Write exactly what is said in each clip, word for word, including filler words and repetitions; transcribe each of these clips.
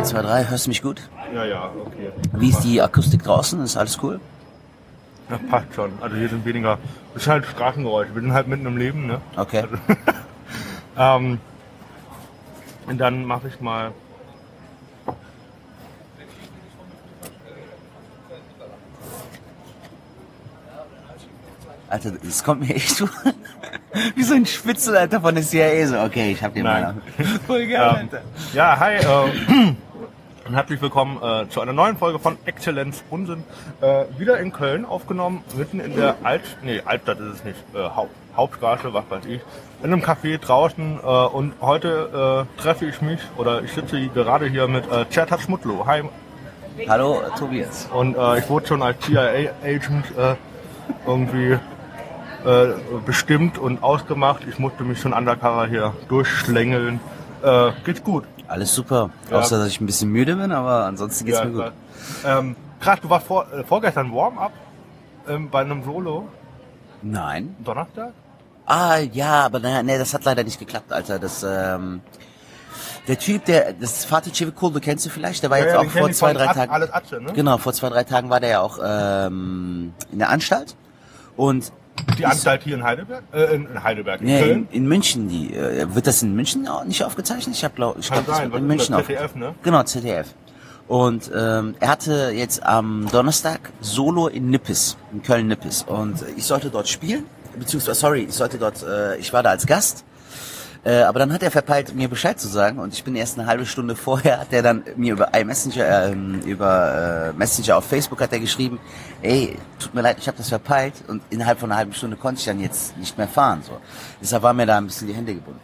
eins, zwei, drei, hörst du mich gut? Ja, ja, okay. Wie ist die Akustik draußen? Ist alles cool? Das passt schon. Also hier sind weniger, das ist halt Straßengeräusche. Wir sind halt mitten im Leben, ne? Okay. Also, ähm, und dann mache ich mal... Alter, das kommt mir echt so wie so ein Spitzel, Alter, von der C I A. So, okay, ich hab den mal. Voll geil, ähm, Alter. Ja, hi. Äh, und herzlich willkommen äh, zu einer neuen Folge von Exzellenz Unsinn. Äh, wieder in Köln aufgenommen, mitten in der Alt... Nee, Altstadt ist es nicht. Äh, Haupt, Hauptstraße, was weiß ich. In einem Café draußen. Äh, und heute äh, treffe ich mich, oder ich sitze hier gerade hier mit äh, Certa Schmutlo. Hi. Hallo, Tobias. Und äh, ich wurde schon als C I A-Agent äh, irgendwie... Äh, bestimmt und ausgemacht. Ich musste mich schon undercover hier durchschlängeln. Äh, geht's gut. Alles super. Ja. Außer, dass ich ein bisschen müde bin, aber ansonsten geht's Ja, mir gut. Ähm, krass, du warst vor, äh, vorgestern Warm-up ähm, bei einem Solo. Nein. Donnerstag? Ah, ja, aber naja, nee, das hat leider nicht geklappt, Alter. Das, ähm, der Typ, der, das Fatih Cevikol, du kennst du vielleicht, der war Ja, jetzt ja, auch den kenn vor ich zwei, von drei At- Tagen. Alles Atze, ne? Genau, vor zwei, drei Tagen war der ja auch ähm, in der Anstalt. Und Die Anstalt hier in Heidelberg? Äh, in Heidelberg, in nee, in, Köln? in München, die äh, wird das in München auch nicht aufgezeichnet? Ich habe glaub, ich Kann glaub, das sein, wird was in ist München das, Z D F, aufgezeichnet. ne? Genau, Z D F. Und ähm, er hatte jetzt am Donnerstag Solo in Nippes, in Köln-Nippes. Und ich sollte dort spielen, beziehungsweise, sorry, ich sollte dort, äh, ich war da als Gast. Äh, aber dann hat er verpeilt, mir Bescheid zu sagen. Und ich bin erst eine halbe Stunde vorher, hat er dann mir über iMessenger, ähm, über äh, Messenger auf Facebook hat er geschrieben, ey, tut mir leid, ich habe das verpeilt. Und innerhalb von einer halben Stunde konnte ich dann jetzt nicht mehr fahren. So. Deshalb waren mir da ein bisschen die Hände gebunden.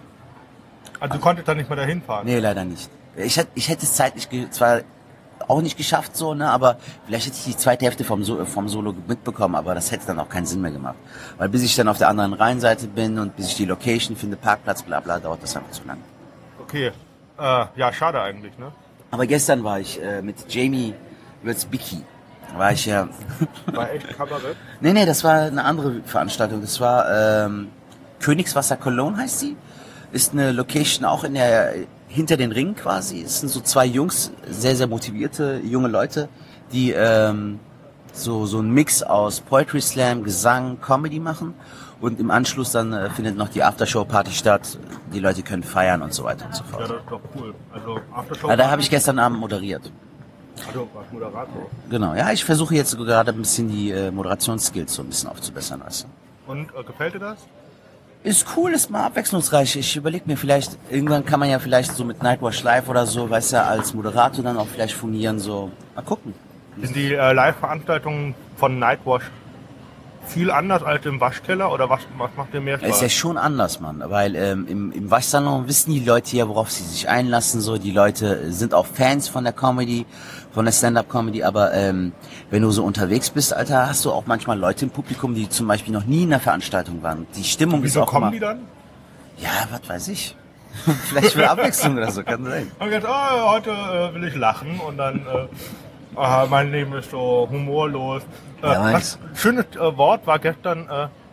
Also du konntest da nicht mehr dahin fahren? Nee, leider nicht. Ich hätte, ich hätte es zeitlich ge- zwar auch nicht geschafft, so, ne, aber vielleicht hätte ich die zweite Hälfte vom, so- vom Solo mitbekommen, aber das hätte dann auch keinen Sinn mehr gemacht. Weil bis ich dann auf der anderen Rheinseite bin und bis ich die Location finde, Parkplatz, bla bla, dauert das einfach zu lang. Okay. Äh, ja, schade eigentlich, ne? Aber gestern war ich äh, mit Jamie Würzbicki, war ich ja... War echt Kabarett? nee, nee, das war eine andere Veranstaltung. Das war ähm, Königswasser Cologne heißt sie. Ist eine Location auch in der... hinter den Ringen quasi. Es sind so zwei Jungs, sehr, sehr motivierte junge Leute, die ähm, so so einen Mix aus Poetry Slam, Gesang, Comedy machen. Und im Anschluss dann äh, findet noch die Aftershow-Party statt. Die Leute können feiern und so weiter und so Ja, fort. das ist doch cool. Also Aftershow. Ja, da habe ich gestern Abend moderiert. Also als Moderator. Genau, ja, ich versuche jetzt gerade ein bisschen die äh, Moderationsskills so ein bisschen aufzubessern. Weißt du. Und äh, gefällt dir das? Ist cool, ist mal abwechslungsreich. Ich überlege mir vielleicht, irgendwann kann man ja vielleicht so mit Nightwatch Live oder so, weißt du, als Moderator dann auch vielleicht fungieren, so. Mal gucken. Sind die äh, Live-Veranstaltungen von Nightwash viel anders als im Waschkeller oder was, was macht dir mehr Spaß? Ist ja schon anders, Mann, weil ähm, im, im Waschsalon wissen die Leute ja, worauf sie sich einlassen, so. Die Leute sind auch Fans von der Comedy, von der Stand-Up-Comedy, aber ähm, wenn du so unterwegs bist, Alter, hast du auch manchmal Leute im Publikum, die zum Beispiel noch nie in einer Veranstaltung waren. Die Stimmung Wieso ist auch kommen immer... die dann? Ja, was weiß ich. Vielleicht für Abwechslung oder so, kann sein. Und jetzt, oh, heute äh, will ich lachen und dann, äh, aha, mein Leben ist so humorlos. Äh, Ja, was schönes äh, Wort war gestern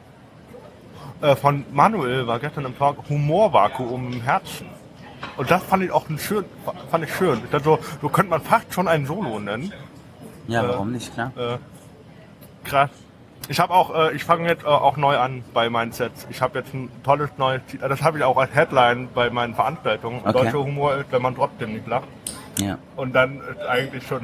äh, äh, von Manuel, war gestern im Talk Humorvakuum im Herzen. Und das fand ich auch ein schön, fand ich schön. Ich dachte so, so könnte man fast schon ein Solo nennen. Ja, Äh, warum nicht, klar. Äh, krass. Ich habe auch, äh, ich fange jetzt äh, auch neu an bei meinen Sets. Ich habe jetzt ein tolles neues, äh, das habe ich auch als Headline bei meinen Veranstaltungen. Okay. Deutscher Humor ist, wenn man trotzdem nicht lacht. Ja. Und dann ist eigentlich schon.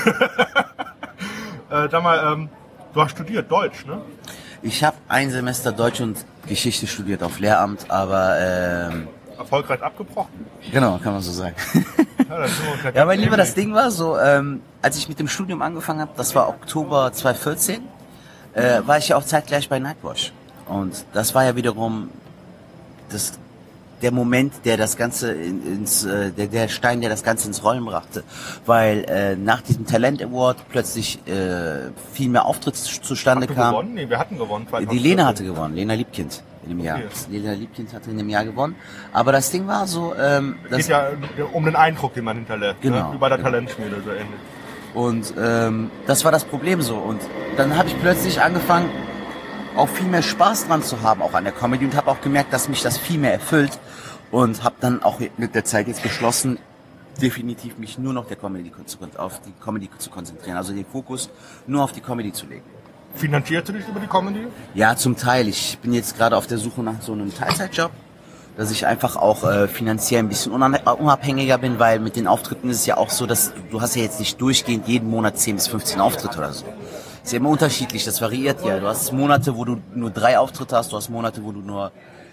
äh, sag mal, ähm, du hast studiert Deutsch, ne? Ich habe ein Semester Deutsch und Geschichte studiert auf Lehramt, aber ähm, Erfolgreich abgebrochen. genau, kann man so sagen. Ja, dann sind wir uns ja Ja, ganz mein Lieber, ähnlich. das Ding war so, ähm, als ich mit dem Studium angefangen habe, das war Oktober zwanzig vierzehn, äh, war ich ja auch zeitgleich bei Nightwatch. Und das war ja wiederum das, der Moment, der das Ganze in, ins, äh, der, der Stein, der das Ganze ins Rollen brachte. Weil äh, nach diesem Talent Award plötzlich äh, viel mehr Auftritt zustande Hast du kam. gewonnen? Nee, wir hatten gewonnen. Die Lena hatte gewonnen, Lena Liebkind in dem Jahr. Okay. Lena Liebkind hatte in dem Jahr gewonnen. Aber das Ding war so, ähm, Es das, geht ja um den Eindruck, den man hinterlässt. Genau, Ne? Wie bei der genau. Talentschmiede so ähnlich. und ähm, das war das Problem so. Und dann habe ich plötzlich angefangen, auch viel mehr Spaß dran zu haben, auch an der Comedy, und habe auch gemerkt, dass mich das viel mehr erfüllt. Und habe dann auch mit der Zeit jetzt beschlossen, definitiv mich nur noch der Comedy auf die Comedy zu konzentrieren, also den Fokus nur auf die Comedy zu legen. Finanzierst du dich über die Comedy? Ja, zum Teil. Ich bin jetzt gerade auf der Suche nach so einem Teilzeitjob, dass ich einfach auch äh, finanziell ein bisschen unabhängiger bin, weil mit den Auftritten ist es ja auch so, dass du hast ja jetzt nicht durchgehend jeden Monat zehn bis fünfzehn Auftritte oder so. Ist ja immer unterschiedlich, das variiert ja. Du hast Monate, wo du nur drei Auftritte hast, du hast Monate, wo du nur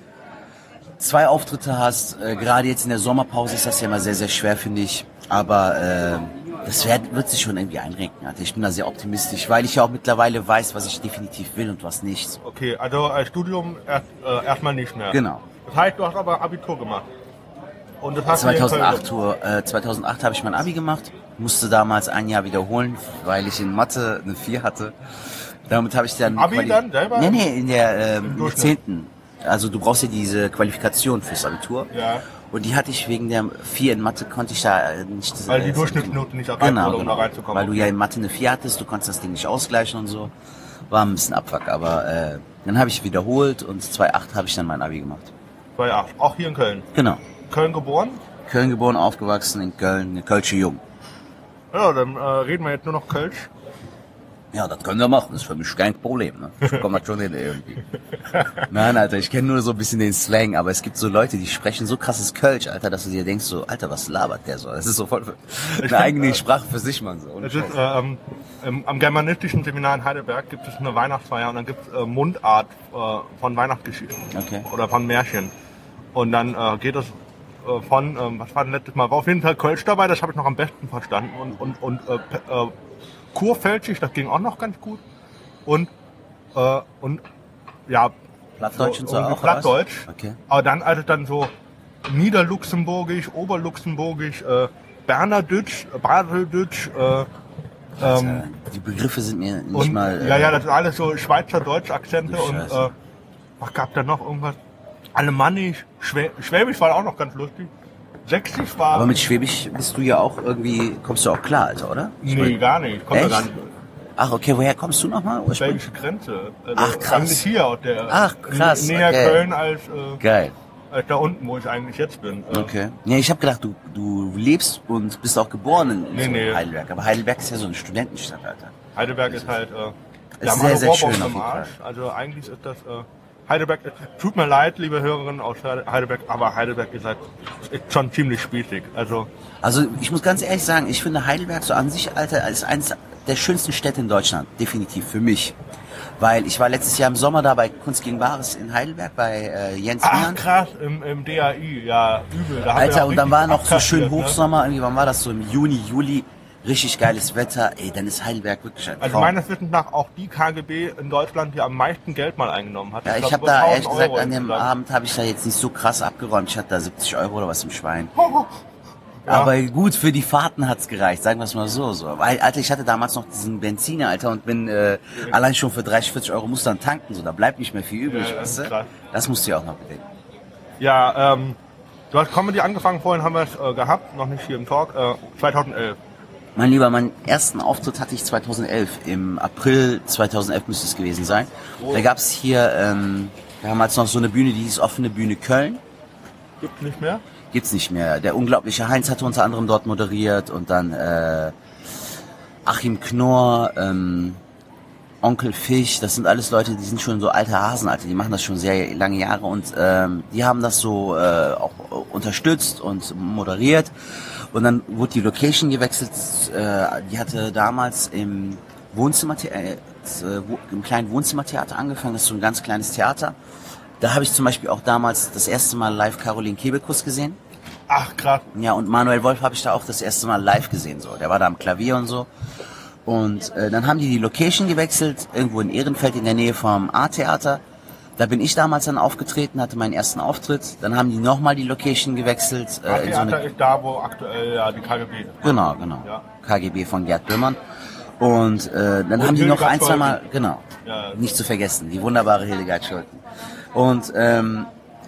zwei Auftritte hast. Äh, gerade jetzt in der Sommerpause ist das ja immer sehr, sehr schwer, finde ich. Aber äh, das wird, wird sich schon irgendwie einrenken. Alter. Ich bin da sehr optimistisch, weil ich ja auch mittlerweile weiß, was ich definitiv will und was nicht. Okay, also als Studium erst, äh, erstmal nicht mehr. Genau. Das heißt, du hast aber Abitur gemacht. Und das hast zweitausendacht, äh, zweitausendacht habe ich mein Abi gemacht. Musste damals ein Jahr wiederholen, weil ich in Mathe eine vier hatte. Damit habe ich dann... Abi Quali- dann selber? Nee, nee, in der ähm, zehnten Also du brauchst ja diese Qualifikation fürs Abitur. Ja. Und die hatte ich wegen der vier in Mathe, konnte ich da nicht... Weil die Durchschnittsnote nicht erreicht genau, wurde, um genau. da reinzukommen. Weil du ja in Mathe eine vier hattest, du konntest das Ding nicht ausgleichen und so. War ein bisschen Abfuck, aber äh, dann habe ich wiederholt und zweitausendacht habe ich dann mein Abi gemacht. zweitausendacht, auch hier in Köln? Genau. Köln geboren? Köln geboren, aufgewachsen in Köln, eine Kölsche Jung. Ja, dann äh, reden wir jetzt nur noch Kölsch. Ja, das können wir machen, das ist für mich kein Problem. Ne? Ich komme schon hin irgendwie. Nein, Alter, ich kenne nur so ein bisschen den Slang, aber es gibt so Leute, die sprechen so krasses Kölsch, Alter, dass du dir denkst so, Alter, was labert der so? Das ist so voll eine find, eigene äh, Sprache für sich, man. So. Es ist, ähm, ähm, am germanistischen Seminar in Heidelberg gibt es eine Weihnachtsfeier und dann gibt es äh, Mundart äh, von Weihnachtsgeschichten okay. oder von Märchen. Und dann äh, geht es äh, von, ähm, was war denn letztes Mal, war auf jeden Fall Kölsch dabei, das habe ich noch am besten verstanden. Und, und, und äh, äh, Kurpfälzisch, das ging auch noch ganz gut. Und, äh, und ja, Plattdeutsch und so auch? Plattdeutsch. Okay. Aber dann also dann so Niederluxemburgisch, Oberluxemburgisch, äh, Bernerdütsch, Badeldütsch, äh, ähm, die Begriffe sind mir nicht und, mal... Äh, ja, ja, das sind alles so Schweizerdeutsch-Akzente und äh, was gab da noch irgendwas? Alemannisch, Schwä Schwäbisch war auch noch ganz lustig. Sächsisch war... Aber mit Schwäbisch bist du ja auch irgendwie, kommst du auch klar, Alter, oder? Nee, mein, gar nicht. Kommt ja gar nicht. Ach, okay, woher kommst du nochmal? Schwäbische Grenze. Also Ach, krass. Eigentlich hier aus der... Ach, krass. Näher okay. Köln als... Äh, Geil. Als da unten, wo ich eigentlich jetzt bin. Äh, okay. Ja, ich habe gedacht, du, du lebst und bist auch geboren in nee, so nee. Heidelberg. Aber Heidelberg ist ja so eine Studentenstadt, Alter. Heidelberg ist halt... Äh, ist sehr, sehr schön auf jeden Fall. Also eigentlich ist das... Äh, Heidelberg, tut mir leid, liebe Hörerinnen aus Heidelberg, aber Heidelberg ist halt ist schon ziemlich spießig. Also, also ich muss ganz ehrlich sagen, ich finde Heidelberg so an sich, Alter, ist eines der schönsten Städte in Deutschland, definitiv für mich. Weil ich war letztes Jahr im Sommer da bei Kunst gegen Wahres in Heidelberg bei äh, Jens Ach krass, im, im D A I, ja, übel. Da Alter, und dann war noch so schön ne? Hochsommer, irgendwie, wann war das so, im Juni, Juli, richtig geiles Wetter, ey, dann ist Heidelberg wirklich ein Traum. Also meines Wissens nach auch die K G B in Deutschland, die am meisten Geld mal eingenommen hat. Ja, ich, ich habe da, ehrlich gesagt, Euro an dem Abend habe ich da jetzt nicht so krass abgeräumt. Ich hatte da siebzig Euro oder was im Schwein. Ja. Aber gut, für die Fahrten hat's gereicht, sagen wir es mal so. so. Weil, Alter, ich hatte damals noch diesen Benziner, Alter, und bin äh, allein schon für dreißig, vierzig Euro musst du dann tanken, so, da bleibt nicht mehr viel übrig, ja, weißt du? Das musst du ja auch noch bedenken. Ja, ähm, du hast Comedy angefangen, vorhin haben wir es äh, gehabt, noch nicht hier im Talk, äh, zweitausendelf. Mein Lieber, meinen ersten Auftritt hatte ich zweitausendelf, im April zweitausendelf müsste es gewesen sein. Oh. Da gab's hier ähm, damals noch so eine Bühne, die hieß Offene Bühne Köln. Gibt's nicht mehr? Gibt's nicht mehr. Der unglaubliche Heinz hatte unter anderem dort moderiert und dann äh, Achim Knorr, ähm, Onkel Fisch, das sind alles Leute, die sind schon so alte Hasen, Alter, die machen das schon sehr lange Jahre und ähm, die haben das so äh, auch unterstützt und moderiert. Und dann wurde die Location gewechselt, äh, die hatte damals im Wohnzimmertheater, äh, im kleinen Wohnzimmertheater angefangen, das ist so ein ganz kleines Theater. Da habe ich zum Beispiel auch damals das erste Mal live Caroline Kebekus gesehen. Ach, krass. Ja, und Manuel Wolf habe ich da auch das erste Mal live gesehen, so. Der war da am Klavier und so. Und äh, dann haben die die Location gewechselt, irgendwo in Ehrenfeld in der Nähe vom A-Theater. Da bin ich damals dann aufgetreten, hatte meinen ersten Auftritt. Dann haben die nochmal die Location gewechselt. Äh, A-Theater so eine... ist da, wo aktuell ja die K G B ist. Genau, genau. Ja. K G B von Gerd Böhmann. Und äh, dann und haben die noch ein, zwei Mal, genau, ja, nicht zu vergessen, die wunderbare Hildegard Schulten. Und ähm,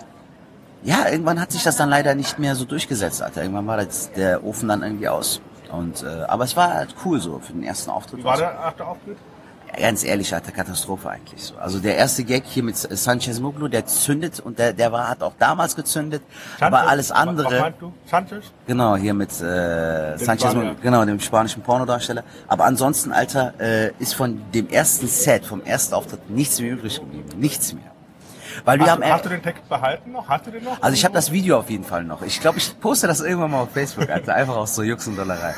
ja, irgendwann hat sich das dann leider nicht mehr so durchgesetzt, Alter. Irgendwann war das, der Ofen dann irgendwie aus. Und äh, aber es war halt cool so für den ersten Auftritt. Wie war der erste Auftritt? Ganz ehrlich, Alter, Katastrophe eigentlich so. Also der erste Gag hier mit Sanchez Muglu, der zündet und der der war hat auch damals gezündet, Sanchez, aber alles andere. Was meinst du? Sanchez? Genau, hier mit äh, Sanchez Muglu, genau, dem spanischen Pornodarsteller. Aber ansonsten, Alter, äh, ist von dem ersten Set, vom ersten Auftritt nichts mehr übrig geblieben. Nichts mehr. Weil wir hast, haben, du, hast du den Text behalten noch? Hast du den noch? Also ich habe das Video auf jeden Fall noch. Ich glaube, ich poste das irgendwann mal auf Facebook, Alter. Einfach aus so Jux und Dollerei.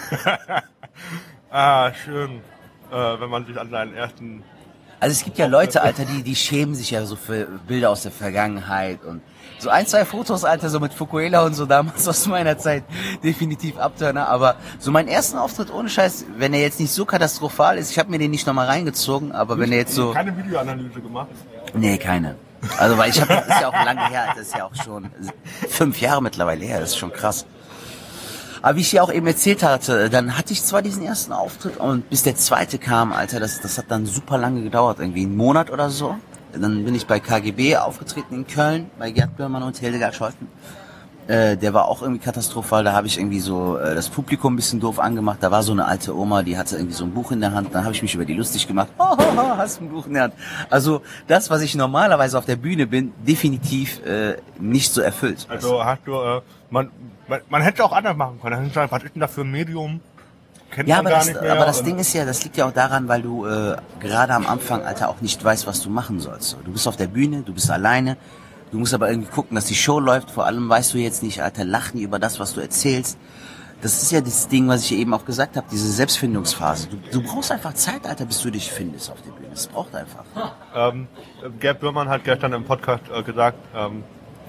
Ah, schön. Äh, wenn man sich an seinen ersten... Also es gibt ja Leute, Alter, die die schämen sich ja so für Bilder aus der Vergangenheit und so ein, zwei Fotos, Alter, so mit Fukuela und so damals aus meiner Zeit definitiv Abturner, aber so meinen ersten Auftritt ohne Scheiß, wenn er jetzt nicht so katastrophal ist, ich habe mir den nicht nochmal reingezogen, aber wenn er jetzt so... Keine Videoanalyse gemacht? Nee, keine. Also weil ich habe, das ist ja auch lange her, das ist ja auch schon fünf Jahre mittlerweile her, das ist schon krass. Aber wie ich dir auch eben erzählt hatte, dann hatte ich zwar diesen ersten Auftritt und bis der zweite kam, Alter, das, das hat dann super lange gedauert, irgendwie einen Monat oder so. Dann bin ich bei K G B aufgetreten in Köln, bei Gerd Böhmermann und Hildegard Scholten. Äh, der war auch irgendwie katastrophal, da habe ich irgendwie so äh, das Publikum ein bisschen doof angemacht. Da war so eine alte Oma, die hatte irgendwie so ein Buch in der Hand, dann habe ich mich über die lustig gemacht. Oh, oh, oh, hast du ein Buch in der Hand? Also das, was ich normalerweise auf der Bühne bin, definitiv äh, nicht so erfüllt. Also hast du, äh, man, man, man hätte auch anders machen können. Was ist denn da für ein Medium? Kennt ja, man aber gar das, nicht mehr. aber das Ding ist ja, das liegt ja auch daran, weil du äh, gerade am Anfang, Alter, auch nicht weißt, was du machen sollst. Du bist auf der Bühne, du bist alleine, du musst aber irgendwie gucken, dass die Show läuft. Vor allem weißt du jetzt nicht, Alter, lachen über das, was du erzählst. Das ist ja das Ding, was ich eben auch gesagt habe, diese Selbstfindungsphase. Du, du brauchst einfach Zeit, Alter, bis du dich findest auf der Bühne. Das braucht einfach. Ähm, Gerd Böhmermann hat gestern im Podcast äh, gesagt, ähm,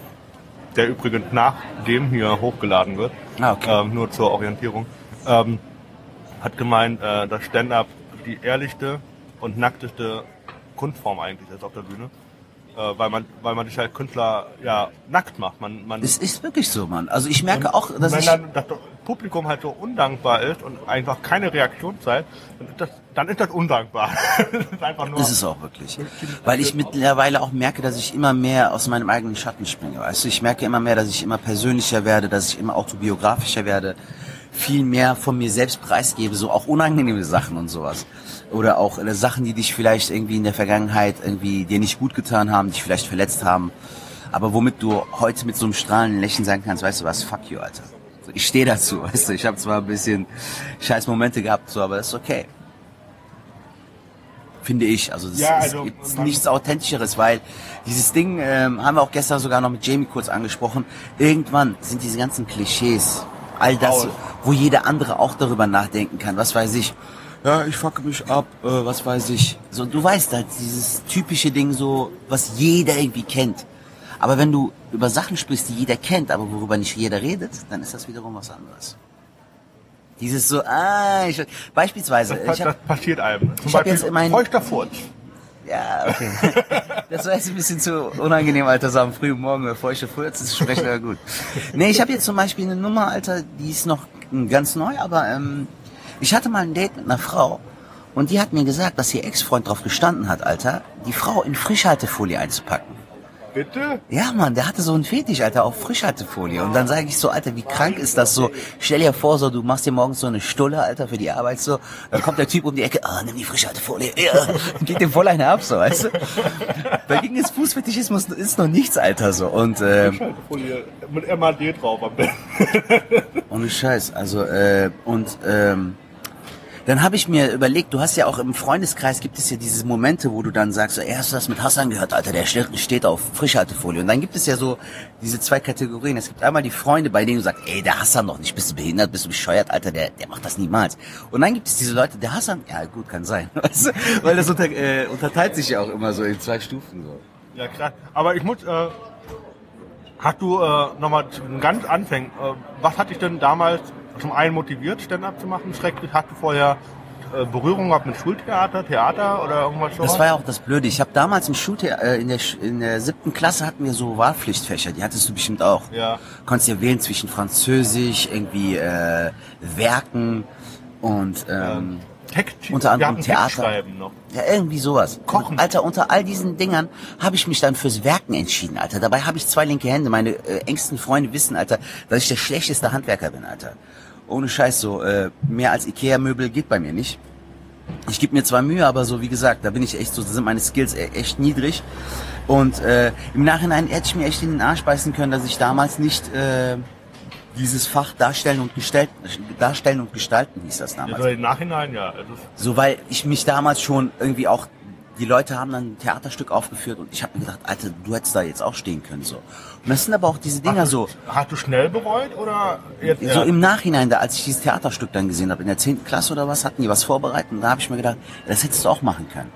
der übrigens nach dem hier hochgeladen wird, ah, okay. ähm, nur zur Orientierung, ähm, hat gemeint, äh, dass Stand-up die ehrlichste und nackteste Kunstform eigentlich ist auf der Bühne. Äh, weil man weil man sich halt Künstler ja nackt macht. Man, man Es ist wirklich so, Mann. Also ich merke auch, dass wenn ich... dann das Publikum halt so undankbar ist und einfach keine Reaktion zeigt, dann ist das, dann ist das undankbar. Das ist einfach nur... Ist es auch wirklich. Weil ich mittlerweile auch merke, dass ich immer mehr aus meinem eigenen Schatten springe. Weißt du, ich merke immer mehr, dass ich immer persönlicher werde, dass ich immer autobiografischer werde, viel mehr von mir selbst preisgebe, so auch unangenehme Sachen und sowas. Oder auch äh, Sachen, die dich vielleicht irgendwie in der Vergangenheit irgendwie dir nicht gut getan haben, dich vielleicht verletzt haben. Aber womit du heute mit so einem strahlenden Lächeln sagen kannst, weißt du was, fuck you, Alter. So, ich stehe dazu, weißt du, ich habe zwar ein bisschen scheiß Momente gehabt, so, aber das ist okay. Finde ich. Also es Ja, ist also, gibt's man- nichts Authentischeres, weil dieses Ding, ähm, haben wir auch gestern sogar noch mit Jamie kurz angesprochen, irgendwann sind diese ganzen Klischees, all das, Raus. wo jeder andere auch darüber nachdenken kann, was weiß ich, ja, ich fucke mich ab, äh, was weiß ich. So, du weißt halt, dieses typische Ding so, was jeder irgendwie kennt. Aber wenn du über Sachen sprichst, die jeder kennt, aber worüber nicht jeder redet, dann ist das wiederum was anderes. Dieses so, ah, ich, beispielsweise, das, ich das hab, passiert einem. Zum ich hab Beispiel jetzt mein- feuchter Furz. ja, okay. Das war jetzt ein bisschen zu unangenehm, Alter, so am frühen Morgen über feuchte Furzen zu sprechen, aber gut. Nee, ich habe jetzt zum Beispiel eine Nummer, Alter, die ist noch ganz neu, aber ähm, ich hatte mal ein Date mit einer Frau und die hat mir gesagt, dass ihr Ex-Freund drauf gestanden hat, Alter, die Frau in Frischhaltefolie einzupacken. Bitte? Ja, Mann, der hatte so einen Fetisch, Alter, auf Frischhaltefolie. Und dann sage ich so, Alter, wie krank ist das so? Stell dir vor, so, du machst dir morgens so eine Stulle, Alter, für die Arbeit so. Dann kommt der Typ um die Ecke, ah, nimm die Frischhaltefolie. Ja, und geht dem voll eine ab, so, weißt du? Dagegen ist Fußfetischismus ist noch nichts, Alter, so. Und, ähm, Folie mit M A D drauf am besten. ohne Scheiß, also, äh, und, ähm, dann habe ich mir überlegt, du hast ja auch im Freundeskreis gibt es ja diese Momente, wo du dann sagst, so, ey, hast du das mit Hassan gehört, Alter, der ste- steht auf Frischhaltefolie. Und dann gibt es ja so diese zwei Kategorien. Es gibt einmal die Freunde, bei denen du sagst, ey, der Hassan doch nicht, bist du behindert, bist du bescheuert, Alter, der, der macht das niemals. Und dann gibt es diese Leute, der Hassan, ja gut, kann sein, weißt du? Weil das unter, äh, unterteilt sich ja auch immer so in zwei Stufen. So. Ja, klar. Aber ich muss, äh, hast du äh, nochmal ganz anfängen, äh, was hat dich denn damals zum einen motiviert, Stand-up zu machen? Schrecklich, hast du vorher äh, Berührung gehabt mit Schultheater, Theater oder irgendwas so? Das war ja auch das Blöde. Ich habe damals im Schultheater, äh, in der Sch- in der siebten Klasse hatten wir so Wahlpflichtfächer, die hattest du bestimmt auch. Ja. Konntest ja wählen zwischen Französisch, irgendwie äh, Werken und ähm, Text, unter anderem wir hatten Theater. Text schreiben noch. Ja, irgendwie sowas. Kochen. Alter, unter all diesen Dingern habe ich mich dann fürs Werken entschieden, Alter. Dabei habe ich zwei linke Hände. Meine äh, engsten Freunde wissen, Alter, dass ich der schlechteste Handwerker bin, Alter. Ohne Scheiß so. Äh, mehr als Ikea-Möbel geht bei mir nicht. ich gebe mir zwar Mühe, aber so wie gesagt, da bin ich echt so, da sind meine Skills e- echt niedrig. Und äh, im Nachhinein hätte ich mir echt in den Arsch beißen können, dass ich damals nicht äh, dieses Fach Darstellen und Gestalten, Darstellen und Gestalten hieß das damals. Also im Nachhinein, ja. Also so, weil ich mich damals schon irgendwie auch, die Leute haben dann ein Theaterstück aufgeführt und ich habe mir gedacht, Alter, du hättest da jetzt auch stehen können, so. Und das sind aber auch diese Dinger hast du, so. Hast du schnell bereut oder jetzt? So im Nachhinein, da als ich dieses Theaterstück dann gesehen habe, in der zehnten Klasse oder was, hatten die was vorbereitet und da habe ich mir gedacht, das hättest du auch machen können.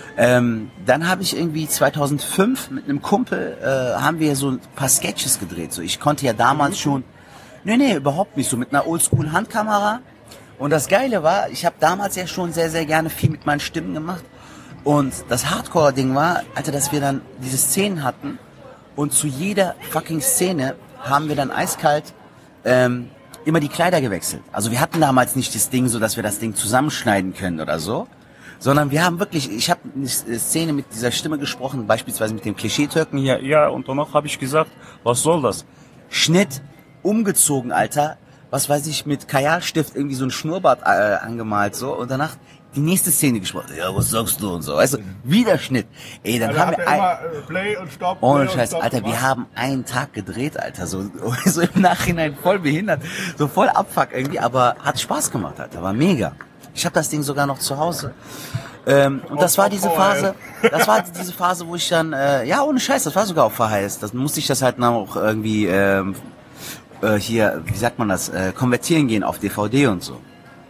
Ähm, dann habe ich irgendwie zweitausendfünf mit einem Kumpel, äh, haben wir so ein paar Sketches gedreht. So, ich konnte ja damals schon, nee, nee, überhaupt nicht, so mit einer Oldschool-Handkamera. Und das Geile war, ich habe damals ja schon sehr, sehr gerne viel mit meinen Stimmen gemacht. Und das Hardcore-Ding war, Alter, dass wir dann diese Szenen hatten und zu jeder fucking Szene haben wir dann eiskalt ähm, immer die Kleider gewechselt. Also wir hatten damals nicht das Ding so, dass wir das Ding zusammenschneiden können oder so, sondern wir haben wirklich, ich habe eine Szene mit dieser Stimme gesprochen, beispielsweise mit dem Klischee-Türken hier, ja, und danach habe ich gesagt, was soll das? Schnitt, umgezogen, Alter, was weiß ich, mit Kajalstift irgendwie so ein Schnurrbart äh, angemalt, so, und danach die nächste Szene gesprochen, ja, was sagst du und so, weißt du, Wiederschnitt, ey, dann also haben wir ein, immer, äh, Play und Stop, ohne Play Scheiß, und Stop Alter, gemacht. wir haben einen Tag gedreht, Alter, so, so im Nachhinein voll behindert, so voll Abfuck irgendwie, aber hat Spaß gemacht, Alter, war mega. Ich habe das Ding sogar noch zu Hause. Ähm, und das war diese Phase, das war diese Phase, wo ich dann, äh, ja, ohne Scheiß, das war sogar auf V H S, das musste ich das halt dann auch irgendwie, ähm, äh, hier, wie sagt man das, äh, konvertieren gehen auf D V D und so.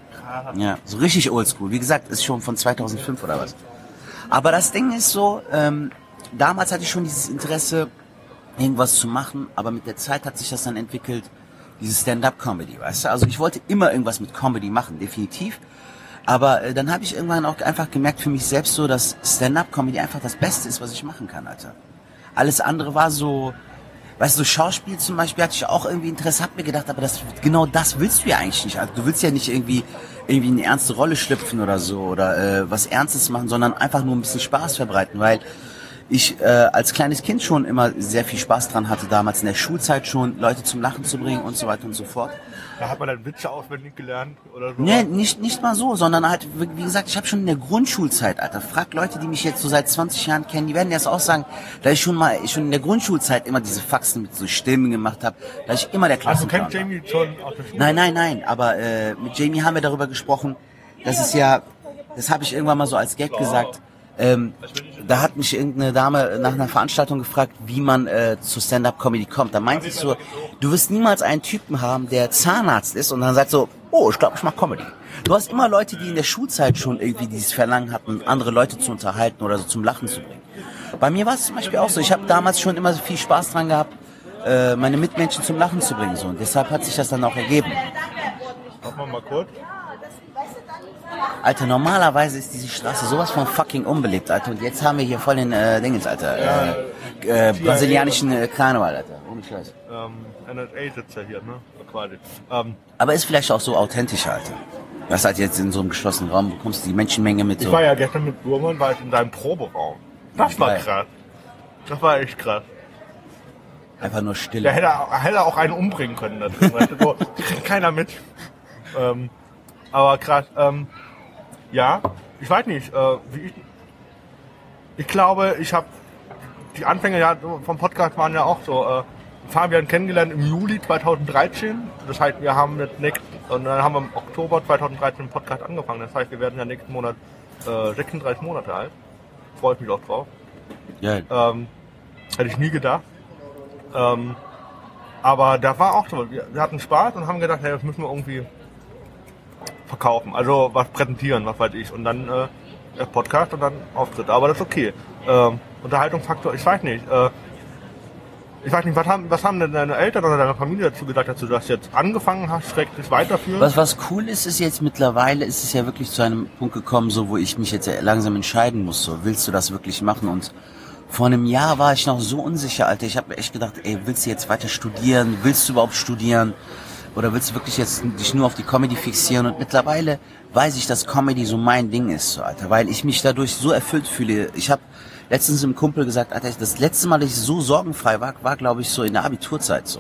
Ja, so richtig oldschool. Wie gesagt, ist schon von zweitausendfünf oder was. Aber das Ding ist so, ähm, damals hatte ich schon dieses Interesse, irgendwas zu machen, aber mit der Zeit hat sich das dann entwickelt, diese Stand-up-Comedy, weißt du? Also ich wollte immer irgendwas mit Comedy machen, definitiv. Aber äh, dann habe ich irgendwann auch einfach gemerkt für mich selbst so, dass Stand-up-Comedy einfach das Beste ist, was ich machen kann, Alter. Alles andere war so, weißt du, so Schauspiel zum Beispiel hatte ich auch irgendwie Interesse, hab mir gedacht, aber das, genau das willst du ja eigentlich nicht. Also du willst ja nicht irgendwie irgendwie eine ernste Rolle schlüpfen oder so oder äh, was Ernstes machen, sondern einfach nur ein bisschen Spaß verbreiten, weil ich äh, als kleines Kind schon immer sehr viel Spaß dran hatte, damals in der Schulzeit schon Leute zum Lachen zu bringen und so weiter und so fort. Da hat man dann Witze auswendig gelernt oder so? Nee, nicht, nicht mal so, sondern halt, wie gesagt, ich habe schon in der Grundschulzeit, Alter, frag Leute, die mich jetzt so seit zwanzig Jahren kennen, die werden das auch sagen, da ich schon mal, schon in der Grundschulzeit immer diese Faxen mit so Stimmen gemacht habe, da ich immer der Also Klassenclown kennt war. Jamie schon aus der Schule? Nein, nein, nein, aber äh, mit Jamie haben wir darüber gesprochen, das ist ja, das habe ich irgendwann mal so als Gag gesagt, ähm, da hat mich irgendeine Dame nach einer Veranstaltung gefragt, wie man äh, zu Stand-Up-Comedy kommt. Da meinte ich so, du wirst niemals einen Typen haben, der Zahnarzt ist und dann sagt so, oh, ich glaube, ich mache Comedy. Du hast immer Leute, die in der Schulzeit schon irgendwie dieses Verlangen hatten, andere Leute zu unterhalten oder so zum Lachen zu bringen. Bei mir war es zum Beispiel auch so, ich habe damals schon immer so viel Spaß dran gehabt, äh, meine Mitmenschen zum Lachen zu bringen. So. Und deshalb hat sich das dann auch ergeben. Machen wir mal kurz. Alter, normalerweise ist diese Straße sowas von fucking unbelebt, Alter. Und jetzt haben wir hier voll den äh, Dingens, Alter. Äh, äh, brasilianischen äh, Karneval, Alter. Ohne Scheiß. Ähm, N S A sitzt ja hier, ne? Quasi. Ähm, Aber ist vielleicht auch so authentischer, Alter. Du hast halt jetzt in so einem geschlossenen Raum, bekommst die Menschenmenge mit ich so. war ja gestern mit Burman, war ich in deinem Proberaum. Das war Geil. krass. Das war echt krass. Einfach nur Da Stille. hätte, hätte auch einen umbringen können. Da drin, weißt du, so, kriegt keiner mit. Ähm, aber krass. Ähm, ja, ich weiß nicht. Äh, wie ich, ich glaube, ich habe die Anfänge ja vom Podcast waren ja auch so. Äh, Fabian kennengelernt im Juli zweitausenddreizehn. Das heißt, wir haben jetzt nächst, und dann haben wir im Oktober zweitausenddreizehn den Podcast angefangen. Das heißt, wir werden ja nächsten Monat äh, sechsunddreißig Monate alt. Freue ich mich auch drauf. Geil. Ähm, hätte ich nie gedacht. Ähm, aber da war auch so, wir, wir hatten Spaß und haben gedacht, hey, das müssen wir irgendwie verkaufen. Also was präsentieren, was weiß ich. Und dann äh, der Podcast und dann Auftritt. Aber das ist okay. Ähm, Unterhaltungsfaktor, ich weiß nicht. Äh, ich weiß nicht, was haben, was haben denn deine Eltern oder deine Familie dazu gesagt, dass du das jetzt angefangen hast, schrecklich weiterführen? Was, was cool ist, ist jetzt mittlerweile, ist es ja wirklich zu einem Punkt gekommen, so, wo ich mich jetzt langsam entscheiden muss, so, willst du das wirklich machen? Und vor einem Jahr war ich noch so unsicher, Alter. Ich habe mir echt gedacht, ey, willst du jetzt weiter studieren? Willst du überhaupt studieren? Oder willst du wirklich jetzt dich nur auf die Comedy fixieren? Und mittlerweile weiß ich, dass Comedy so mein Ding ist, so, Alter, weil ich mich dadurch so erfüllt fühle. Ich habe letztens einem Kumpel gesagt, Alter, das letzte Mal, dass ich so sorgenfrei war, war, glaube ich, so in der Abiturzeit so.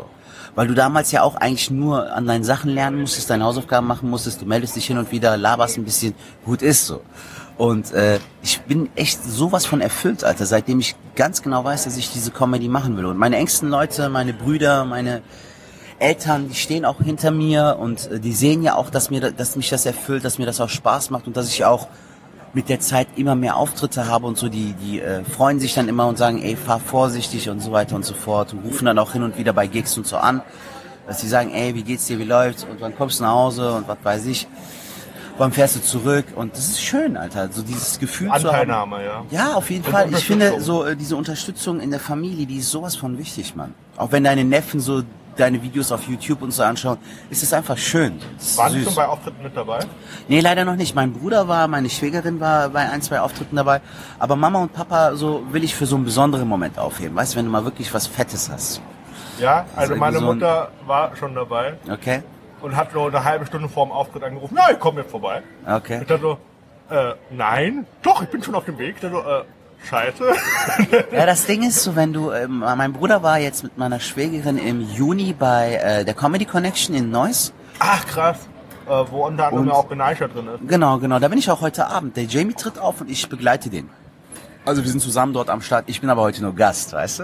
Weil du damals ja auch eigentlich nur an deinen Sachen lernen musstest, deine Hausaufgaben machen musstest, du meldest dich hin und wieder, laberst ein bisschen, gut ist so. Und äh, ich bin echt sowas von erfüllt, Alter, seitdem ich ganz genau weiß, dass ich diese Comedy machen will. Und meine engsten Leute, meine Brüder, meine Eltern, die stehen auch hinter mir und äh, die sehen ja auch, dass mir, dass mich das erfüllt, dass mir das auch Spaß macht und dass ich auch mit der Zeit immer mehr Auftritte habe und so, die die äh, freuen sich dann immer und sagen, ey, fahr vorsichtig und so weiter und so fort und rufen dann auch hin und wieder bei Gigs und so an, dass sie sagen, ey, wie geht's dir, wie läuft's und wann kommst du nach Hause und was weiß ich, wann fährst du zurück und das ist schön, Alter, so dieses Gefühl Anteilnahme, zu haben. ja. Ja, auf jeden und Fall. Ich finde so äh, diese Unterstützung in der Familie, die ist sowas von wichtig, Mann. Auch wenn deine Neffen so deine Videos auf YouTube und so anschauen, ist es einfach schön. Waren Sie schon bei Auftritten mit dabei? Nee, leider noch nicht. Mein Bruder war, meine Schwägerin war bei ein, zwei Auftritten dabei. Aber Mama und Papa, so will ich für so einen besonderen Moment aufheben. Weißt du, wenn du mal wirklich was Fettes hast. Ja, also, Also meine so ein- Mutter war schon dabei Okay? und hat so eine halbe Stunde vor dem Auftritt angerufen, na, ich komme jetzt vorbei. Okay. Ich dachte so, äh, nein, doch, ich bin schon auf dem Weg. Ich dachte so, äh, scheiße. Ja, das Ding ist so, wenn du, ähm, mein Bruder war jetzt mit meiner Schwägerin im Juni bei äh, der Comedy Connection in Neuss. Ach, krass. Äh, wo unter anderem Und- ja auch Benaischer drin ist. Genau, genau. Da bin ich auch heute Abend. Der Jamie tritt auf und ich begleite den. Also wir sind zusammen dort am Start. Ich bin aber heute nur Gast, weißt du?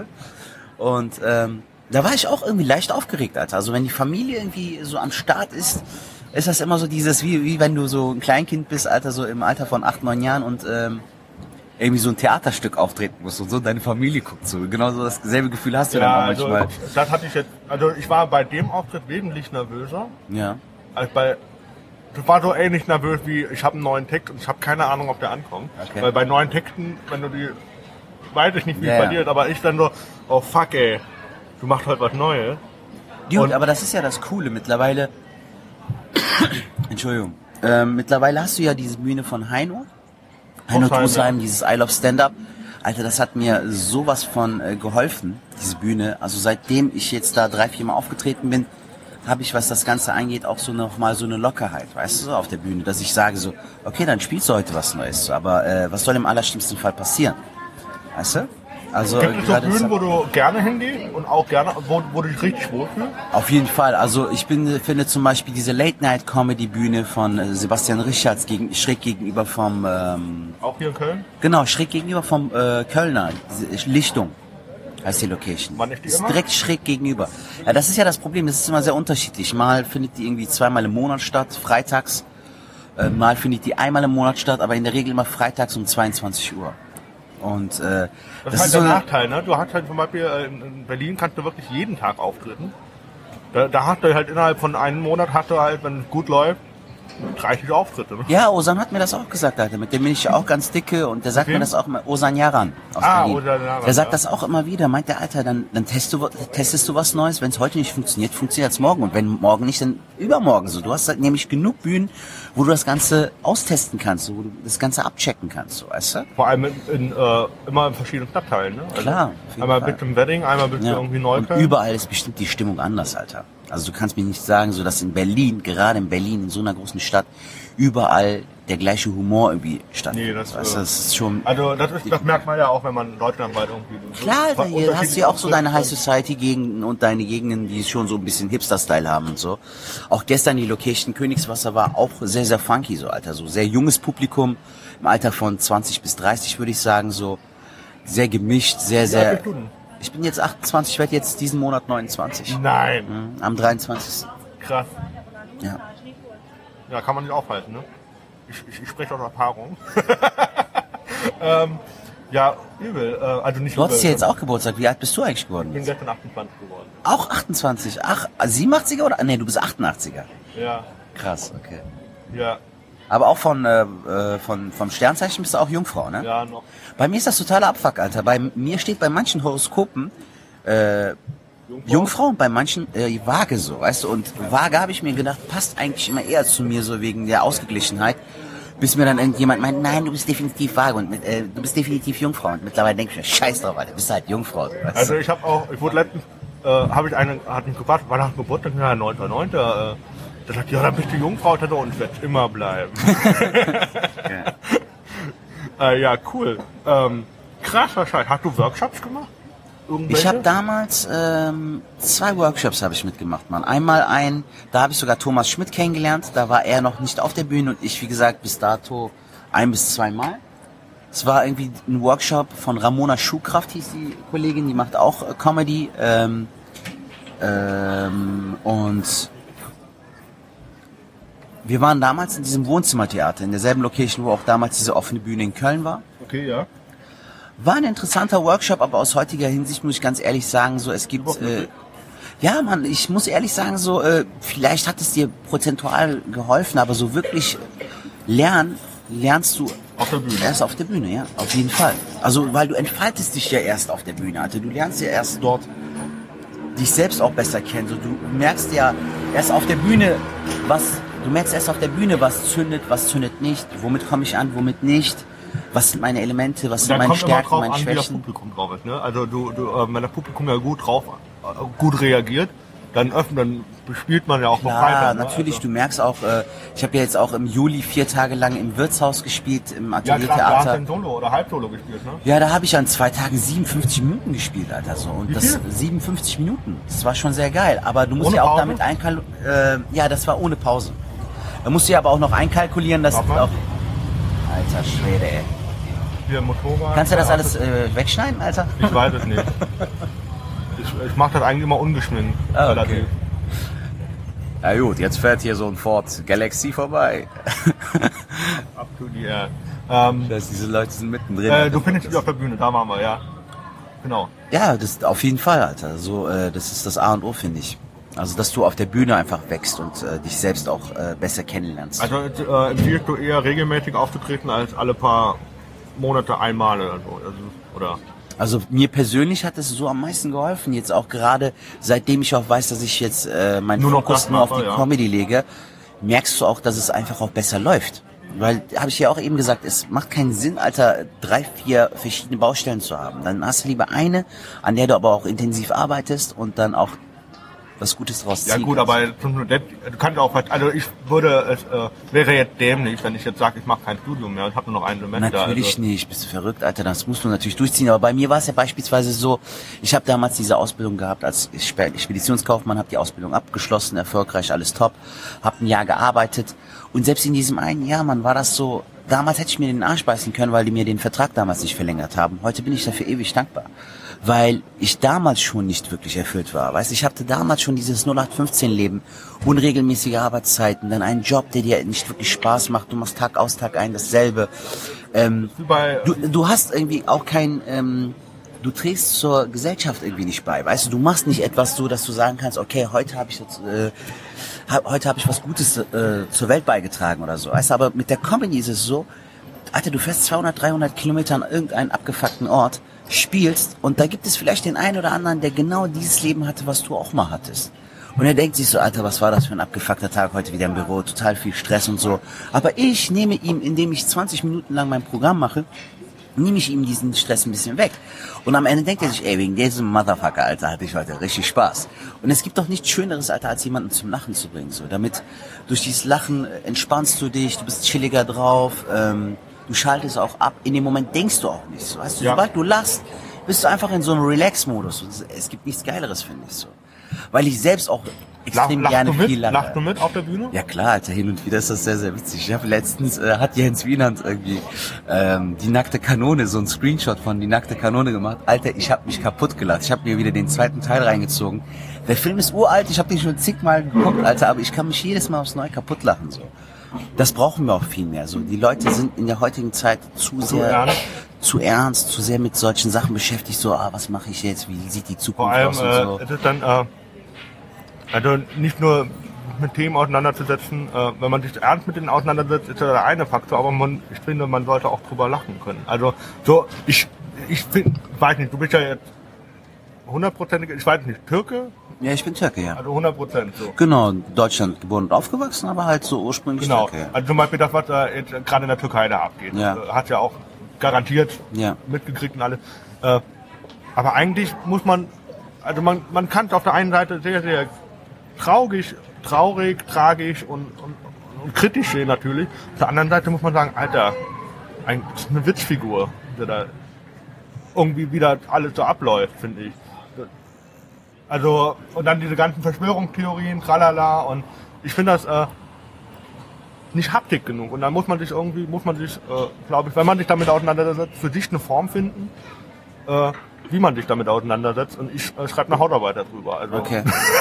Und ähm, da war ich auch irgendwie leicht aufgeregt, Alter. Also wenn die Familie irgendwie so am Start ist, ist das immer so dieses, wie, wie wenn du so ein Kleinkind bist, Alter, so im Alter von acht, neun Jahren und ähm, irgendwie so ein Theaterstück auftreten musst und so deine Familie guckt so. Genauso dasselbe Gefühl hast du dann Ja, auch also, manchmal. das hatte ich jetzt, also ich war bei dem Auftritt wesentlich nervöser, Ja. als bei, das war so ähnlich nervös wie, ich habe einen neuen Text und ich habe keine Ahnung, ob der ankommt. Okay. Weil bei neuen Texten, wenn du die, weiß ich nicht, wie Ja, es bei ja. dir ist, aber ich dann so, oh fuck ey, du machst heute was Neues. Dude, Und- aber das ist ja das Coole. Mittlerweile, Entschuldigung, ähm, mittlerweile hast du ja diese Bühne von Heino. Heino Trusheim, Trusheim, ja. dieses I Love Stand-Up. Alter, das hat mir sowas von äh, geholfen, diese Bühne. Also seitdem ich jetzt da drei, vier Mal aufgetreten bin, habe ich, was das Ganze angeht, auch so noch mal so eine Lockerheit, weißt du, so auf der Bühne, dass ich sage so, okay, dann spielst du heute was Neues, aber äh, was soll im allerschlimmsten Fall passieren? Weißt du? Also Gibt es so gerade Bühnen, wo du gerne hingehst und auch gerne, wo, wo du dich richtig wohlfühlst? auf jeden Fall. Also ich bin, finde zum Beispiel diese Late-Night-Comedy-Bühne von äh, Sebastian Richards gegen, schräg gegenüber vom, ähm, Auch hier in Köln? genau, schräg gegenüber vom äh, Kölner, diese Lichtung heißt die Location. Wann ist die ist immer? direkt schräg gegenüber. Ja, das ist ja das Problem, das ist immer sehr unterschiedlich. Mal findet die irgendwie zweimal im Monat statt, freitags. Äh, mal findet die einmal im Monat statt, aber in der Regel immer freitags um zweiundzwanzig Uhr. Und äh, Das, das, ist halt ist so der eine, Nachteil, ne? Du hast halt zum Beispiel äh, in in Berlin kannst du wirklich jeden Tag auftreten. Da, da hast du halt innerhalb von einem Monat hast du halt, wenn es gut läuft, dreißig Auftritte. Ne? ja, Osan hat mir das auch gesagt, Alter. Mit dem bin ich ja auch ganz dicke und der sagt Wem? mir das auch immer. Osan Yaran aus Ah, Berlin. Osan Yaran, der sagt ja. das auch immer wieder. Meint der, Alter, dann, dann testest du, testest du was Neues. Wenn es heute nicht funktioniert, funktioniert es morgen. Und wenn morgen nicht, dann übermorgen so. Du hast halt nämlich genug Bühnen, wo du das Ganze austesten kannst, wo du das Ganze abchecken kannst, so, weißt du? Vor allem in, in, äh, immer in verschiedenen Stadtteilen. Ne? Also Klar, auf jeden einmal Fall. bist du im Wedding, einmal bist du Ja. irgendwie Und Neukölln. überall ist bestimmt die Stimmung anders, Alter. Also du kannst mir nicht sagen, so dass in Berlin, gerade in Berlin, in so einer großen Stadt, überall der gleiche Humor irgendwie stattfindet. Nee, das, weißt du, äh, das ist schon... Also das, ist, das merkt man ja auch, wenn man deutschlandweit irgendwie... so Klar, Alter, hier hast du ja auch so deine High Unterschiedliche- Society-Gegenden und deine Gegenden, die schon so ein bisschen Hipster-Style haben und so. Auch gestern die Location Königswasser war auch sehr, sehr funky, so, Alter. So sehr junges Publikum, im Alter von zwanzig bis dreißig, würde ich sagen, so. Sehr gemischt, sehr, Wie alt sehr... bist du denn? Ich bin jetzt achtundzwanzig, ich werde jetzt diesen Monat neunundzwanzig. Nein, Mhm, am dreiundzwanzigsten krass. Ja. Ja, kann man nicht aufhalten, ne? Ich, ich, ich spreche aus Erfahrung. ähm, ja, übel. Äh, also nicht Du hattest ja übel. jetzt auch Geburtstag. Wie alt bist du eigentlich Ich geworden? bin Jetzt? gestern achtundzwanzig geworden. Auch achtundzwanzig. Ach, siebenundachtziger oder? Nee, du bist achtundachtziger. Ja, Krass, okay. ja, Aber auch von, äh, äh, von, vom Sternzeichen bist du auch Jungfrau, ne? ja, noch. Bei mir ist das totaler Abfuck, Alter. Bei mir steht bei manchen Horoskopen äh, Jungfrau? Jungfrau und bei manchen äh, Waage so, weißt du. Und Waage habe ich mir gedacht, passt eigentlich immer eher zu mir so wegen der Ausgeglichenheit. Bis mir dann irgendjemand meint, nein, du bist definitiv Waage und mit, äh, du bist definitiv Jungfrau. Und mittlerweile denke ich mir, scheiß drauf, Alter, bist halt Jungfrau. So, weißt Also du? ich habe auch, ich wurde letztens, äh, habe ich einen, hat mich gefragt, wann hast du Geburtstag? Ja, neunter neunter Äh, da sagt, ja, dann bist du Jungfrau, Tante, und ich werde immer bleiben. Ja. äh, ja, cool. Ähm, krasser Scheiß. Hast du Workshops gemacht? irgendwelche? Ich habe damals ähm, zwei Workshops habe ich mitgemacht, Mann. Einmal ein, da habe ich sogar Thomas Schmidt kennengelernt. Da war er noch nicht auf der Bühne und ich, wie gesagt, bis dato ein bis zweimal. Es war irgendwie ein Workshop von Ramona Schuhkraft, hieß die Kollegin, die macht auch äh, Comedy. Ähm, ähm, und wir waren damals in diesem Wohnzimmertheater, in derselben Location, wo auch damals diese offene Bühne in Köln war. Okay, ja. War ein interessanter Workshop, aber aus heutiger Hinsicht muss ich ganz ehrlich sagen, so es gibt... Äh, ja, Mann, ich muss ehrlich sagen, so äh, vielleicht hat es dir prozentual geholfen, aber so wirklich lernen, lernst du auf der Bühne. Erst auf der Bühne, ja, auf jeden Fall. Also, weil du entfaltest dich ja erst auf der Bühne, Alter. Du lernst ja erst dort dich selbst auch besser kennen. So, du merkst ja erst auf der Bühne, was, du merkst erst auf der Bühne, was zündet, was zündet nicht, womit komme ich an, womit nicht, was sind meine Elemente, was sind meine Stärken, drauf meine an, Schwächen. wie das Publikum drauf ist, ne? Also du, du, äh, wenn das Publikum ja gut drauf, äh, gut reagiert, dann öffnet, dann spielt man ja auch noch Ja, weiter. Ne? natürlich, Also, du merkst auch, äh, ich habe ja jetzt auch im Juli vier Tage lang im Wirtshaus gespielt, im ja, klar, du hast Ateliertheater. ein Solo oder Halbsolo gespielt, ne? Ja, da habe ich an zwei Tagen siebenundfünfzig Minuten gespielt, Alter, so. Und Wie das viel? siebenundfünfzig Minuten. Das war schon sehr geil. Aber du musst Ohne ja auch Pause? damit einkalkulieren. Äh, ja, das war ohne Pause. Da musst du ja aber auch noch einkalkulieren, dass Mach mal. auch. Alter Schwede, ey. Hier Motorrad. Kannst du das ja, alles äh, wegschneiden, Alter? Ich weiß es nicht. Ich, ich mache das eigentlich immer ungeschminkt. Ah, okay. relativ. Ja gut, jetzt fährt hier so ein Ford Galaxy vorbei. Up to the air. Ähm, Das, diese Leute sind mittendrin. äh, du findest dich auf der Bühne, da waren wir, ja. Genau. Ja, das auf jeden Fall, Alter. So, äh, das ist das A und O, finde ich. Also, dass du auf der Bühne einfach wächst und äh, dich selbst auch äh, besser kennenlernst. Also äh, empfiehlst du eher regelmäßig aufzutreten als alle paar Monate einmal oder so? Also, oder? Also mir persönlich hat es so am meisten geholfen, jetzt auch gerade seitdem ich auch weiß, dass ich jetzt äh, meinen Nur noch Fokus das nur auf mache, die ja. Comedy lege, merkst du auch, dass es einfach auch besser läuft. Weil, habe ich ja auch eben gesagt, es macht keinen Sinn, Alter, drei, vier verschiedene Baustellen zu haben. Dann hast du lieber eine, an der du aber auch intensiv arbeitest und dann auch was Gutes draus Ja ziehen gut, kannst. aber zum- du kannst auch, also ich würde, es äh, wäre jetzt dämlich, wenn ich jetzt sage, ich mache kein Studium mehr, ich habe nur noch ein Semester. Natürlich also. nicht, bist du verrückt, Alter, das musst du natürlich durchziehen. Aber bei mir war es ja beispielsweise so, ich habe damals diese Ausbildung gehabt als Spe- Speditionskaufmann, habe die Ausbildung abgeschlossen, erfolgreich, alles top, habe ein Jahr gearbeitet und selbst in diesem einen Jahr, Mann, war das so, damals hätte ich mir den Arsch beißen können, weil die mir den Vertrag damals nicht verlängert haben. Heute bin ich dafür ewig dankbar. Weil ich damals schon nicht wirklich erfüllt war. Weißt, ich hatte damals schon dieses null acht fünfzehn Leben, unregelmäßige Arbeitszeiten, dann einen Job, der dir nicht wirklich Spaß macht. Du machst Tag aus, Tag ein dasselbe. Ähm, Wie bei, du, du hast irgendwie auch kein, ähm, du trägst zur Gesellschaft irgendwie nicht bei. Weißt du, du machst nicht etwas so, dass du sagen kannst, okay, heute habe ich jetzt, äh, hab, heute habe ich was Gutes äh, zur Welt beigetragen oder so. Weißt du, aber mit der Comedy ist es so, Alter, du fährst zweihundert, dreihundert Kilometer an irgendeinen abgefuckten Ort, spielst und da gibt es vielleicht den einen oder anderen, der genau dieses Leben hatte, was du auch mal hattest. Und er denkt sich so, Alter, was war das für ein abgefuckter Tag heute wieder im Büro, total viel Stress und so. Aber ich nehme ihm, indem ich zwanzig Minuten lang mein Programm mache, nehme ich ihm diesen Stress ein bisschen weg. Und am Ende denkt er sich, ey, wegen diesem Motherfucker, Alter, hatte ich heute richtig Spaß. Und es gibt doch nichts Schöneres, Alter, als jemanden zum Lachen zu bringen. So, damit durch dieses Lachen entspannst du dich, du bist chilliger drauf, ähm, du schaltest auch ab. In dem Moment denkst du auch nicht so. Weißt du, Ja. sobald du lachst, bist du einfach in so einem Relax-Modus. Und es gibt nichts Geileres, finde ich so. Weil ich selbst auch lach, extrem lachst gerne du mit? viel lache. Lachst du mit auf der Bühne? Ja klar, Alter, hin und wieder ist das sehr, sehr witzig. Ich habe letztens, äh, hat Jens Wienand irgendwie ähm, die nackte Kanone, so ein Screenshot von die nackte Kanone gemacht. Alter, ich habe mich kaputt gelacht. Ich habe mir wieder den zweiten Teil reingezogen. Der Film ist uralt, ich habe den schon zigmal geguckt, Alter, aber ich kann mich jedes Mal aufs Neue kaputt lachen. So. Das brauchen wir auch viel mehr. So, die Leute sind in der heutigen Zeit zu sehr ernst? zu ernst, zu sehr mit solchen Sachen beschäftigt. So, ah, was mache ich jetzt? Wie sieht die Vor Zukunft allem, aus und äh, so. es ist dann, äh, also nicht nur mit Themen auseinanderzusetzen, äh, wenn man sich ernst mit denen auseinandersetzt, ist ja der eine Faktor, aber man, ich finde, man sollte auch drüber lachen können. Also, so, ich, ich find, weiß nicht, du bist ja jetzt hundertprozentig, ich weiß nicht, Türke? Ja, ich bin Türke, ja. Also hundert Prozent so. Genau, in Deutschland geboren und aufgewachsen, aber halt so ursprünglich Genau. Türke. Also zum Beispiel das, was da jetzt gerade in der Türkei da abgeht, Ja. äh, hat ja auch garantiert Ja. mitgekriegt und alles. Äh, aber eigentlich muss man, also man, man kann es auf der einen Seite sehr, sehr traurig, traurig, tragisch und, und, und kritisch sehen natürlich. Auf der anderen Seite muss man sagen, Alter, ein, das ist eine Witzfigur. Der da, irgendwie wieder alles so abläuft, finde ich. Also, und dann diese ganzen Verschwörungstheorien, tralala, und ich finde das äh, nicht Haptik genug. Und dann muss man sich irgendwie, muss man sich, äh, glaube ich, wenn man sich damit auseinandersetzt, für sich eine Form finden, äh, wie man sich damit auseinandersetzt. Und ich äh, schreibe eine Hautarbeit darüber. Also, Okay.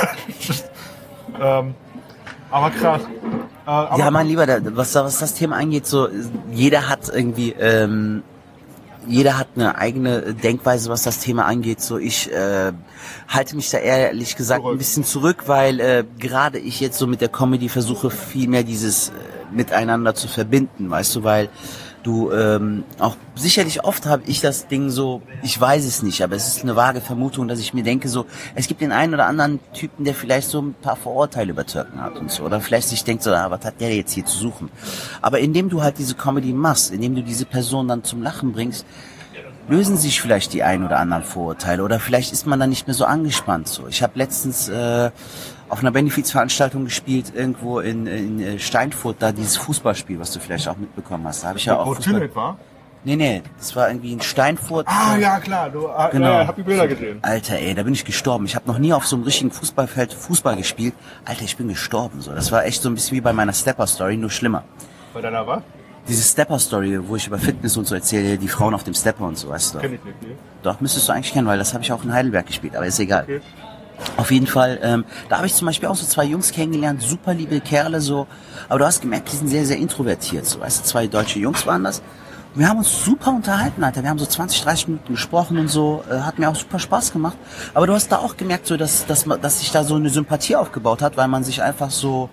ähm, aber krass. Äh, aber Ja, mein Lieber, was, was das Thema angeht, so jeder hat irgendwie, ähm, jeder hat eine eigene Denkweise, was das Thema angeht. So ich äh, halte mich da ehrlich gesagt Zurück. ein bisschen zurück, weil äh, gerade ich jetzt so mit der Comedy versuche, viel mehr dieses äh, Miteinander zu verbinden, weißt du, weil du ähm, auch sicherlich oft habe ich das Ding so, ich weiß es nicht, aber es ist eine vage Vermutung, dass ich mir denke so, es gibt den einen oder anderen Typen, der vielleicht so ein paar Vorurteile über Türken hat und so, oder vielleicht sich denkt so, ah, was hat der jetzt hier zu suchen? Aber indem du halt diese Comedy machst, indem du diese Person dann zum Lachen bringst, lösen sich vielleicht die ein oder anderen Vorurteile oder vielleicht ist man dann nicht mehr so angespannt. So, ich habe letztens äh, auf einer Benefizveranstaltung gespielt irgendwo in, in Steinfurt, da dieses Fußballspiel, was du vielleicht auch mitbekommen hast. Da habe ich ja auch wo Fußball... Zürich war? Nee, nee, das war irgendwie in Steinfurt. Ah, ja, klar, du äh, Genau. äh, hab die Bilder gesehen. Alter, ey, da bin ich gestorben. Ich habe noch nie auf so einem richtigen Fußballfeld Fußball gespielt. Alter, ich bin gestorben. So, das war echt so ein bisschen wie bei meiner Stepper-Story, nur schlimmer. Bei deiner was? Diese Stepper-Story, wo ich über Fitness und so erzähle, die Frauen auf dem Stepper und so, weißt du. Kenn ich nicht, nee. Doch, müsstest du eigentlich kennen, weil das habe ich auch in Heidelberg gespielt, aber ist egal. Okay. Auf jeden Fall, ähm, da habe ich zum Beispiel auch so zwei Jungs kennengelernt, super liebe Kerle, so, aber du hast gemerkt, die sind sehr, sehr introvertiert, so, weißt du, zwei deutsche Jungs waren das. Und wir haben uns super unterhalten, Alter, wir haben so zwanzig, dreißig Minuten gesprochen und so, äh, hat mir auch super Spaß gemacht. Aber du hast da auch gemerkt, so, dass, dass, man, dass sich da so eine Sympathie aufgebaut hat, weil man sich einfach so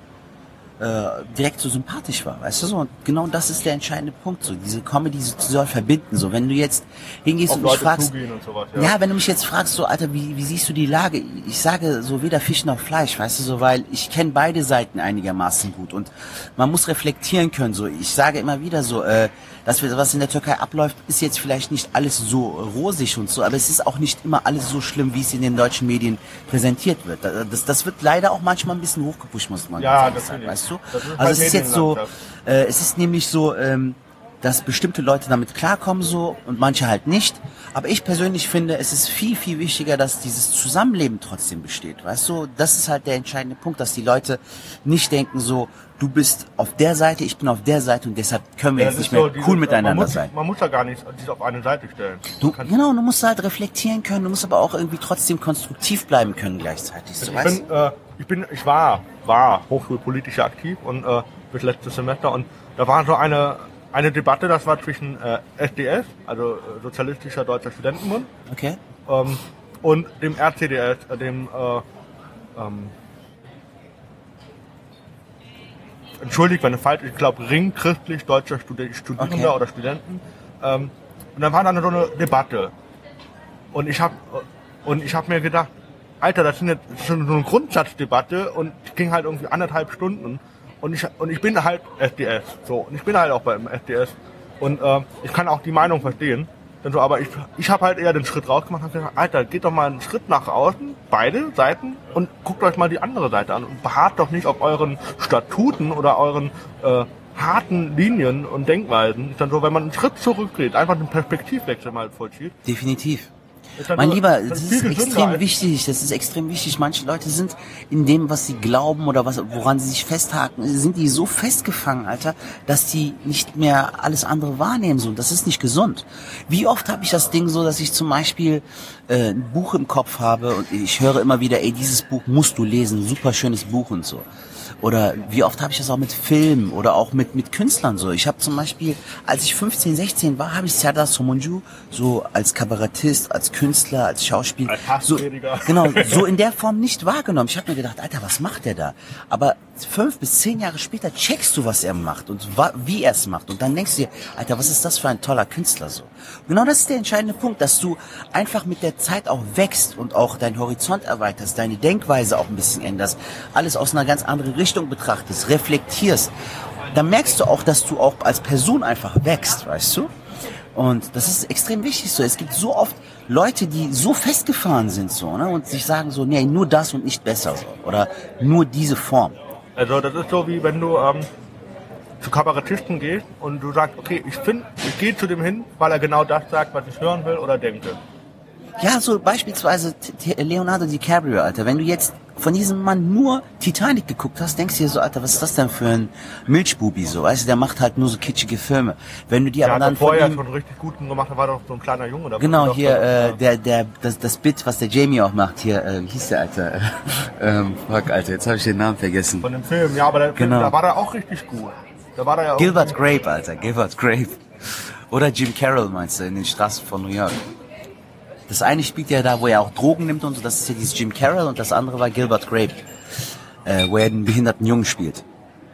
äh, direkt so sympathisch war, weißt du so. Und genau das ist der entscheidende Punkt, so, diese Comedy so, soll verbinden, so, wenn du jetzt hingehst Auf und mich Leute fragst, zugehen und sowas, ja. ja, wenn du mich jetzt fragst, so, Alter, wie, wie siehst du die Lage? Ich sage so weder Fisch noch Fleisch, weißt du, so, weil ich kenne beide Seiten einigermaßen gut und man muss reflektieren können, so. Ich sage immer wieder so, äh, dass wir, was in der Türkei abläuft, ist jetzt vielleicht nicht alles so rosig und so, aber es ist auch nicht immer alles so schlimm, wie es in den deutschen Medien präsentiert wird. Das, das wird leider auch manchmal ein bisschen hochgepusht, muss man Ja, ganz ehrlich sagen, natürlich. weißt du? Das ist Also halt es ist jetzt so, Medienlandschaft. äh, es ist nämlich so, ähm, dass bestimmte Leute damit klarkommen so und manche halt nicht. Aber ich persönlich finde, es ist viel, viel wichtiger, dass dieses Zusammenleben trotzdem besteht. Weißt du, das ist halt der entscheidende Punkt, dass die Leute nicht denken so, du bist auf der Seite, ich bin auf der Seite und deshalb können wir Ja, jetzt das nicht ist so mehr dieses, cool man miteinander muss, sein. Man muss da gar nicht sich auf eine Seite stellen. Du, kannst- genau, du musst halt reflektieren können, du musst aber auch irgendwie trotzdem konstruktiv bleiben können gleichzeitig. So, Ich weißt bin, äh, ich bin, ich war, war hochschulpolitisch aktiv und äh, bis letztes Semester und da war so eine eine Debatte, das war zwischen äh, S D S, also äh, Sozialistischer Deutscher Studentenbund, Okay. ähm, und dem R C D S, äh, dem äh, ähm, entschuldigt, wenn es falsch ist, ich glaube Ring christlich deutscher Studi- Studierender Okay. oder Studenten. Ähm, und dann war dann so eine Debatte und ich habe und ich habe mir gedacht, Alter, das ist eine, das ist so eine Grundsatzdebatte und die ging halt irgendwie anderthalb Stunden. Und ich, und ich bin halt S D S, so, und ich bin halt auch beim S D S. Und äh, ich kann auch die Meinung verstehen. Denn so, aber ich, ich habe halt eher den Schritt rausgemacht und hab gesagt, Alter, geht doch mal einen Schritt nach außen, beide Seiten, und guckt euch mal die andere Seite an. Und beharrt doch nicht auf euren Statuten oder euren äh, harten Linien und Denkweisen. Ist dann so, wenn man einen Schritt zurückgeht, einfach einen Perspektivwechsel mal vollzieht. Definitiv. Ist dann Mein so- Lieber, dann das viel ist gesünder extrem als- wichtig, das ist extrem wichtig. Manche Leute sind in dem, was sie glauben oder was, woran sie sich festhaken, sind die so festgefangen, Alter, dass die nicht mehr alles andere wahrnehmen. So, das ist nicht gesund. Wie oft habe ich das Ding so, dass ich zum Beispiel äh, ein Buch im Kopf habe und ich höre immer wieder, ey, dieses Buch musst du lesen, super schönes Buch und so. Oder wie oft habe ich das auch mit Filmen oder auch mit mit Künstlern so. Ich habe zum Beispiel, als ich fünfzehn, sechzehn war, habe ich Serdar Somuncu so als Kabarettist, als Künstler, als Schauspieler, Als so, Hassprediger. genau, so in der Form nicht wahrgenommen. Ich habe mir gedacht, Alter, was macht der da? Aber fünf bis zehn Jahre später checkst du, was er macht und wa- wie er es macht. Und dann denkst du dir, Alter, was ist das für ein toller Künstler so? Und genau das ist der entscheidende Punkt, dass du einfach mit der Zeit auch wächst und auch deinen Horizont erweiterst, deine Denkweise auch ein bisschen änderst, alles aus einer ganz anderen Richtung betrachtest, reflektierst. Dann merkst du auch, dass du auch als Person einfach wächst, weißt du? Und das ist extrem wichtig so. Es gibt so oft Leute, die so festgefahren sind so, ne, und sich sagen so, nee, nur das und nicht besser so. Oder nur diese Form. Also das ist so wie wenn du, ähm, zu Kabarettisten gehst und du sagst, okay, ich finde, ich gehe zu dem hin, weil er genau das sagt, was ich hören will oder denke. Ja, so beispielsweise T- Leonardo DiCaprio, Alter. Wenn du jetzt von diesem Mann nur Titanic geguckt hast, denkst du dir so, Alter, was ist das denn für ein Milchbubi, so, weißt du, der macht halt nur so kitschige Filme. Wenn du die Der aber hat dann doch vorher von ihm, schon richtig guten gemacht, da war doch so ein kleiner Junge. Da genau, doch hier, doch, äh, ja. der, der, das, das Bit, was der Jamie auch macht, hier, äh, wie hieß der, Alter, ähm, fuck, Alter, jetzt habe ich den Namen vergessen. Von dem Film, ja, aber der Film, Genau. da war er auch richtig gut. Da war er ja auch Gilbert Grape, Alter, Gilbert Grape. Oder Jim Carroll, meinst du, in den Straßen von New York. Das eine spielt ja da, wo er auch Drogen nimmt und so, das ist ja dieses Jim Carroll und das andere war Gilbert Grape, äh, wo er den behinderten Jungen spielt.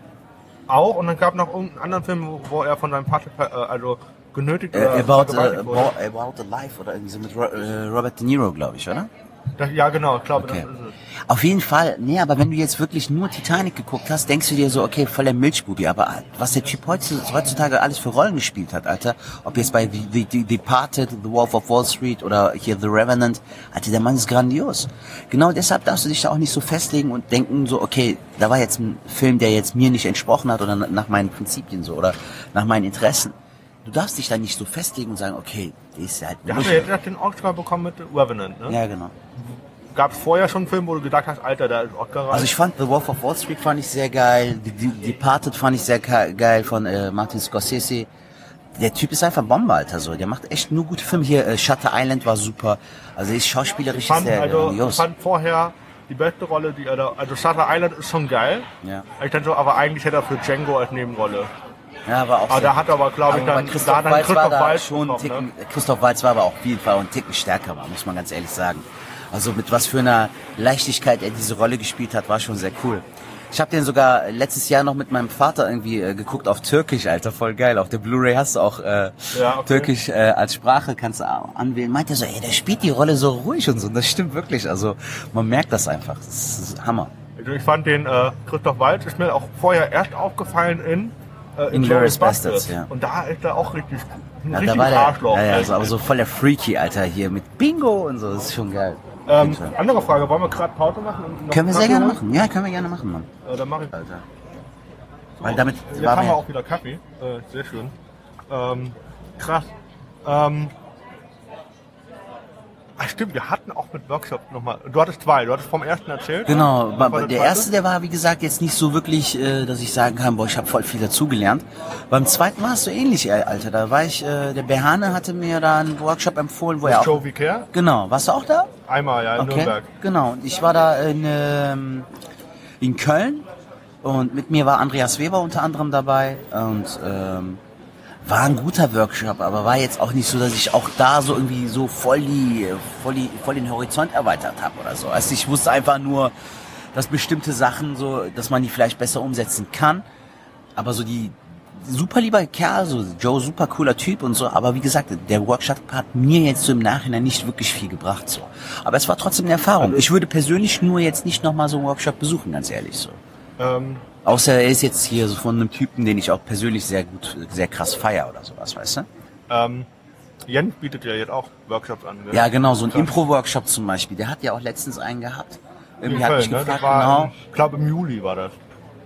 auch. Und dann gab noch irgendeinen anderen Film, wo, wo er von seinem Vater, äh, also genötigt Äh, oder about, vergewaltigt uh, wurde. about, about the Life oder irgendwie so mit Ro äh, Robert De Niro, glaube ich, oder? Das, ja, genau, ich glaube, Okay. das ist es. Auf jeden Fall, nee, aber wenn du jetzt wirklich nur Titanic geguckt hast, denkst du dir so, okay, voll der Milchbubi, aber was der Typ heutzutage alles für Rollen gespielt hat, Alter, ob jetzt bei The, The, The Departed, The Wolf of Wall Street oder hier The Revenant, Alter, der Mann ist grandios. Genau deshalb darfst du dich da auch nicht so festlegen und denken so, okay, da war jetzt ein Film, der jetzt mir nicht entsprochen hat oder nach meinen Prinzipien so oder nach meinen Interessen. Du darfst dich da nicht so festlegen und sagen, okay, der ist ja halt Der hat ja jetzt den Oscar bekommen mit Revenant, ne? Ja, genau. Gab es vorher schon einen Film, wo du gedacht hast, Alter, da ist Oscar rein? Also ich fand The Wolf of Wall Street fand ich sehr geil, The De Departed fand ich sehr geil von äh, Martin Scorsese. Der Typ ist einfach Bombe, Alter, so. Der macht echt nur gute Filme. Hier, äh, Shutter Island war super. Also ist schauspielerisch ich fand, sehr also, ich grandios. fand vorher die beste Rolle, die er da, also Shutter Island ist schon geil. Ja. Ich denke so, aber eigentlich hätte er für Django als Nebenrolle. Ja, aber auch Aber sehr da hat er aber, glaube ich, aber dann, bei da Christoph hat dann Waltz war Christoph da Waltz schon ein bekommen, Ticken, Christoph Waltz war aber auch auf jeden Fall einen Ticken stärker, war, muss man ganz ehrlich sagen. Also mit was für einer Leichtigkeit er diese Rolle gespielt hat, war schon sehr cool. Ich habe den sogar letztes Jahr noch mit meinem Vater irgendwie äh, geguckt auf Türkisch, Alter, voll geil. Auf der Blu-ray hast du auch äh, Ja, okay. Türkisch äh, als Sprache, kannst du auch anwählen. Meint er so, ey, der spielt die Rolle so ruhig und so. Und das stimmt wirklich, also man merkt das einfach. Das ist Hammer. Also ich fand den äh, Christoph Waltz ist mir auch vorher erst aufgefallen in äh, Inglourious Basterds, ja. Und da ist er auch richtig ein Ja, da richtig war der, Arschloch. ja, ja, ey. so, aber so voll der Freaky, Alter, hier mit Bingo und so, das ist schon geil. ähm, andere Frage, wollen wir gerade Pause machen? Und noch Können wir sehr Kaffee gerne holen? machen. Ja, können wir gerne machen, Mann. Äh, dann mache ich. Alter. Weil damit Jetzt war haben wir wir, auch wieder Kaffee. Äh, sehr schön. Ähm, krass. Ähm, ach stimmt, wir hatten auch mit Workshop nochmal. Du hattest zwei, du hattest vom ersten erzählt. genau, Was war aber der zweite? erste, der war wie gesagt jetzt nicht so wirklich, äh, dass ich sagen kann, boah, ich habe voll viel dazugelernt. Beim zweiten war es so ähnlich, äh, Alter. Da war ich, äh, der Behane hatte mir da einen Workshop empfohlen, wo er auch... Joe Vicaire? Genau, warst du auch da? Einmal, ja, in Okay, Nürnberg. genau. Und ich war da in, ähm, in Köln und mit mir war Andreas Weber unter anderem dabei und ähm, war ein guter Workshop, aber war jetzt auch nicht so, dass ich auch da so irgendwie so voll die, voll die, voll den Horizont erweitert habe oder so. Also ich wusste einfach nur, dass bestimmte Sachen so, dass man die vielleicht besser umsetzen kann, aber so die super lieber Kerl, so Joe, super cooler Typ und so, aber wie gesagt, der Workshop hat mir jetzt so im Nachhinein nicht wirklich viel gebracht, so. Aber es war trotzdem eine Erfahrung. Ich würde persönlich nur jetzt nicht nochmal so einen Workshop besuchen, ganz ehrlich, so. Ähm, Außer er ist jetzt hier so von einem Typen, den ich auch persönlich sehr gut, sehr krass feier oder sowas, weißt du? ähm, Jens bietet ja jetzt auch Workshops an. Gell? Ja, genau, so ein Krass. Impro-Workshop zum Beispiel. Der hat ja auch letztens einen gehabt. In Irgendwie hat mich Köln, ne? gefragt, Das war, genau. im- ich glaube im Juli war das.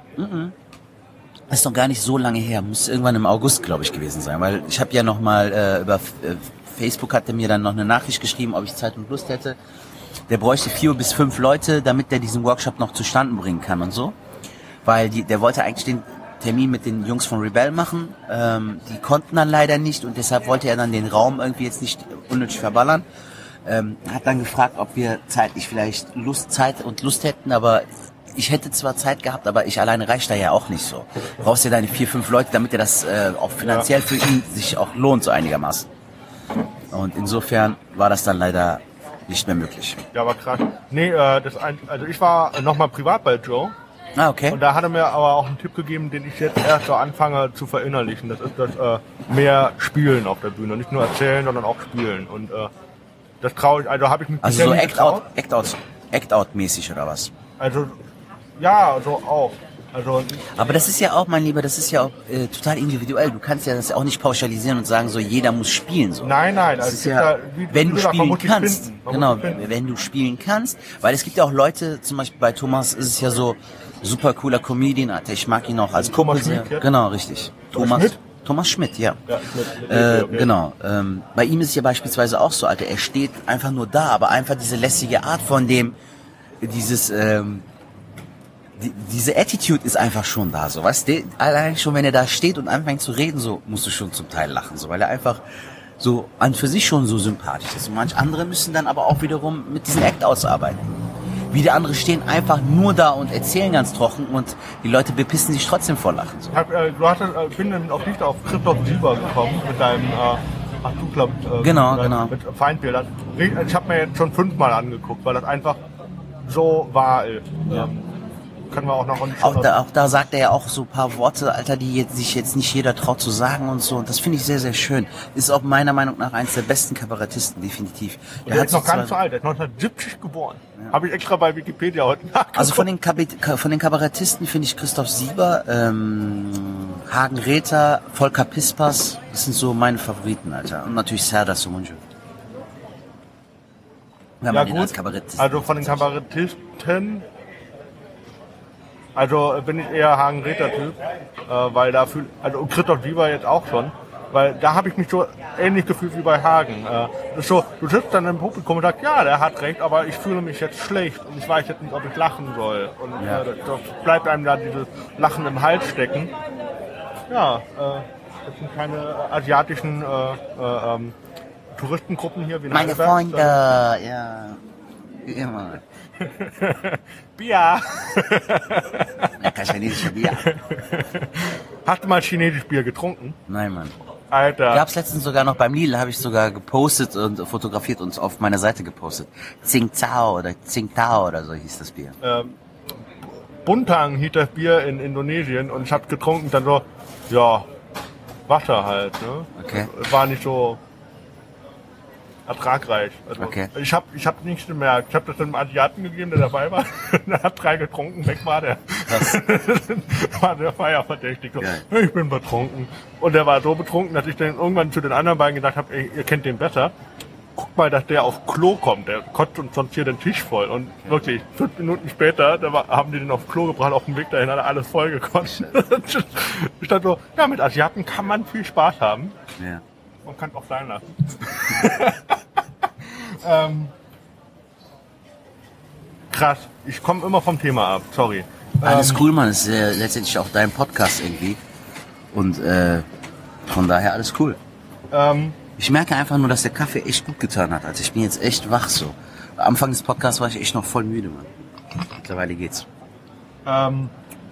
Ist noch gar nicht so lange her. Muss irgendwann im August, glaube ich, gewesen sein. Weil ich habe ja noch mal äh, über F- äh, Facebook hat er mir dann noch eine Nachricht geschrieben, ob ich Zeit und Lust hätte. Der bräuchte vier bis fünf Leute, damit der diesen Workshop noch zustande bringen kann und so. Weil die, der wollte eigentlich den Termin mit den Jungs von Rebel machen. Ähm, die konnten dann leider nicht und deshalb wollte er dann den Raum irgendwie jetzt nicht unnötig verballern. Ähm, hat dann gefragt, ob wir zeitlich vielleicht Lust, Zeit und Lust hätten, aber ich hätte zwar Zeit gehabt, aber ich alleine reicht da ja auch nicht so. Du brauchst ja deine vier, fünf Leute, damit er das äh, auch finanziell für ihn sich auch lohnt, so einigermaßen. Und insofern war das dann leider nicht mehr möglich. Ja, war krass. Nee, äh, das ein, also ich war nochmal privat bei Joe. Ah, okay. Und da hat er mir aber auch einen Tipp gegeben, den ich jetzt erst so anfange zu verinnerlichen. Das ist das äh, mehr Spielen auf der Bühne. Nicht nur erzählen, sondern auch spielen. Und äh, das traue ich, also habe ich mich Also bisher so nie Act-Out, getraut. Act-Out, Act-Out-mäßig oder was? Also, ja, so auch. Also, Aber das ist ja auch, mein Lieber, das ist ja auch äh, total individuell. Du kannst ja das auch nicht pauschalisieren und sagen, so jeder muss spielen. So. nein, nein. Das Also, ist es gibt ja, da, wie, wenn wie du gesagt, man spielen muss sich kannst, finden. Man genau, muss sich finden. wenn du spielen kannst, weil es gibt ja auch Leute, zum Beispiel bei Thomas ist es ja so, Super cooler Comedian, Alter. Ich mag ihn auch als Thomas Kumpel sehr. Schmidt, ja? Genau, richtig. Thomas Schmidt? Thomas Schmidt, ja. Ja, Schmidt. Äh, Okay. Genau. Ähm, bei ihm ist es ja beispielsweise auch so, Alter. Er steht einfach nur da, aber einfach diese lässige Art von dem, dieses, ähm, die, diese Attitude ist einfach schon da, so, weißt du? Allein schon, wenn er da steht und anfängt zu reden, so, musst du schon zum Teil lachen, so, weil er einfach so an für sich schon so sympathisch ist. Und manch andere müssen dann aber auch wiederum mit diesem Act ausarbeiten. Wieder andere stehen einfach nur da und erzählen ganz trocken und die Leute bepissen sich trotzdem vor Lachen. So. Ich hab, äh, du hattest, äh, bin dann auf dich auf Christoph Sieber gekommen mit deinem, äh, ach du glaubst, äh, Genau, mit, genau. mit Feindbildern. Ich habe mir jetzt schon fünfmal angeguckt, weil das einfach so wahr ist. Ja. Ähm, können wir auch noch nicht Auch da, auch da sagt er ja auch so ein paar Worte, Alter, die jetzt, sich jetzt nicht jeder traut zu sagen und so. Und das finde ich sehr, sehr schön. Ist auch meiner Meinung nach eins der besten Kabarettisten, definitiv. Der, der ist so noch gar nicht zwei- so alt, der ist neunzehnhundert-siebzig geboren. Ja. Habe ich extra bei Wikipedia heute nachgeguckt. Also von den, Kabit von den Kabarettisten finde ich Christoph Sieber, ähm, Hagen Räther, Volker Pispers, das sind so meine Favoriten, Alter. Und natürlich Serdar Somuncu. Wenn Ja man den als gut, Kabarettist also von den Kabarettisten, also bin ich eher Hagen-Räther-Typ, äh, weil da fühl, also und Christoph Sieber jetzt auch schon, weil da habe ich mich so ähnlich gefühlt wie bei Hagen. Äh, das ist so, du sitzt dann im Publikum und sagst, ja, der hat recht, aber ich fühle mich jetzt schlecht und ich weiß jetzt nicht, ob ich lachen soll. Und Ja. äh, da bleibt einem da dieses Lachen im Hals stecken. Ja, äh, das sind keine asiatischen äh, äh, ähm, Touristengruppen hier wie in Meine Heidelberg, Freunde, sondern- ja, immer. Bier! Lecker chinesischer Bier. Hast du mal chinesisch Bier getrunken? Nein, Mann. Alter. Gab's letztens sogar noch beim Lidl, habe ich sogar gepostet und fotografiert und auf meiner Seite gepostet. Tsingtao oder Tsingtao oder so hieß das Bier. Ähm, Buntang hieß das Bier in Indonesien und ich hab getrunken dann so, ja, Wasser halt, ne? Okay. Es war nicht so ertragreich. Also Okay. Ich hab, ich hab nichts gemerkt. Ich hab das einem Asiaten gegeben, der dabei war. Der hat drei getrunken, weg war der. Krass. war der war ja verdächtig. So, Geil. ich bin betrunken. Und der war so betrunken, dass ich dann irgendwann zu den anderen beiden gesagt habe, ihr kennt den besser. Guck mal, dass der auf Klo kommt. Der kotzt uns sonst hier den Tisch voll. Und wirklich, fünf Minuten später, da war, haben die den auf Klo gebracht. Auf dem Weg dahin hat er alles voll gekotzt. Ich dachte so, ja, mit Asiaten kann man viel Spaß haben. Ja. Man kann es auch sein lassen. ähm, krass, ich komme immer vom Thema ab, sorry. Alles Ähm, cool, Mann. Das ist äh, letztendlich auch dein Podcast irgendwie. Und äh, von daher alles cool. Ähm, Ich merke einfach nur, dass der Kaffee echt gut getan hat. Also ich bin jetzt echt wach so. Am Anfang des Podcasts war ich echt noch voll müde, Mann. Mittlerweile geht's. ähm,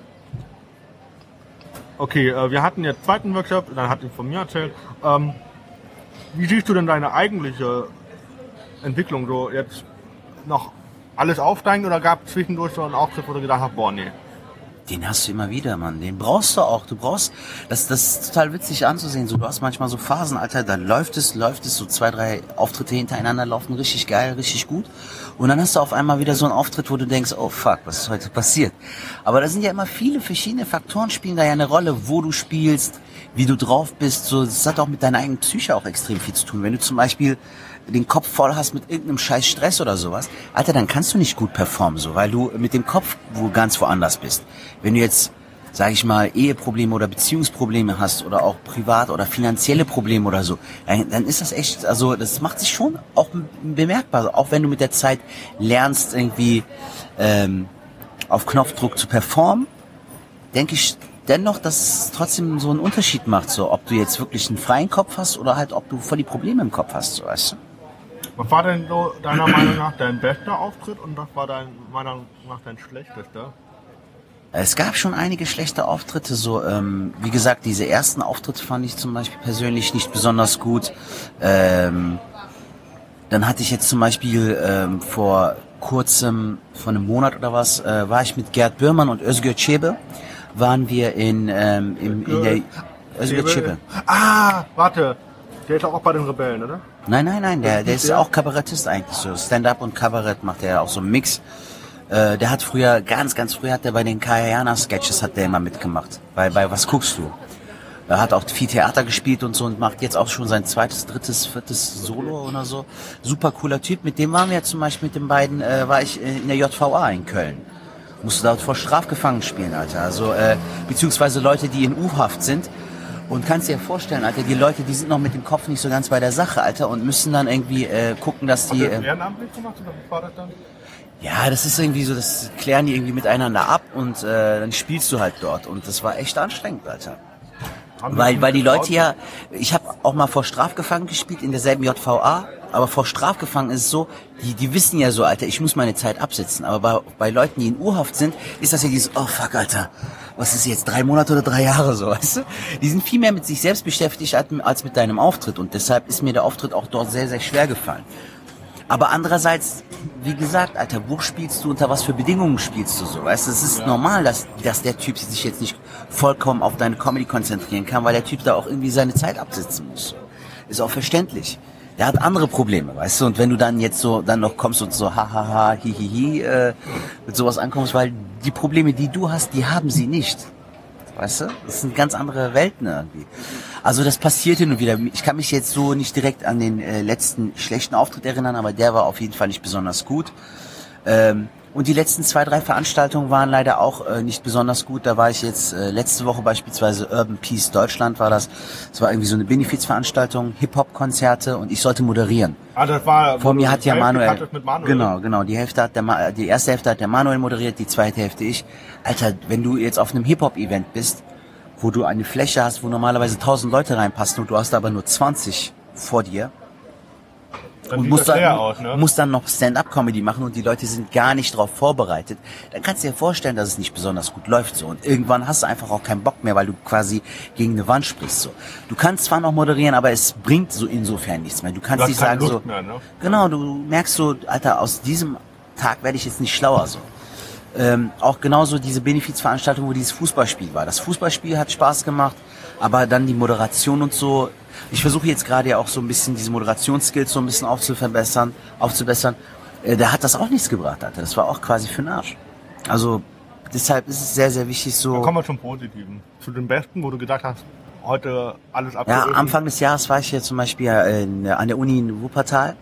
okay, äh, wir hatten jetzt zweiten Workshop, dann hat ihn von mir erzählt. Ähm, wie siehst du denn deine eigentliche Entwicklung so jetzt noch alles aufsteigen oder gab es zwischendurch so einen Auftritt, wo du gedacht hast, boah, nee. Den hast du immer wieder, Mann. Den brauchst du auch. Du brauchst, das, das ist total witzig anzusehen. So, du hast manchmal so Phasen, Alter, da läuft es, läuft es, so zwei, drei Auftritte hintereinander laufen richtig geil, richtig gut. Und dann hast du auf einmal wieder so einen Auftritt, wo du denkst, oh fuck, was ist heute passiert? Aber da sind ja immer viele verschiedene Faktoren spielen da ja eine Rolle, wo du spielst, wie du drauf bist. So, das hat auch mit deiner eigenen Psyche auch extrem viel zu tun. Wenn du zum Beispiel den Kopf voll hast mit irgendeinem scheiß Stress oder sowas, Alter, dann kannst du nicht gut performen, so, weil du mit dem Kopf wo ganz woanders bist. Wenn du jetzt, sag ich mal, Eheprobleme oder Beziehungsprobleme hast oder auch privat oder finanzielle Probleme oder so, dann, dann ist das echt, also das macht sich schon auch bemerkbar, auch wenn du mit der Zeit lernst, irgendwie ähm, auf Knopfdruck zu performen, denke ich dennoch, dass es trotzdem so einen Unterschied macht, so, ob du jetzt wirklich einen freien Kopf hast oder halt, ob du voll die Probleme im Kopf hast, so, weißt du? Was war denn so deiner Meinung nach dein bester Auftritt und was war dein meiner Meinung nach dein schlechtester? Es gab schon einige schlechte Auftritte, so, ähm, wie gesagt, diese ersten Auftritte fand ich zum Beispiel persönlich nicht besonders gut. Ähm, dann hatte ich jetzt zum Beispiel ähm, vor kurzem, vor einem Monat oder was, äh, war ich mit Gerd Bührmann und Özgür Çebe, waren wir in, ähm, in, in der Özgür Çebe. Ah, warte. Der ist auch bei den Rebellen, oder? Nein, nein, nein, der, der Ist ist der? auch Kabarettist eigentlich, so Stand-up und Kabarett macht er auch so einen Mix. Äh, der hat früher, ganz, ganz früher hat er bei den Kayana-Sketches hat der immer mitgemacht. Bei, bei Was guckst du? Er hat auch viel Theater gespielt und so und macht jetzt auch schon sein zweites, drittes, viertes Solo oder so. Super cooler Typ. Mit dem waren wir zum Beispiel, mit den beiden, äh, war ich in der J V A in Köln. musst du dort vor Strafgefangenen spielen, Alter. Also, äh, beziehungsweise Leute, die in U-Haft sind. Und kannst dir vorstellen, Alter, die Leute, die sind noch mit dem Kopf nicht so ganz bei der Sache, Alter, und müssen dann irgendwie äh, gucken, dass die... Hast du das ehrenamtlich gemacht oder wie war das dann? Ja, das ist irgendwie so, das klären die irgendwie miteinander ab und äh, dann spielst du halt dort. Und das war echt anstrengend, Alter. Weil, weil die Leute ja, ich habe auch mal vor Strafgefangenen gespielt in derselben J V A, aber vor Strafgefangenen ist es so, die, die wissen ja so, Alter, ich muss meine Zeit absitzen. Aber bei, bei Leuten, die in U-Haft sind, ist das ja dieses, oh fuck, Alter, was ist jetzt, drei Monate oder drei Jahre so, weißt du? Die sind viel mehr mit sich selbst beschäftigt als mit deinem Auftritt und deshalb ist mir der Auftritt auch dort sehr, sehr schwer gefallen. Aber andererseits, wie gesagt, Alter, wo spielst du, unter was für Bedingungen spielst du so, weißt du? Es ist ja normal, dass, dass der Typ sich jetzt nicht vollkommen auf deine Comedy konzentrieren kann, weil der Typ da auch irgendwie seine Zeit absitzen muss. Ist auch verständlich. Der hat andere Probleme, weißt du? Und wenn du dann jetzt so, dann noch kommst und so, hahaha, hihihi, äh, mit sowas ankommst, weil die Probleme, die du hast, die haben sie nicht. Weißt du? Das sind ganz andere Welten irgendwie. Also das passiert hin und wieder. Ich kann mich jetzt so nicht direkt an den äh, letzten schlechten Auftritt erinnern, aber der war auf jeden Fall nicht besonders gut. Ähm, und die letzten zwei, drei Veranstaltungen waren leider auch äh, nicht besonders gut. Da war ich jetzt äh, letzte Woche beispielsweise Urban Peace Deutschland war das. Das war irgendwie so eine Benefizveranstaltung, Hip-Hop-Konzerte und ich sollte moderieren. Ah, das war... Vor mir hat ja Manuel, mit Manuel... Genau, genau. Die Hälfte hat der Ma- die erste Hälfte hat der Manuel moderiert, die zweite Hälfte ich. Alter, wenn du jetzt auf einem Hip-Hop-Event bist, wo du eine Fläche hast, wo normalerweise tausend Leute reinpassen und du hast aber nur zwanzig vor dir dann und musst dann, aus, ne? musst dann noch Stand-up-Comedy machen und die Leute sind gar nicht drauf vorbereitet, dann kannst du dir vorstellen, dass es nicht besonders gut läuft so. Und irgendwann hast du einfach auch keinen Bock mehr, weil du quasi gegen eine Wand sprichst so. Du kannst zwar noch moderieren, aber es bringt so insofern nichts mehr. Du kannst nicht sagen so, mehr, ne? Genau, du merkst so, Alter, aus diesem Tag werde ich jetzt nicht schlauer so. Ähm, auch genauso diese Benefizveranstaltung, wo dieses Fußballspiel war. Das Fußballspiel hat Spaß gemacht, aber dann die Moderation und so. Ich versuche jetzt gerade ja auch so ein bisschen diese Moderationsskills so ein bisschen aufzuverbessern, aufzubessern. Äh, da hat das auch nichts gebracht, Alter. Das war auch quasi für den Arsch. Also deshalb ist es sehr, sehr wichtig so. Dann kommen wir zum Positiven. Zu dem Besten, wo du gesagt hast, heute alles abgerufen. Ja, Anfang des Jahres war ich ja zum Beispiel in, an der Uni in Wuppertal.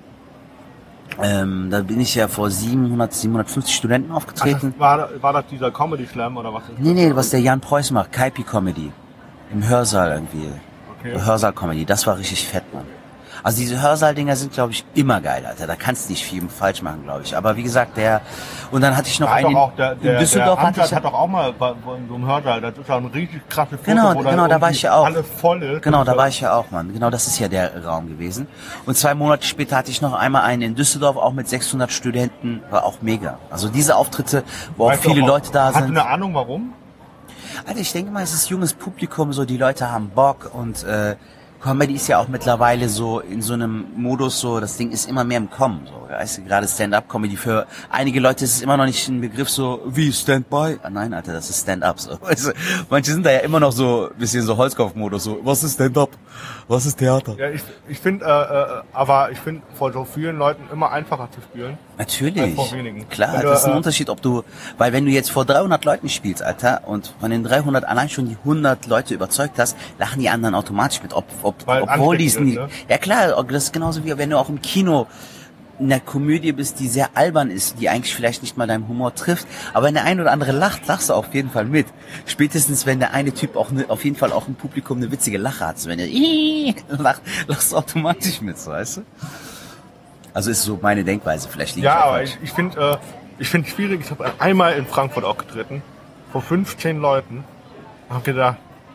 Ähm, da bin ich ja vor siebenhundert, siebenhundertfünfzig Studenten aufgetreten. Ach, war, war das dieser Comedy Slam oder was? Nee, nee, was der Jan Preuß macht, Kaipi Comedy. Im Hörsaal irgendwie. Okay. Hörsaal Comedy, das war richtig fett, Mann. Also diese Hörsaal-Dinger sind, glaube ich, immer geil, Alter. Da kannst du nicht viel falsch machen, glaube ich. Aber wie gesagt, der... Und dann hatte ich noch da einen... Auch der, der, in Düsseldorf der hatte ich... hat doch auch mal bei, in so einem Hörsaal, das ist ja ein richtig krasses Foto, Genau, wo genau, da war ich ja auch. Alles voll ist. Genau, da war ich ja auch, Mann. Genau, das ist ja der Raum gewesen. Und zwei Monate später hatte ich noch einmal einen in Düsseldorf, auch mit sechshundert Studenten. War auch mega. Also diese Auftritte, wo auch Weißt du viele auch, Leute da hast sind. Hast du eine Ahnung, warum? Alter, ich denke mal, es ist junges Publikum, so die Leute haben Bock und... äh Comedy ist ja auch mittlerweile so in so einem Modus, so das Ding ist immer mehr im Kommen. So, weißt du, gerade Stand-up-Comedy für einige Leute ist es immer noch nicht ein Begriff so wie Stand-by. Ah, nein, Alter, das ist Stand-up. So. Weißt du, manche sind da ja immer noch so ein bisschen so Holzkopf-Modus. So, was ist Stand-up? Was ist Theater? Ja, ich, ich finde, äh, äh, aber ich finde vor so vielen Leuten immer einfacher zu spielen. Natürlich. Als vor wenigen. Klar, wenn das ist ein äh, Unterschied, ob du, weil wenn du jetzt vor dreihundert Leuten spielst, Alter, und von den dreihundert allein schon die hundert Leute überzeugt hast, lachen die anderen automatisch mit, ob, ob, obwohl die es nie, ne? Ja klar, das ist genauso wie wenn du auch im Kino in einer Komödie bist, die sehr albern ist, die eigentlich vielleicht nicht mal deinem Humor trifft, aber wenn der eine oder andere lacht, lachst du auf jeden Fall mit. Spätestens, wenn der eine Typ auch ne, auf jeden Fall auch im Publikum eine witzige Lache hat, so wenn er lacht, lachst du automatisch mit, so, weißt du? Also ist so meine Denkweise, vielleicht liegt Ja, aber ich, ich finde äh, ich finde schwierig, ich habe einmal in Frankfurt aufgetreten, vor fünfzehn Leuten, und habe gedacht,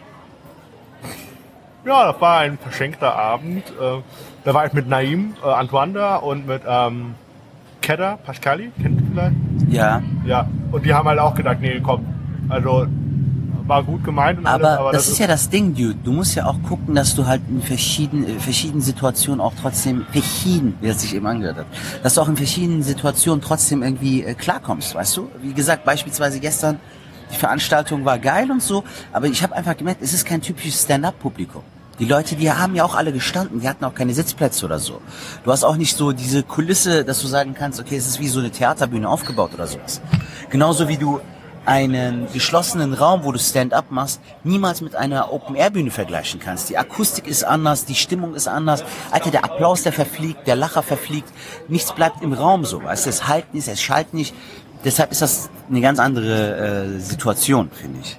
ja, das war ein verschenkter Abend. Äh, da war ich mit Naim, äh, Antoine da und mit ähm, Kedda, Pascali, kennt ihr vielleicht? Ja. Ja, und die haben halt auch gedacht, nee, komm, also war gut gemeint und aber alles, aber das, das ist ist ja das Ding, Dude. Du musst ja auch gucken, dass du halt in verschiedenen, verschiedenen Situationen auch trotzdem, verschieden, wie das sich eben angehört hat, dass du auch in verschiedenen Situationen trotzdem irgendwie äh, klarkommst, weißt du? Wie gesagt, beispielsweise gestern, die Veranstaltung war geil und so, aber ich habe einfach gemerkt, es ist kein typisches Stand-up-Publikum. Die Leute, die haben ja auch alle gestanden, die hatten auch keine Sitzplätze oder so. Du hast auch nicht so diese Kulisse, dass du sagen kannst, okay, es ist wie so eine Theaterbühne aufgebaut oder sowas. Genauso wie du einen geschlossenen Raum, wo du Stand-up machst, niemals mit einer Open-Air-Bühne vergleichen kannst. Die Akustik ist anders, die Stimmung ist anders. Alter, der Applaus, der verfliegt, der Lacher verfliegt. Nichts bleibt im Raum so, weißt du, es halt nicht, es schallt nicht. deshalb ist das eine ganz andere äh, Situation, finde ich.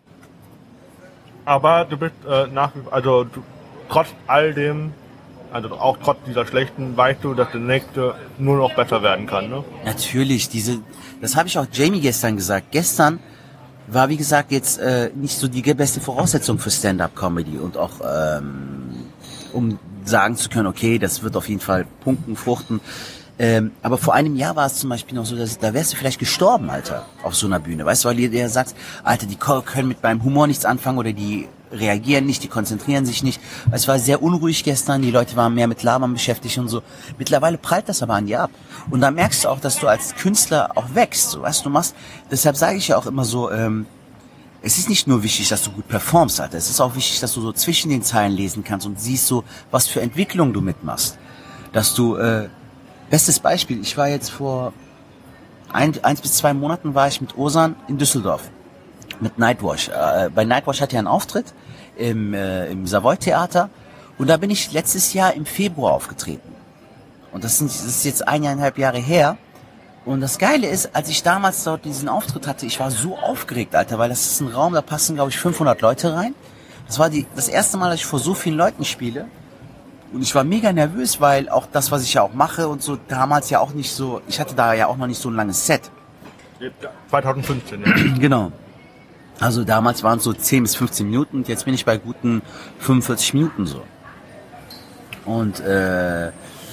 Aber du bist äh, nach wie also du, trotz all dem, also auch trotz dieser schlechten, weißt du, dass der nächste nur noch besser werden kann, ne? Natürlich, diese, das habe ich auch Jamie gestern gesagt. Gestern war, wie gesagt, jetzt äh, nicht so die beste Voraussetzung für Stand-Up-Comedy und auch, ähm, um sagen zu können, okay, das wird auf jeden Fall punkten, fruchten. Ähm, aber vor einem Jahr war es zum Beispiel noch so, dass da wärst du vielleicht gestorben, Alter, auf so einer Bühne. Weißt du, weil ihr dir sagst, Alter, die können mit meinem Humor nichts anfangen oder die reagieren nicht, die konzentrieren sich nicht. Es war sehr unruhig gestern, die Leute waren mehr mit Labern beschäftigt und so. Mittlerweile prallt das aber an dir ab. Und da merkst du auch, dass du als Künstler auch wächst, so, weißt du, machst. Deshalb sage ich ja auch immer so, ähm, es ist nicht nur wichtig, dass du gut performst, Alter. Es ist auch wichtig, dass du so zwischen den Zeilen lesen kannst und siehst so, was für Entwicklung du mitmachst. Dass du, äh, bestes Beispiel, ich war jetzt vor ein, eins bis zwei Monaten war ich mit Ozan in Düsseldorf. Mit Nightwash. Äh, bei Nightwash hatte er einen Auftritt im, äh, im Savoy Theater und da bin ich letztes Jahr im Februar aufgetreten. Und das, sind, das ist jetzt eineinhalb Jahre her. Und das Geile ist, als ich damals dort diesen Auftritt hatte, ich war so aufgeregt, Alter, weil das ist ein Raum, da passen, glaube ich, fünfhundert Leute rein. Das war die, das erste Mal, dass ich vor so vielen Leuten spiele. Und ich war mega nervös, weil auch das, was ich ja auch mache und so, damals ja auch nicht so, ich hatte da ja auch noch nicht so ein langes Set. zwanzig fünfzehn, ja. Genau. Also damals waren es so zehn bis fünfzehn Minuten und jetzt bin ich bei guten fünfundvierzig Minuten so. Und äh,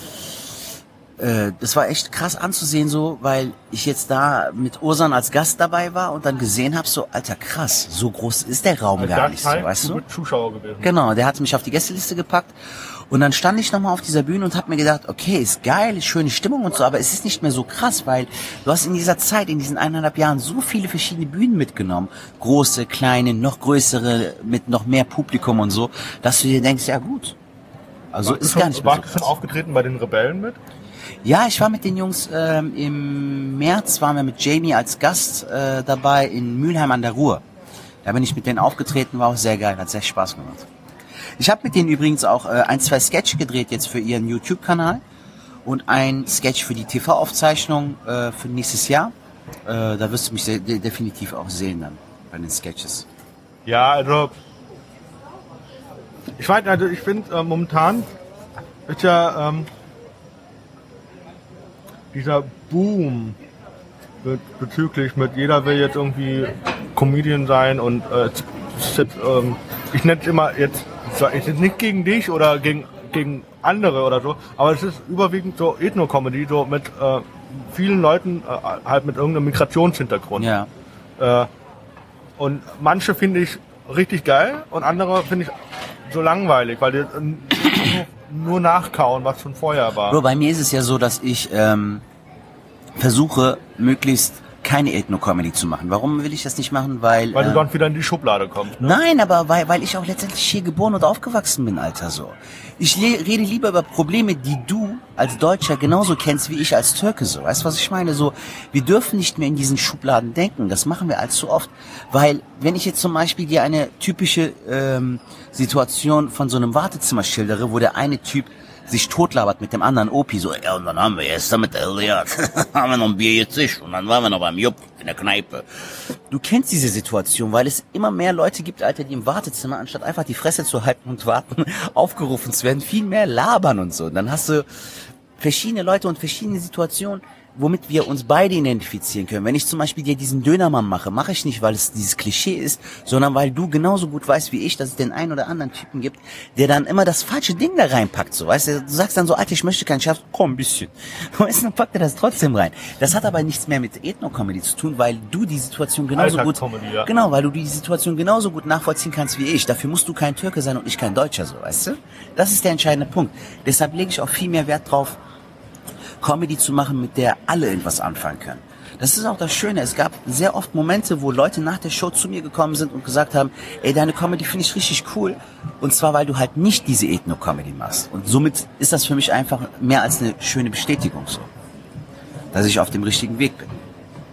äh, das war echt krass anzusehen so, weil ich jetzt da mit Ozan als Gast dabei war und dann gesehen habe, so, Alter, krass, so groß ist der Raum Also gar nicht so, halt weißt du? Zuschauer gewesen. Genau, der hat mich auf die Gästeliste gepackt und dann stand ich nochmal auf dieser Bühne und habe mir gedacht, okay, ist geil, ist schöne Stimmung und so, aber es ist nicht mehr so krass, weil du hast in dieser Zeit, in diesen eineinhalb Jahren so viele verschiedene Bühnen mitgenommen, große, kleine, noch größere, mit noch mehr Publikum und so, dass du dir denkst, ja gut, also Warst ist schon, gar nicht mehr so warst du schon krass. aufgetreten bei den Rebellen mit? Ja, ich war mit den Jungs ähm, im März, waren wir mit Jamie als Gast äh, dabei in Mülheim an der Ruhr. Da bin ich mit denen aufgetreten, war auch sehr geil, hat sehr Spaß gemacht. Ich habe mit denen übrigens auch äh, ein, zwei Sketche gedreht jetzt für ihren YouTube-Kanal und ein Sketch für die T V-Aufzeichnung äh, für nächstes Jahr. Äh, da wirst du mich de- de- definitiv auch sehen dann bei den Sketches. Ja, also ich weiß, also ich finde äh, momentan ist ja ähm, dieser Boom be- bezüglich mit jeder will jetzt irgendwie Comedian sein und äh, es ist jetzt, ähm, ich nenne es immer jetzt, ich jetzt nicht gegen dich oder gegen gegen andere oder so, aber es ist überwiegend so Ethno-Comedy, so mit äh, vielen Leuten äh, halt mit irgendeinem Migrationshintergrund. Ja. Äh, und manche finde ich richtig geil und andere finde ich so langweilig, weil die ähm, nur nachkauen, was schon vorher war. Bro, bei mir ist es ja so, dass ich ähm, versuche, möglichst keine Ethno-Comedy zu machen. Warum will ich das nicht machen? Weil, Weil du ähm, dann wieder in die Schublade kommst. Ne? Nein, aber weil, weil ich auch letztendlich hier geboren und aufgewachsen bin, Alter, so. Ich le- rede lieber über Probleme, die du als Deutscher genauso kennst wie ich als Türke, so. Weißt du, was ich meine? So, wir dürfen nicht mehr in diesen Schubladen denken. Das machen wir allzu oft. Weil, wenn ich jetzt zum Beispiel dir eine typische ähm, Situation von so einem Wartezimmer schildere, wo der eine Typ sich totlabert mit dem anderen Opi, so, ja, und dann haben wir jetzt mit Elias, haben wir noch ein Bier jetzt nicht, und dann waren wir noch beim Jupp in der Kneipe. Du kennst diese Situation, weil es immer mehr Leute gibt, Alter, die im Wartezimmer, anstatt einfach die Fresse zu halten und warten, aufgerufen zu werden, viel mehr labern und so. Und dann hast du verschiedene Leute und verschiedene Situationen, womit wir uns beide identifizieren können. Wenn ich zum Beispiel dir diesen Dönermann mache, mache ich nicht, weil es dieses Klischee ist, sondern weil du genauso gut weißt wie ich, dass es den einen oder anderen Typen gibt, der dann immer das falsche Ding da reinpackt. So, weißt du, du sagst dann so, Alter, ich möchte keinen Schaf, komm ein bisschen. Weißt du, dann packt er das trotzdem rein. Das hat aber nichts mehr mit Ethno-Comedy zu tun, weil du die Situation genauso gut, ja. genau, weil du die Situation genauso gut nachvollziehen kannst wie ich. Dafür musst du kein Türke sein und ich kein Deutscher, so, weißt du? Das ist der entscheidende Punkt. Deshalb lege ich auch viel mehr Wert drauf, Comedy zu machen, mit der alle irgendwas anfangen können. Das ist auch das Schöne. Es gab sehr oft Momente, wo Leute nach der Show zu mir gekommen sind und gesagt haben, ey, deine Comedy finde ich richtig cool. Und zwar, weil du halt nicht diese Ethno-Comedy machst. Und somit ist das für mich einfach mehr als eine schöne Bestätigung so. Dass ich auf dem richtigen Weg bin.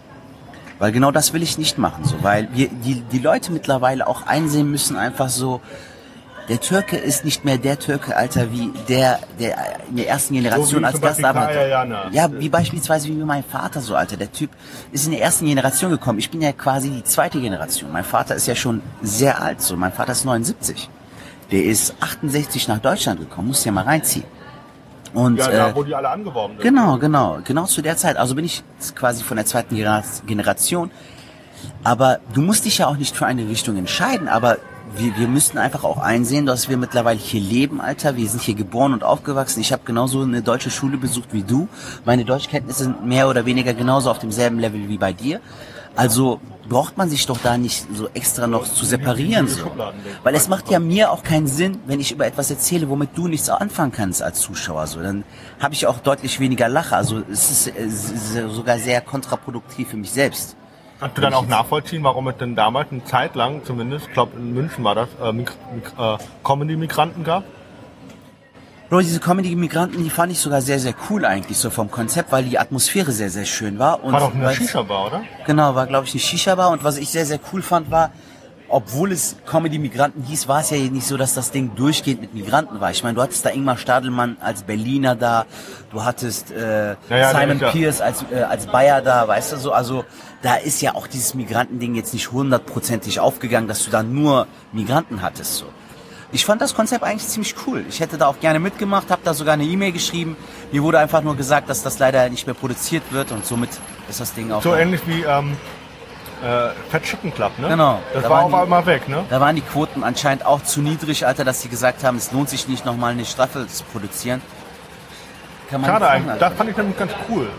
Weil genau das will ich nicht machen, so. Weil wir, die, die Leute mittlerweile auch einsehen müssen, einfach so, der Türke ist nicht mehr der Türke, Alter, wie der, der in der ersten Generation So wie als zum Beispiel Gastarbeiter. Kaya Jana. Ja, wie beispielsweise wie mein Vater so, Alter. Der Typ ist in der ersten Generation gekommen. Ich bin ja quasi die zweite Generation. Mein Vater ist ja schon sehr alt, so. Mein Vater ist neunundsiebzig. Der ist achtundsechzig nach Deutschland gekommen. Musst ja mal reinziehen. Und, Ja, da, äh, wo die alle angeworben sind. Genau, genau. Genau zu der Zeit. Also bin ich quasi von der zweiten Genera- Generation. Aber du musst dich ja auch nicht für eine Richtung entscheiden. Aber wir, wir müssten einfach auch einsehen, dass wir mittlerweile hier leben, Alter. Wir sind hier geboren und aufgewachsen. Ich habe genauso eine deutsche Schule besucht wie du. Meine Deutschkenntnisse sind mehr oder weniger genauso auf demselben Level wie bei dir. Also braucht man sich doch da nicht so extra noch zu separieren. So. Weil es macht ja mir auch keinen Sinn, wenn ich über etwas erzähle, womit du nichts anfangen kannst als Zuschauer. So, dann habe ich auch deutlich weniger Lacher. Also es ist, es ist sogar sehr kontraproduktiv für mich selbst. Kannst du dann auch nachvollziehen, warum es denn damals eine Zeit lang, zumindest, ich glaube in München war das, äh, Mik- Mik- äh, Comedy-Migranten gab? Bro, diese Comedy-Migranten, die fand ich sogar sehr, sehr cool eigentlich, so vom Konzept, weil die Atmosphäre sehr, sehr schön war. Und War doch eine weil's- Shisha-Bar, oder? Genau, war glaube ich eine Shisha-Bar. Und was ich sehr, sehr cool fand, war, obwohl es Comedy-Migranten hieß, war es ja nicht so, dass das Ding durchgehend mit Migranten war. Ich meine, du hattest da Ingmar Stadelmann als Berliner da, du hattest äh, ja, Simon ja. Pierce als äh, als Bayer da, weißt du so. Also da ist ja auch dieses Migrantending jetzt nicht hundertprozentig aufgegangen, dass du da nur Migranten hattest. So. Ich fand das Konzept eigentlich ziemlich cool. Ich hätte da auch gerne mitgemacht, habe da sogar eine E-Mail geschrieben. Mir wurde einfach nur gesagt, dass das leider nicht mehr produziert wird und somit ist das Ding auch... So ähnlich wie ähm, äh, Fat Chicken Club, ne? Genau. Das Da war waren auf die- einmal weg, ne? Da waren die Quoten anscheinend auch zu niedrig, Alter, dass sie gesagt haben, es lohnt sich nicht, nochmal eine Staffel zu produzieren. Kann man Schade nicht eigentlich. machen, Das Alter. fand ich nämlich ganz cool.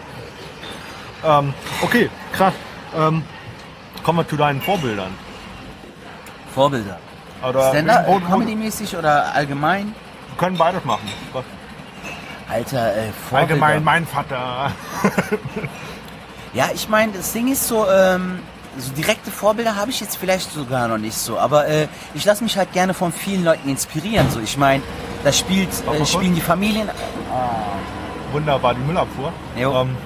Ähm, okay, krass. Ähm, kommen wir zu deinen Vorbildern. Vorbilder. Oder Stand-up, wo- äh, wo- Comedy-mäßig oder allgemein? wir können beides machen. Was? Alter, äh, Vorbilder. Allgemein mein Vater. Ja, ich meine, das Ding ist so, ähm, so direkte Vorbilder habe ich jetzt vielleicht sogar noch nicht so, aber äh, ich lasse mich halt gerne von vielen Leuten inspirieren. So, ich meine, da spielt, Mach mal äh, spielen die Familien. Wunderbar, die Müllabfuhr. Jo. Ähm,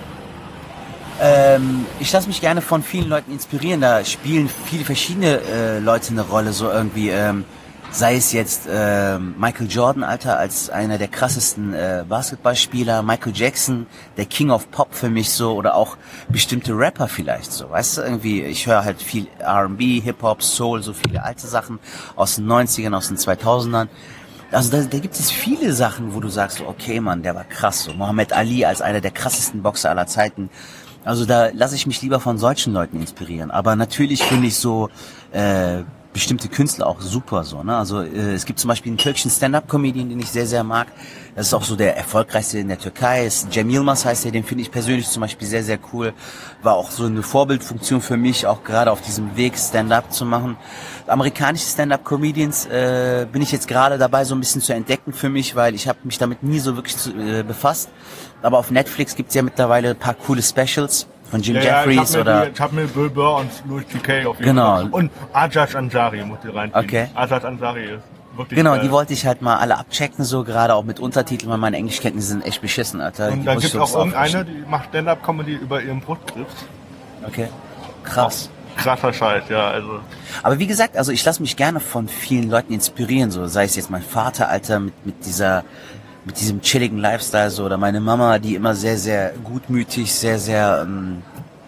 Ähm, ich lasse mich gerne von vielen Leuten inspirieren. Da spielen viele verschiedene äh, Leute eine Rolle, so irgendwie. Ähm, sei es jetzt ähm, Michael Jordan, Alter, als einer der krassesten äh, Basketballspieler, Michael Jackson, der King of Pop für mich so, oder auch bestimmte Rapper vielleicht so. Weißt du, irgendwie, ich höre halt viel R and B, Hip-Hop, Soul, so viele alte Sachen aus den neunzigern, aus den zweitausendern. Also da, da gibt es viele Sachen, wo du sagst, so, okay, Mann, der war krass. So Muhammad Ali als einer der krassesten Boxer aller Zeiten. Also da lasse ich mich lieber von solchen Leuten inspirieren. Aber natürlich finde ich so äh, bestimmte Künstler auch super so. Ne? Also äh, es gibt zum Beispiel einen türkischen Stand-Up-Comedian, den ich sehr, sehr mag. Das ist auch so der erfolgreichste in der Türkei. Ist Cem Yılmaz heißt er, den finde ich persönlich zum Beispiel sehr, sehr cool. War auch so eine Vorbildfunktion für mich, auch gerade auf diesem Weg Stand-Up zu machen. Amerikanische Stand-Up-Comedians äh, bin ich jetzt gerade dabei, so ein bisschen zu entdecken für mich, weil ich habe mich damit nie so wirklich zu, äh, befasst. Aber auf Netflix gibt's ja mittlerweile ein paar coole Specials von Jim ja, ja, ich Jeffries habe mir, oder... die- ich hab mir Bill Burr und Louis C K auf jeden Genau. Fall. Und Ajaz Ansari muss ich reinziehen. Okay. Ajaz Ansari ist wirklich Genau, geil. die wollte ich halt mal alle abchecken, so gerade auch mit Untertiteln, weil meine Englischkenntnisse sind echt beschissen, Alter. Und Die dann muss ich gibt es so auch irgendeine, auffrischen. die macht Stand-Up-Comedy über ihren Brustkrebs. Okay, krass. Krasser Scheiß, ja, also. Aber wie gesagt, also ich lasse mich gerne von vielen Leuten inspirieren, so sei es jetzt mein Vater, Alter, mit mit dieser mit diesem chilligen Lifestyle so, oder meine Mama, die immer sehr sehr gutmütig, sehr sehr ähm,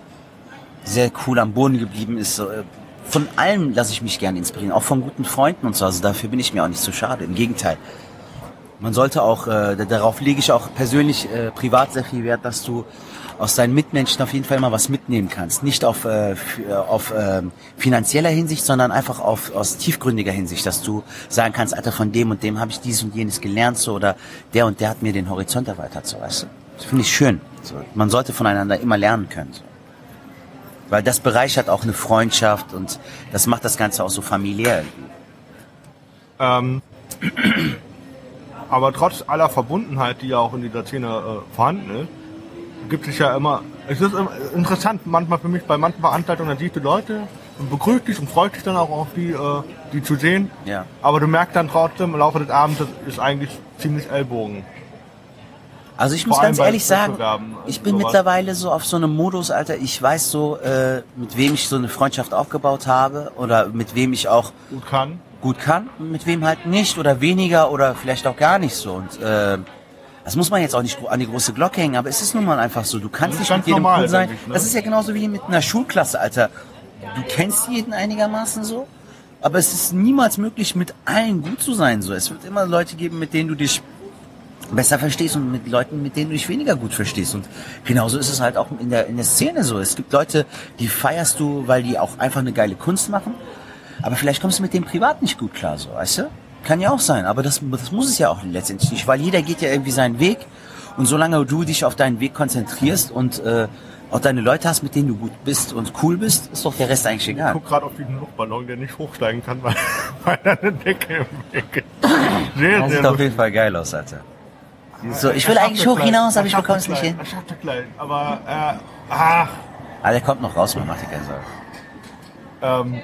sehr cool am Boden geblieben ist. So, äh, von allem lasse ich mich gerne inspirieren, auch von guten Freunden und so. Also dafür bin ich mir auch nicht so schade. Im Gegenteil. Man sollte auch, äh, darauf lege ich auch persönlich äh, privat sehr viel Wert, dass du aus deinen Mitmenschen auf jeden Fall mal was mitnehmen kannst. Nicht auf, äh, f- äh, auf äh, finanzieller Hinsicht, sondern einfach auf, aus tiefgründiger Hinsicht, dass du sagen kannst, Alter, von dem und dem habe ich dies und jenes gelernt, so, oder der und der hat mir den Horizont erweitert, so, weißt du. Das finde ich schön. So. Man sollte voneinander immer lernen können. So. Weil das bereichert auch eine Freundschaft und das macht das Ganze auch so familiär irgendwie. Ähm, aber trotz aller Verbundenheit, die ja auch in dieser Szene äh, vorhanden ist, gibt es ja immer, es ist immer interessant manchmal für mich bei manchen Veranstaltungen, da siehst du Leute und begrüßt dich und freut dich dann auch auf die, äh, die zu sehen. Ja. Aber du merkst dann trotzdem im Laufe des Abends, das ist eigentlich ziemlich Ellbogen. Also ich muss Vor allem ganz bei ehrlich sagen, Wettbewerben, ich bin sowas. mittlerweile so auf so einem Modus, Alter, ich weiß so, äh, mit wem ich so eine Freundschaft aufgebaut habe oder mit wem ich auch Gut kann. gut kann, mit wem halt nicht oder weniger oder vielleicht auch gar nicht so. Und äh, das muss man jetzt auch nicht an die große Glocke hängen, aber es ist nun mal einfach so. Du kannst Das ist nicht ganz mit jedem normal, cool sein. denke ich, ne? Das ist ja genauso wie mit einer Schulklasse, Alter. Du kennst jeden einigermaßen so, aber es ist niemals möglich, mit allen gut zu sein. So, es wird immer Leute geben, mit denen du dich besser verstehst und mit Leuten, mit denen du dich weniger gut verstehst. Und genauso ist es halt auch in der in der Szene so. Es gibt Leute, die feierst du, weil die auch einfach eine geile Kunst machen. Aber vielleicht kommst du mit dem privat nicht gut klar, so, weißt du? Kann ja auch sein, aber das, das muss es ja auch letztendlich nicht, weil jeder geht ja irgendwie seinen Weg und solange du dich auf deinen Weg konzentrierst und äh, auch deine Leute hast, mit denen du gut bist und cool bist, ist doch der Rest eigentlich Ich egal. guck gerade auf diesen Luftballon, der nicht hochsteigen kann, weil, weil er eine Decke im Weg ist. Sehr, Das sehr sieht auf lustig. jeden Fall geil aus, Alter. So, ich will Er eigentlich schafft hoch er hinaus, klein, aber ich er bekomme es schafft nicht er hin. klein, Er schafft er klein, aber äh, ach, Ah, der kommt noch raus, man macht dir keine Sorge. ähm,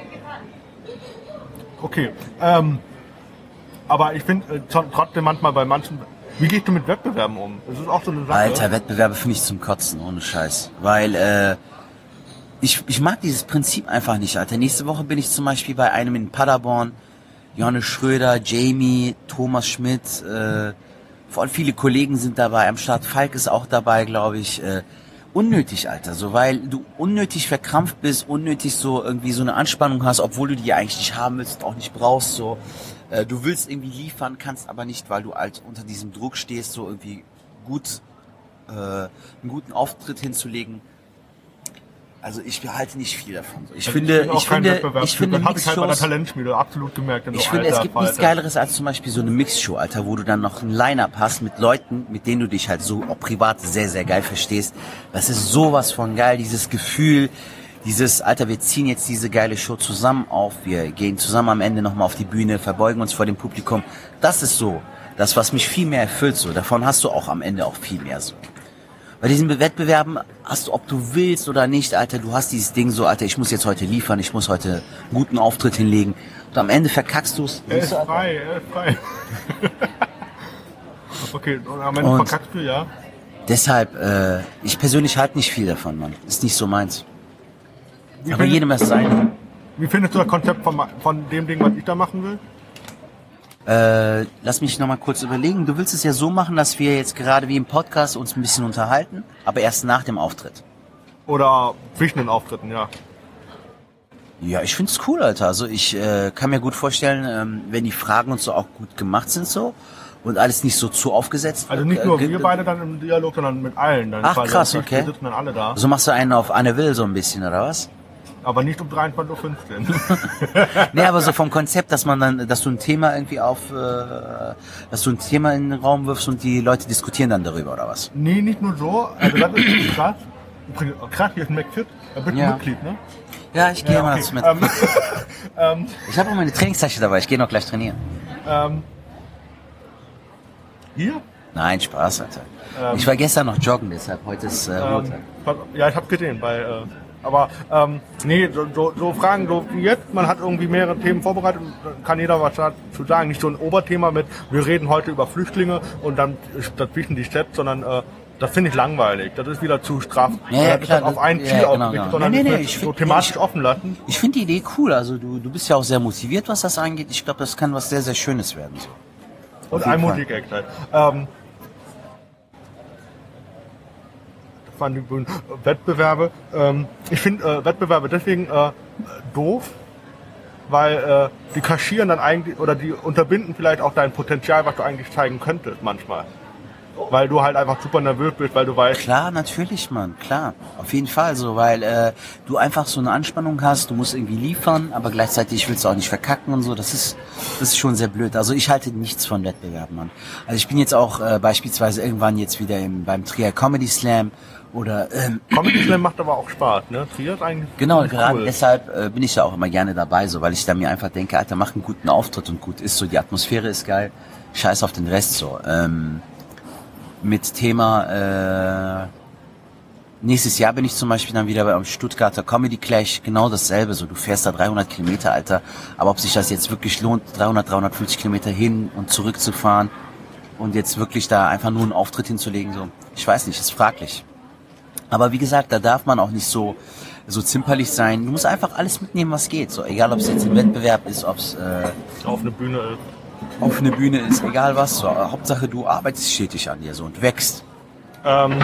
okay, ähm, aber ich finde äh, tr- trotzdem manchmal bei manchen, wie gehst du mit Wettbewerben um? Das ist auch so eine Sache. Alter, Wettbewerbe finde ich zum Kotzen, ohne Scheiß. Weil, äh, ich, ich mag dieses Prinzip einfach nicht, Alter. Nächste Woche bin ich zum Beispiel bei einem in Paderborn. Johannes Schröder, Jamie, Thomas Schmidt, äh, voll viele Kollegen sind dabei. Am Start Falk ist auch dabei, glaube ich. Äh, unnötig, Alter, so, weil du unnötig verkrampft bist, unnötig so irgendwie so eine Anspannung hast, obwohl du die eigentlich nicht haben willst, auch nicht brauchst, so. Äh, du willst irgendwie liefern, kannst aber nicht, weil du halt unter diesem Druck stehst, so irgendwie gut, äh, einen guten Auftritt hinzulegen. Also ich halte nicht viel davon. So. Ich Also finde, bin auch ich kein finde, Wettbewerbstyp. ich finde das habe ich halt bei der Mixshows, Talentschmiede absolut gemerkt. In ich so finde, es Alter, gibt nichts Alter. Geileres als zum Beispiel so eine Mixshow, Alter, wo du dann noch ein Line-Up hast mit Leuten, mit denen du dich halt so auch privat sehr, sehr geil verstehst. Das ist sowas von geil, dieses Gefühl, dieses, Alter, wir ziehen jetzt diese geile Show zusammen auf, wir gehen zusammen am Ende nochmal auf die Bühne, verbeugen uns vor dem Publikum. Das ist so, das, was mich viel mehr erfüllt, so. Davon hast du auch am Ende auch viel mehr, so. Bei diesen Wettbewerben hast du, ob du willst oder nicht, Alter, du hast dieses Ding so, Alter, ich muss jetzt heute liefern, ich muss heute einen guten Auftritt hinlegen. Und am Ende verkackst du es. Er ist frei, er ist frei. Okay, und am Ende Und- verkackst du, ja. Deshalb, äh, ich persönlich halte nicht viel davon, Mann. Ist nicht so meins. Wie, Aber findest, jedem ist sein. wie findest du das Konzept von, von dem Ding, was ich da machen will? Äh, lass mich nochmal kurz überlegen. Du willst es ja so machen, dass wir jetzt gerade wie im Podcast uns ein bisschen unterhalten, aber erst nach dem Auftritt. Oder zwischen den Auftritten, ja. Ja, ich find's cool, Alter. Also ich äh, kann mir gut vorstellen, ähm, wenn die Fragen und so auch gut gemacht sind so und alles nicht so zu aufgesetzt. Also nicht äh, nur ge- wir beide dann im Dialog, sondern mit allen. Dann Ach, quasi. krass, Wir okay. sitzen dann alle da. So machst du einen auf Anne Will so ein bisschen, oder was? Aber nicht um dreiundzwanzig Uhr fünfzehn. Nee, aber so vom Konzept, dass man dann, dass du ein Thema irgendwie auf, äh, dass du ein Thema in den Raum wirfst und die Leute diskutieren dann darüber, oder was? Nee, nicht nur so. Also das ist krass. Übrigens, krass, hier ist ein McFit. Da bist du Ja. Mitglied, ne? Ja, ich gehe Ja, mal okay. mit. Ähm, ähm, Ich habe auch meine Trainingstasche dabei, ich gehe noch gleich trainieren. ähm, hier? Nein, Spaß, Alter. Ähm, ich war gestern noch joggen, deshalb heute ist äh, Ähm, Ruhetag. ja, ich habe gesehen bei. Äh, aber ähm, nee, so, so, so Fragen so wie jetzt, man hat irgendwie mehrere Themen vorbereitet und dann kann jeder was dazu sagen. Nicht so ein Oberthema mit, wir reden heute über Flüchtlinge und dann ist dazwischen die Stadt, sondern äh, das finde ich langweilig. Das ist wieder zu straff. Ja, ja, das ist klar, dann auf das- ein ja, Ziel genau, ausgerichtet, genau. sondern Nee, nee, es nee, wird ich so find- thematisch ich- offen lassen. Ich finde die Idee cool, also du, du bist ja auch sehr motiviert, was das angeht. Ich glaube, das kann was sehr, sehr Schönes werden. So. Und jeden ein Fall. Musikeck halt. Ähm, das waren die Bühnen. Wettbewerbe. Ähm, ich finde äh, Wettbewerbe deswegen äh, doof, weil äh, die kaschieren dann eigentlich oder die unterbinden vielleicht auch dein Potenzial, was du eigentlich zeigen könntest manchmal. Weil du halt einfach super nervös bist, weil du weißt, Klar, natürlich, Mann, klar. Auf jeden Fall so, weil äh, du einfach so eine Anspannung hast, du musst irgendwie liefern, aber gleichzeitig willst du auch nicht verkacken und so. Das ist das ist schon sehr blöd. Also ich halte nichts von Wettbewerben, Mann. Also ich bin jetzt auch äh, beispielsweise irgendwann jetzt wieder im, beim Trier Comedy Slam oder ähm, Comedy Slam macht aber auch Spaß, ne? Trier ist eigentlich genau, ziemlich gerade cool. deshalb äh, bin ich ja auch immer gerne dabei, so, weil ich da mir einfach denke, Alter, mach einen guten Auftritt und gut ist so, die Atmosphäre ist geil, scheiß auf den Rest so. Ähm, mit Thema, äh, nächstes Jahr bin ich zum Beispiel dann wieder beim Stuttgarter Comedy Clash, genau dasselbe, so, du fährst da dreihundert Kilometer, Alter, aber ob sich das jetzt wirklich lohnt, dreihundert, dreihundertfünfzig Kilometer hin und zurück zu fahren, Und jetzt wirklich da einfach nur einen Auftritt hinzulegen, so, ich weiß nicht, ist fraglich. Aber wie gesagt, da darf man auch nicht so so zimperlich sein. Du musst einfach alles mitnehmen, was geht. So, egal, ob es jetzt ein Wettbewerb ist, ob es äh, auf eine Bühne ist. Auf eine Bühne ist, egal was. So, Hauptsache, du arbeitest stetig an dir so und wächst. Ähm,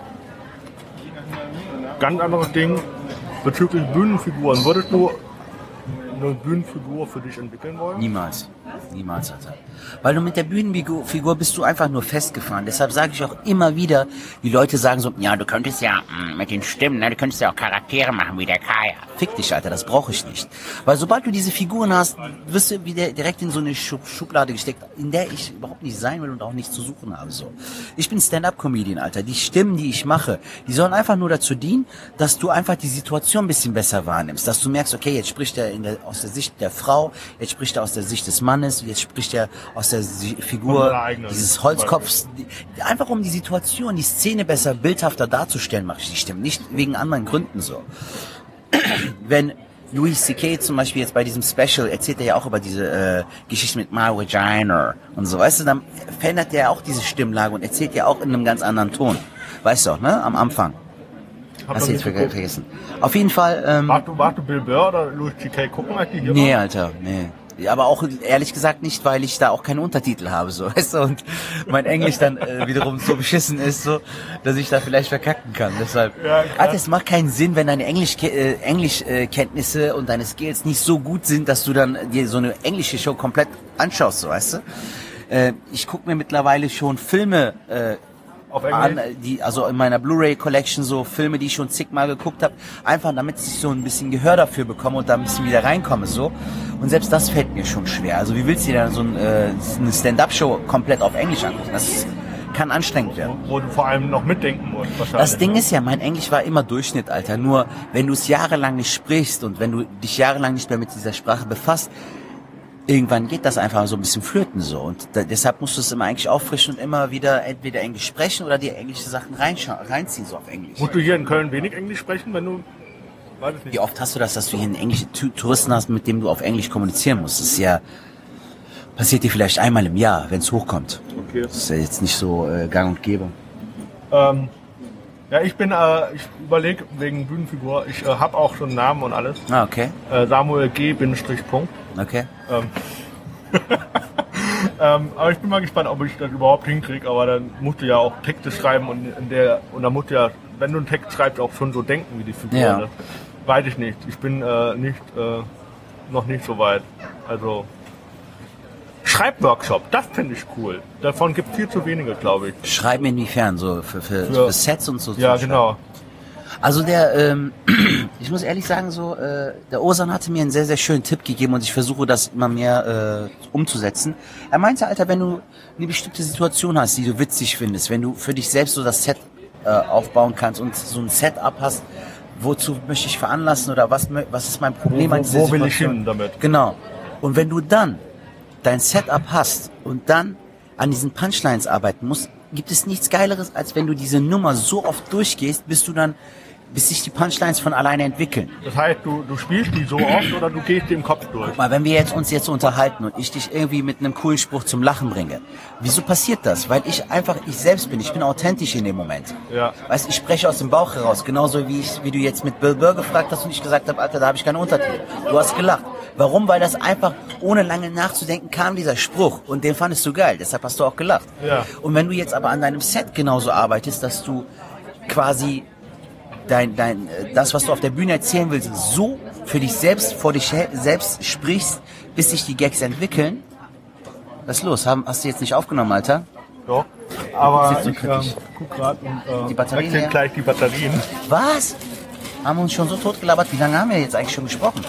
ganz anderes Ding bezüglich Bühnenfiguren. Würdest du eine Bühnenfigur für dich entwickeln wollen? Niemals. Niemals, Alter. Weil du mit der Bühnenfigur bist du einfach nur festgefahren. Deshalb sage ich auch immer wieder, die Leute sagen so, ja, du könntest ja mh, mit den Stimmen, ne, du könntest ja auch Charaktere machen wie der Kaya. Fick dich, Alter, das brauche ich nicht. Weil sobald du diese Figuren hast, wirst du wieder direkt in so eine Schub Schublade gesteckt, in der ich überhaupt nicht sein will und auch nichts zu suchen habe. So. Ich bin Stand-Up-Comedian, Alter. Die Stimmen, die ich mache, die sollen einfach nur dazu dienen, dass du einfach die Situation ein bisschen besser wahrnimmst. Dass du merkst, okay, jetzt spricht er in der, aus der Sicht der Frau, jetzt spricht er aus der Sicht des Mannes, jetzt spricht er aus der Figur dieses Holzkopfs. Einfach um die Situation, die Szene besser, bildhafter darzustellen, mache ich die Stimmen. Nicht wegen anderen Gründen so. Wenn Louis C K zum Beispiel jetzt bei diesem Special erzählt er ja auch über diese äh, Geschichte mit My Vagina und so, weißt du, dann verändert er auch diese Stimmlage und erzählt ja auch in einem ganz anderen Ton. Weißt du auch, ne? Am Anfang. Hast du jetzt ver vergessen. Auf jeden Fall... Ähm, warst, du, warst du Bill Burr oder Louis C K gucken, als die hier Nee, waren? Alter, nee. Aber auch ehrlich gesagt nicht, weil ich da auch keine Untertitel habe, so, weißt du, und mein Englisch dann äh, wiederum so beschissen ist, so, dass ich da vielleicht verkacken kann. Deshalb, ja, Alter, es macht keinen Sinn, wenn deine Englisch äh, Englischkenntnisse und deine Skills nicht so gut sind, dass du dann dir so eine englische Show komplett anschaust, so, weißt du. Äh, ich gucke mir mittlerweile schon Filme äh, auf an, die, also in meiner Blu-ray Collection so Filme, die ich schon zigmal geguckt habe, einfach damit ich so ein bisschen Gehör dafür bekomme und da ein bisschen wieder reinkomme, so. Und selbst das fällt mir schon schwer. Also wie willst du dir dann so ein, äh, eine Stand-Up-Show komplett auf Englisch angucken? Das ist, kann anstrengend werden. Wo, wo du vor allem noch mitdenken musst, wahrscheinlich. Das Ding ist ja, mein Englisch war immer Durchschnitt, Alter. Nur, wenn du es jahrelang nicht sprichst und wenn du dich jahrelang nicht mehr mit dieser Sprache befasst, irgendwann geht das einfach so ein bisschen flöten so. Und da, deshalb musst du es immer eigentlich auffrischen und immer wieder entweder Englisch sprechen oder dir englische Sachen reinziehen, so auf Englisch. Musst du hier in Köln wenig Englisch sprechen, wenn du... Weiß ich nicht. Wie oft hast du das, dass du hier einen englischen Touristen hast, mit dem du auf Englisch kommunizieren musst? Das ist ja... Passiert dir vielleicht einmal im Jahr, wenn es hochkommt. Okay. Das ist ja jetzt nicht so äh, gang und gäbe. Ähm, ja, ich bin, äh, ich überlege wegen Bühnenfigur, ich äh, habe auch schon einen Namen und alles. Ah, okay. Äh, Samuel G. Bindestrich Punkt. Okay. Ähm, ähm, aber ich bin mal gespannt, ob ich das überhaupt hinkriege. Aber dann musst du ja auch Texte schreiben und in der und dann musst du ja, wenn du einen Text schreibst, auch schon so denken wie die Figur. Ja. Ne? Weiß ich nicht. Ich bin äh, nicht äh, noch nicht so weit. Also Schreibworkshop, das finde ich cool. Davon gibt es viel zu wenige, glaube ich. Schreiben inwiefern? So für, für, Für- für Sets und so? Ja, zum genau. Also der, ähm, ich muss ehrlich sagen, so äh, der Osan hatte mir einen sehr, sehr schönen Tipp gegeben und ich versuche das immer mehr äh, umzusetzen. Er meinte, Alter, wenn du eine bestimmte Situation hast, die du witzig findest, wenn du für dich selbst so das Set äh, aufbauen kannst und so ein Setup hast, wozu möchte ich veranlassen oder was, mö- was ist mein Problem Wo- an dieser wo will ich Situation? hin damit? Genau. Und wenn du dann dein Setup hast und dann an diesen Punchlines arbeiten musst, gibt es nichts Geileres, als wenn du diese Nummer so oft durchgehst, bis du dann, bis sich die Punchlines von alleine entwickeln. Das heißt, du, du spielst die so oft oder du gehst dem Kopf durch. Mal, wenn wir jetzt uns jetzt unterhalten und ich dich irgendwie mit einem coolen Spruch zum Lachen bringe, wieso passiert das? Weil ich einfach ich selbst bin, ich bin authentisch in dem Moment. Ja. Weißt, ich spreche aus dem Bauch heraus, genauso wie ich, wie du jetzt mit Bill Burr gefragt hast und ich gesagt habe, Alter, da habe ich keine Untertitel. Du hast gelacht. Warum? Weil das einfach, ohne lange nachzudenken, kam dieser Spruch und den fandest du geil, deshalb hast du auch gelacht. Ja. Und wenn du jetzt aber an deinem Set genauso arbeitest, dass du quasi dein, dein, äh, das, was du auf der Bühne erzählen willst, so für dich selbst, vor dich he- selbst sprichst, bis sich die Gags entwickeln. Was ist los? Haben, hast du jetzt nicht aufgenommen, Alter? Doch. Aber Sitzt so ich ähm, kritisch. guck gerade und äh, Die Batterien wechseln leer? gleich die Batterien. Was? Haben wir uns schon so totgelabert? Wie lange haben wir jetzt eigentlich schon gesprochen?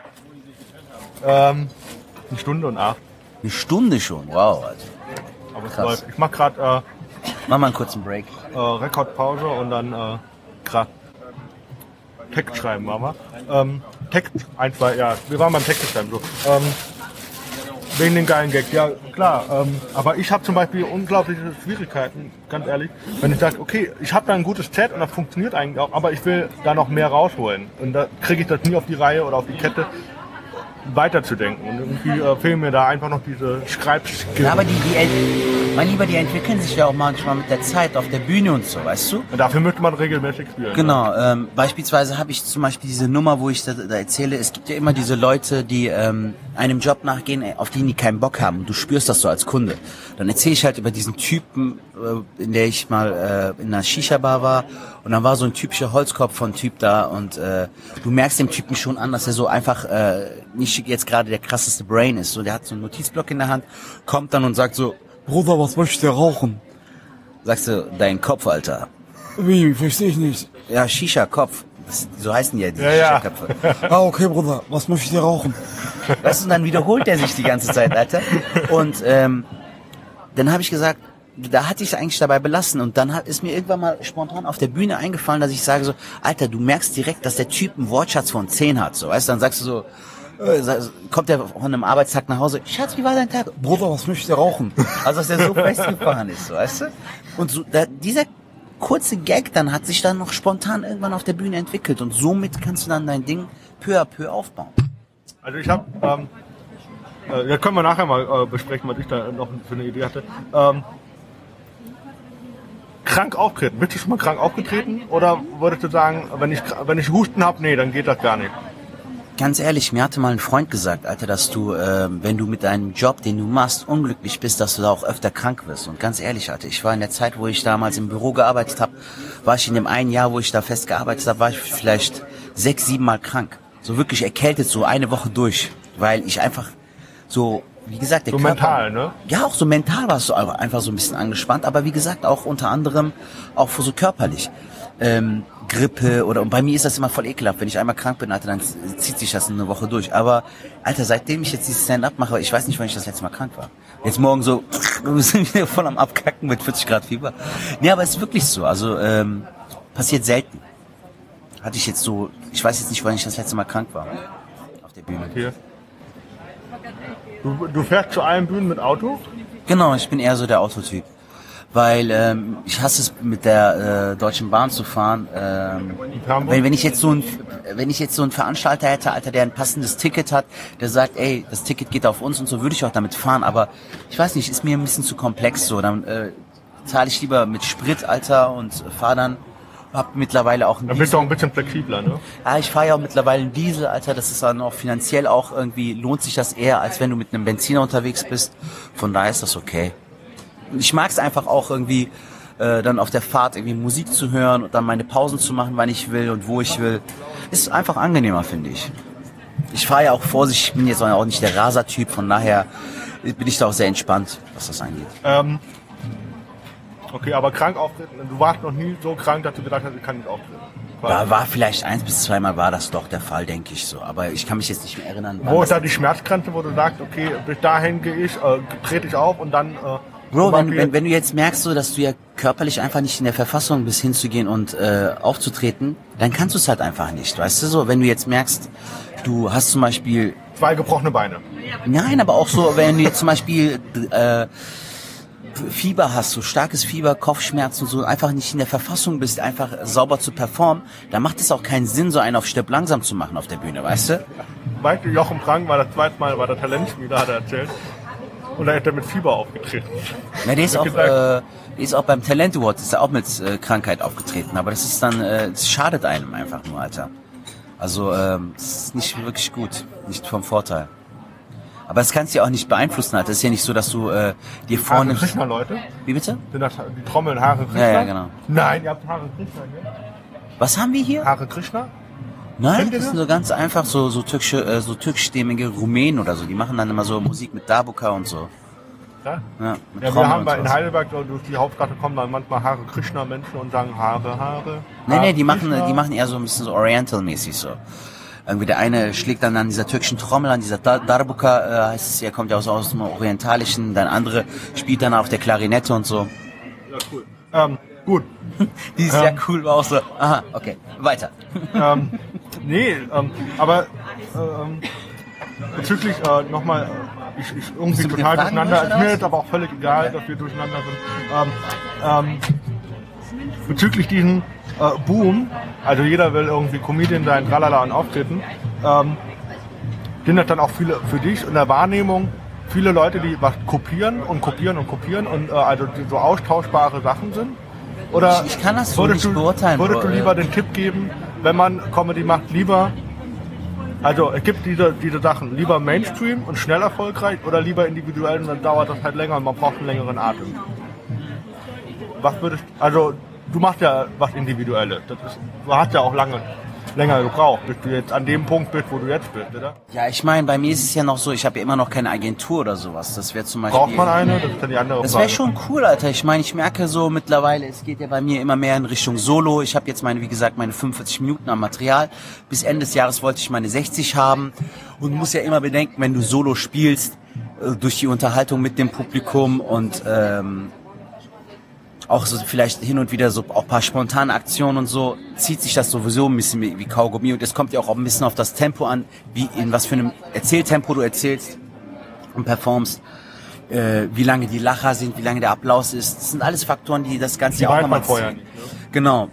Ähm, eine Stunde und acht. Eine Stunde schon. Wow, Alter. Aber es Krass. läuft. Ich mach gerade äh, Mach mal einen kurzen Break. äh, Rekordpause und dann äh, gerade Text schreiben waren wir. Ähm, Text, ein, zwei, ja, wir waren beim Text schreiben so. Ähm, wegen den geilen Gags, ja klar. Ähm, aber ich habe zum Beispiel unglaubliche Schwierigkeiten, ganz ehrlich, wenn ich sage, okay, ich habe da ein gutes Set und das funktioniert eigentlich auch, aber ich will da noch mehr rausholen. Und da kriege ich das nie auf die Reihe oder auf die Kette. weiterzudenken. Und irgendwie äh, fehlen mir da einfach noch diese Schreibskills. Ja, aber die, die, mein Lieber, die entwickeln sich ja auch manchmal mit der Zeit auf der Bühne und so, weißt du? Und dafür müsste man regelmäßig spielen. Genau, ähm, beispielsweise habe ich zum Beispiel diese Nummer, wo ich da, da erzähle, es gibt ja immer diese Leute, die ähm, einem Job nachgehen, auf den die keinen Bock haben. Du spürst das so als Kunde. Dann erzähle ich halt über diesen Typen, äh, in der ich mal äh, in einer Shisha-Bar war, und dann war so ein typischer Holzkopf von Typ da, und äh, du merkst dem Typen schon an, dass er so einfach äh, nicht jetzt gerade der krasseste Brain ist. So, der hat so einen Notizblock in der Hand, kommt dann und sagt so: Bruder, was möchtest du rauchen? Sagst du: Dein Kopf, Alter. Wie? Verstehe ich nicht. Ja, Shisha-Kopf. Das, so heißen die ja, die Ja, ja. Shisha-Köpfe. Ah, okay, Bruder. Was möchtest du rauchen? Weißt du, und dann wiederholt er sich die ganze Zeit, Alter. Und ähm, dann habe ich gesagt, da hatte ich es eigentlich dabei belassen. Und dann hat, ist mir irgendwann mal spontan auf der Bühne eingefallen, dass ich sage so: Alter, du merkst direkt, dass der Typ einen Wortschatz von zehn hat. So, weißt du, dann sagst du so, äh, kommt der von einem Arbeitstag nach Hause: Schatz, wie war dein Tag? Bruder, was möchtest du rauchen? Also, dass der so festgefahren ist, so, weißt du? Und so, da, dieser kurze Gag dann hat sich dann noch spontan irgendwann auf der Bühne entwickelt. Und somit kannst du dann dein Ding peu à peu aufbauen. Also ich habe, ähm, äh, ja, können wir nachher mal äh, besprechen, was ich da noch für eine Idee hatte. Ähm, krank auftreten. Bist du schon mal krank aufgetreten? Oder würdest du sagen, wenn ich, wenn ich Husten habe, nee, dann geht das gar nicht? Ganz ehrlich, mir hatte mal ein Freund gesagt, Alter, dass du, äh, wenn du mit deinem Job, den du machst, unglücklich bist, dass du da auch öfter krank wirst. Und ganz ehrlich, Alter, ich war in der Zeit, wo ich damals im Büro gearbeitet habe, war ich in dem einen Jahr, wo ich da fest gearbeitet habe, war ich vielleicht sechs, sieben Mal krank. So wirklich erkältet, so eine Woche durch. Weil ich einfach so, wie gesagt, der So Körper... mental, ne? Ja, auch so mental war es so einfach so ein bisschen angespannt, aber wie gesagt, auch unter anderem auch so körperlich. Ähm, Grippe oder, und bei mir ist das immer voll ekelhaft. Wenn ich einmal krank bin, Alter, dann zieht sich das eine Woche durch. Aber, Alter, seitdem ich jetzt dieses Stand-Up mache, ich weiß nicht, wann ich das letzte Mal krank war. Jetzt morgen so, wir sind wieder voll am Abkacken mit vierzig Grad Fieber. Nee, aber es ist wirklich so. Also, ähm, passiert selten. Hatte ich jetzt so, ich weiß jetzt nicht, wann ich das letzte Mal krank war. Auf der Bühne. Okay. Du, du fährst zu allen Bühnen mit Auto? Genau, ich bin eher so der Autotyp. Weil ähm, ich hasse es, mit der äh, Deutschen Bahn zu fahren. Ähm, wenn, wenn ich jetzt so ein, wenn ich jetzt so einen Veranstalter hätte, Alter, der ein passendes Ticket hat, der sagt, ey, das Ticket geht auf uns und so, würde ich auch damit fahren. Aber ich weiß nicht, ist mir ein bisschen zu komplex so. Dann äh, zahle ich lieber mit Sprit, Alter, und fahre dann. Hab mittlerweile auch einen Dann bist du auch ein bisschen flexibler, ne? Ja, ich fahre ja auch mittlerweile einen Diesel, Alter. Das ist dann auch finanziell auch irgendwie, lohnt sich das eher, als wenn du mit einem Benziner unterwegs bist. Von daher ist das okay. Ich mag es einfach auch irgendwie, äh, dann auf der Fahrt irgendwie Musik zu hören und dann meine Pausen zu machen, wann ich will und wo ich will. Ist einfach angenehmer, finde ich. Ich fahre ja auch vorsichtig, ich bin jetzt auch nicht der Raser-Typ, von daher bin ich da auch sehr entspannt, was das angeht. Ähm, okay, aber krank auftreten, du warst noch nie so krank, dass du gedacht hast, ich kann nicht auftreten. Da war vielleicht eins bis zweimal war das doch der Fall, denke ich so. Aber ich kann mich jetzt nicht mehr erinnern. Wo ist da die Schmerzgrenze, wo du sagst, okay, bis dahin gehe ich, äh, trete ich auf und dann... Äh, Bro, wenn, wenn, wenn du jetzt merkst, so, dass du ja körperlich einfach nicht in der Verfassung bist, hinzugehen und äh, aufzutreten, dann kannst du es halt einfach nicht, weißt du so? Wenn du jetzt merkst, du hast zum Beispiel... Zwei gebrochene Beine. Nein, aber auch so, wenn du jetzt zum Beispiel äh, Fieber hast, so starkes Fieber, Kopfschmerzen, so einfach nicht in der Verfassung bist, einfach sauber zu performen, dann macht es auch keinen Sinn, so einen auf Stirb langsam zu machen auf der Bühne, weißt du? Weißt du, Jochen Prang war das zweite Mal bei der Talentschmiede, hat er erzählt. Und da ist er mit Fieber aufgetreten. Ja, der ist auch, äh, der ist auch beim Talent Award, ist er auch mit äh, Krankheit aufgetreten. Aber das ist dann, äh, das schadet einem einfach nur, Alter. Also, ähm, das ist nicht wirklich gut, nicht vom Vorteil. Aber das kannst du ja auch nicht beeinflussen, Alter. Das ist ja nicht so, dass du äh, dir vorne... Hare Krishna, Leute? Wie bitte? Sind das die Trommeln Hare Krishna? Ja, ja, genau. Nein, ihr habt Hare Krishna hier. Was haben wir hier? Hare Krishna? Nein, das sind so ganz einfach so so türkische, äh, so türkischstämmige Rumänen oder so. Die machen dann immer so Musik mit Darbuka und so. Ja, ja, mit ja wir Trommel haben und bei, in sowas. Heidelberg so durch die Hauptstraße kommen dann manchmal Hare Krishna Menschen und sagen Haare, Haare. Nee, nee, die Hare machen, Krishna. die machen eher so ein bisschen so Oriental-mäßig so. Irgendwie der eine schlägt dann an dieser türkischen Trommel, an dieser Dar- Darbuka, äh, heißt es, er kommt ja aus, aus dem Orientalischen, der andere spielt dann auf der Klarinette und so. Ja, cool. Ähm, gut. Die ist Ähm. ja cool, war auch so, aha, okay, weiter. ähm, nee, ähm, aber ähm, bezüglich äh, nochmal, äh, ich, ich irgendwie Bist du mit den total Fragen durcheinander, durch, ist oder mir was? jetzt aber auch völlig egal, dass wir durcheinander sind. Ähm, ähm, bezüglich diesen äh, Boom, also jeder will irgendwie Comedian sein, tralala und auftreten, ähm, sind das dann auch viele für dich in der Wahrnehmung viele Leute, die was kopieren und kopieren und kopieren und äh, also die so austauschbare Sachen sind? Oder Ich, ich kann das so würdest nicht du, beurteilen. Würdest du Bro, lieber äh, den Tipp geben, wenn man Comedy macht, lieber, also es gibt diese, diese Sachen, lieber Mainstream und schnell erfolgreich oder lieber individuell und dann dauert das halt länger und man braucht einen längeren Atem? Was würdest, also du machst ja was Individuelles, das ist, du hast ja auch lange, länger gebraucht, bis du jetzt an dem Punkt bist, wo du jetzt bist, oder? Ja, ich meine, bei mir ist es ja noch so, ich habe ja immer noch keine Agentur oder sowas. Das wäre zum Beispiel... Braucht man eine? Das ist dann die andere Das Frage. wäre schon cool, Alter. Ich meine, ich merke so mittlerweile, es geht ja bei mir immer mehr in Richtung Solo. Ich habe jetzt meine, wie gesagt, meine fünfundvierzig Minuten am Material. Bis Ende des Jahres wollte ich meine sechzig haben. Und muss ja immer bedenken, wenn du Solo spielst, äh, durch die Unterhaltung mit dem Publikum und ähm, auch so vielleicht hin und wieder so auch ein paar spontane Aktionen und so, zieht sich das sowieso ein bisschen wie Kaugummi. Und es kommt ja auch ein bisschen auf das Tempo an, wie in was für einem Erzähltempo du erzählst und performst. Äh, wie lange die Lacher sind, wie lange der Applaus ist. Das sind alles Faktoren, die das Ganze Die ja auch weiß nochmal man vorher ziehen. nicht, ne? Genau.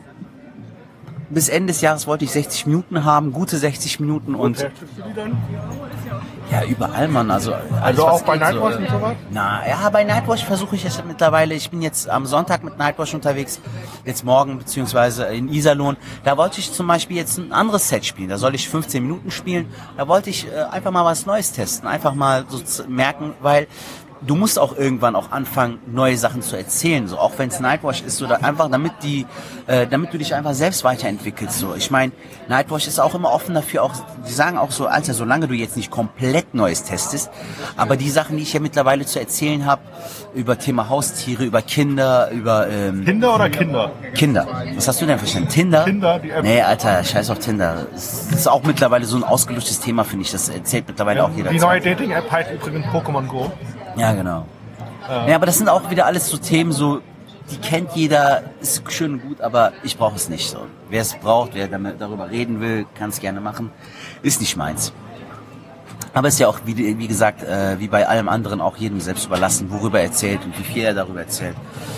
Bis Ende des Jahres wollte ich sechzig Minuten haben, gute sechzig Minuten und Testest du die dann? ja, überall, Mann. Also, alles, Also was auch bei geht, Nightwatch so, und sowas? Na, ja, bei Nightwatch versuche ich es mittlerweile. Ich bin jetzt am Sonntag mit Nightwatch unterwegs, jetzt morgen beziehungsweise in Iserlohn. Da wollte ich zum Beispiel jetzt ein anderes Set spielen. Da soll ich fünfzehn Minuten spielen. Da wollte ich äh, einfach mal was Neues testen, einfach mal so zu merken, weil du musst auch irgendwann auch anfangen, neue Sachen zu erzählen, so auch wenn es Nightwatch ist, so da einfach damit die, äh, damit du dich einfach selbst weiterentwickelst. So, ich meine, Nightwatch ist auch immer offen dafür. Auch die sagen auch so, Alter, solange du jetzt nicht komplett Neues testest, aber die Sachen, die ich ja mittlerweile zu erzählen habe, über Thema Haustiere, über Kinder, über ähm, Tinder oder Kinder? Kinder. Was hast du denn verstanden? Tinder? Tinder, die App. Nee, Alter, scheiß auf Tinder. Das ist auch mittlerweile so ein ausgelutschtes Thema, finde ich. Das erzählt mittlerweile auch jeder. Die neue Dating-App heißt übrigens Pokémon Go. Ja, genau. Ja. ja, aber das sind auch wieder alles so Themen, so die kennt jeder, ist schön und gut, aber ich brauche es nicht so. Wer es braucht, wer damit, darüber reden will, kann es gerne machen. Ist nicht meins. Aber ist ja auch, wie, wie gesagt, äh, wie bei allem anderen auch jedem selbst überlassen, worüber er erzählt und wie viel er darüber erzählt.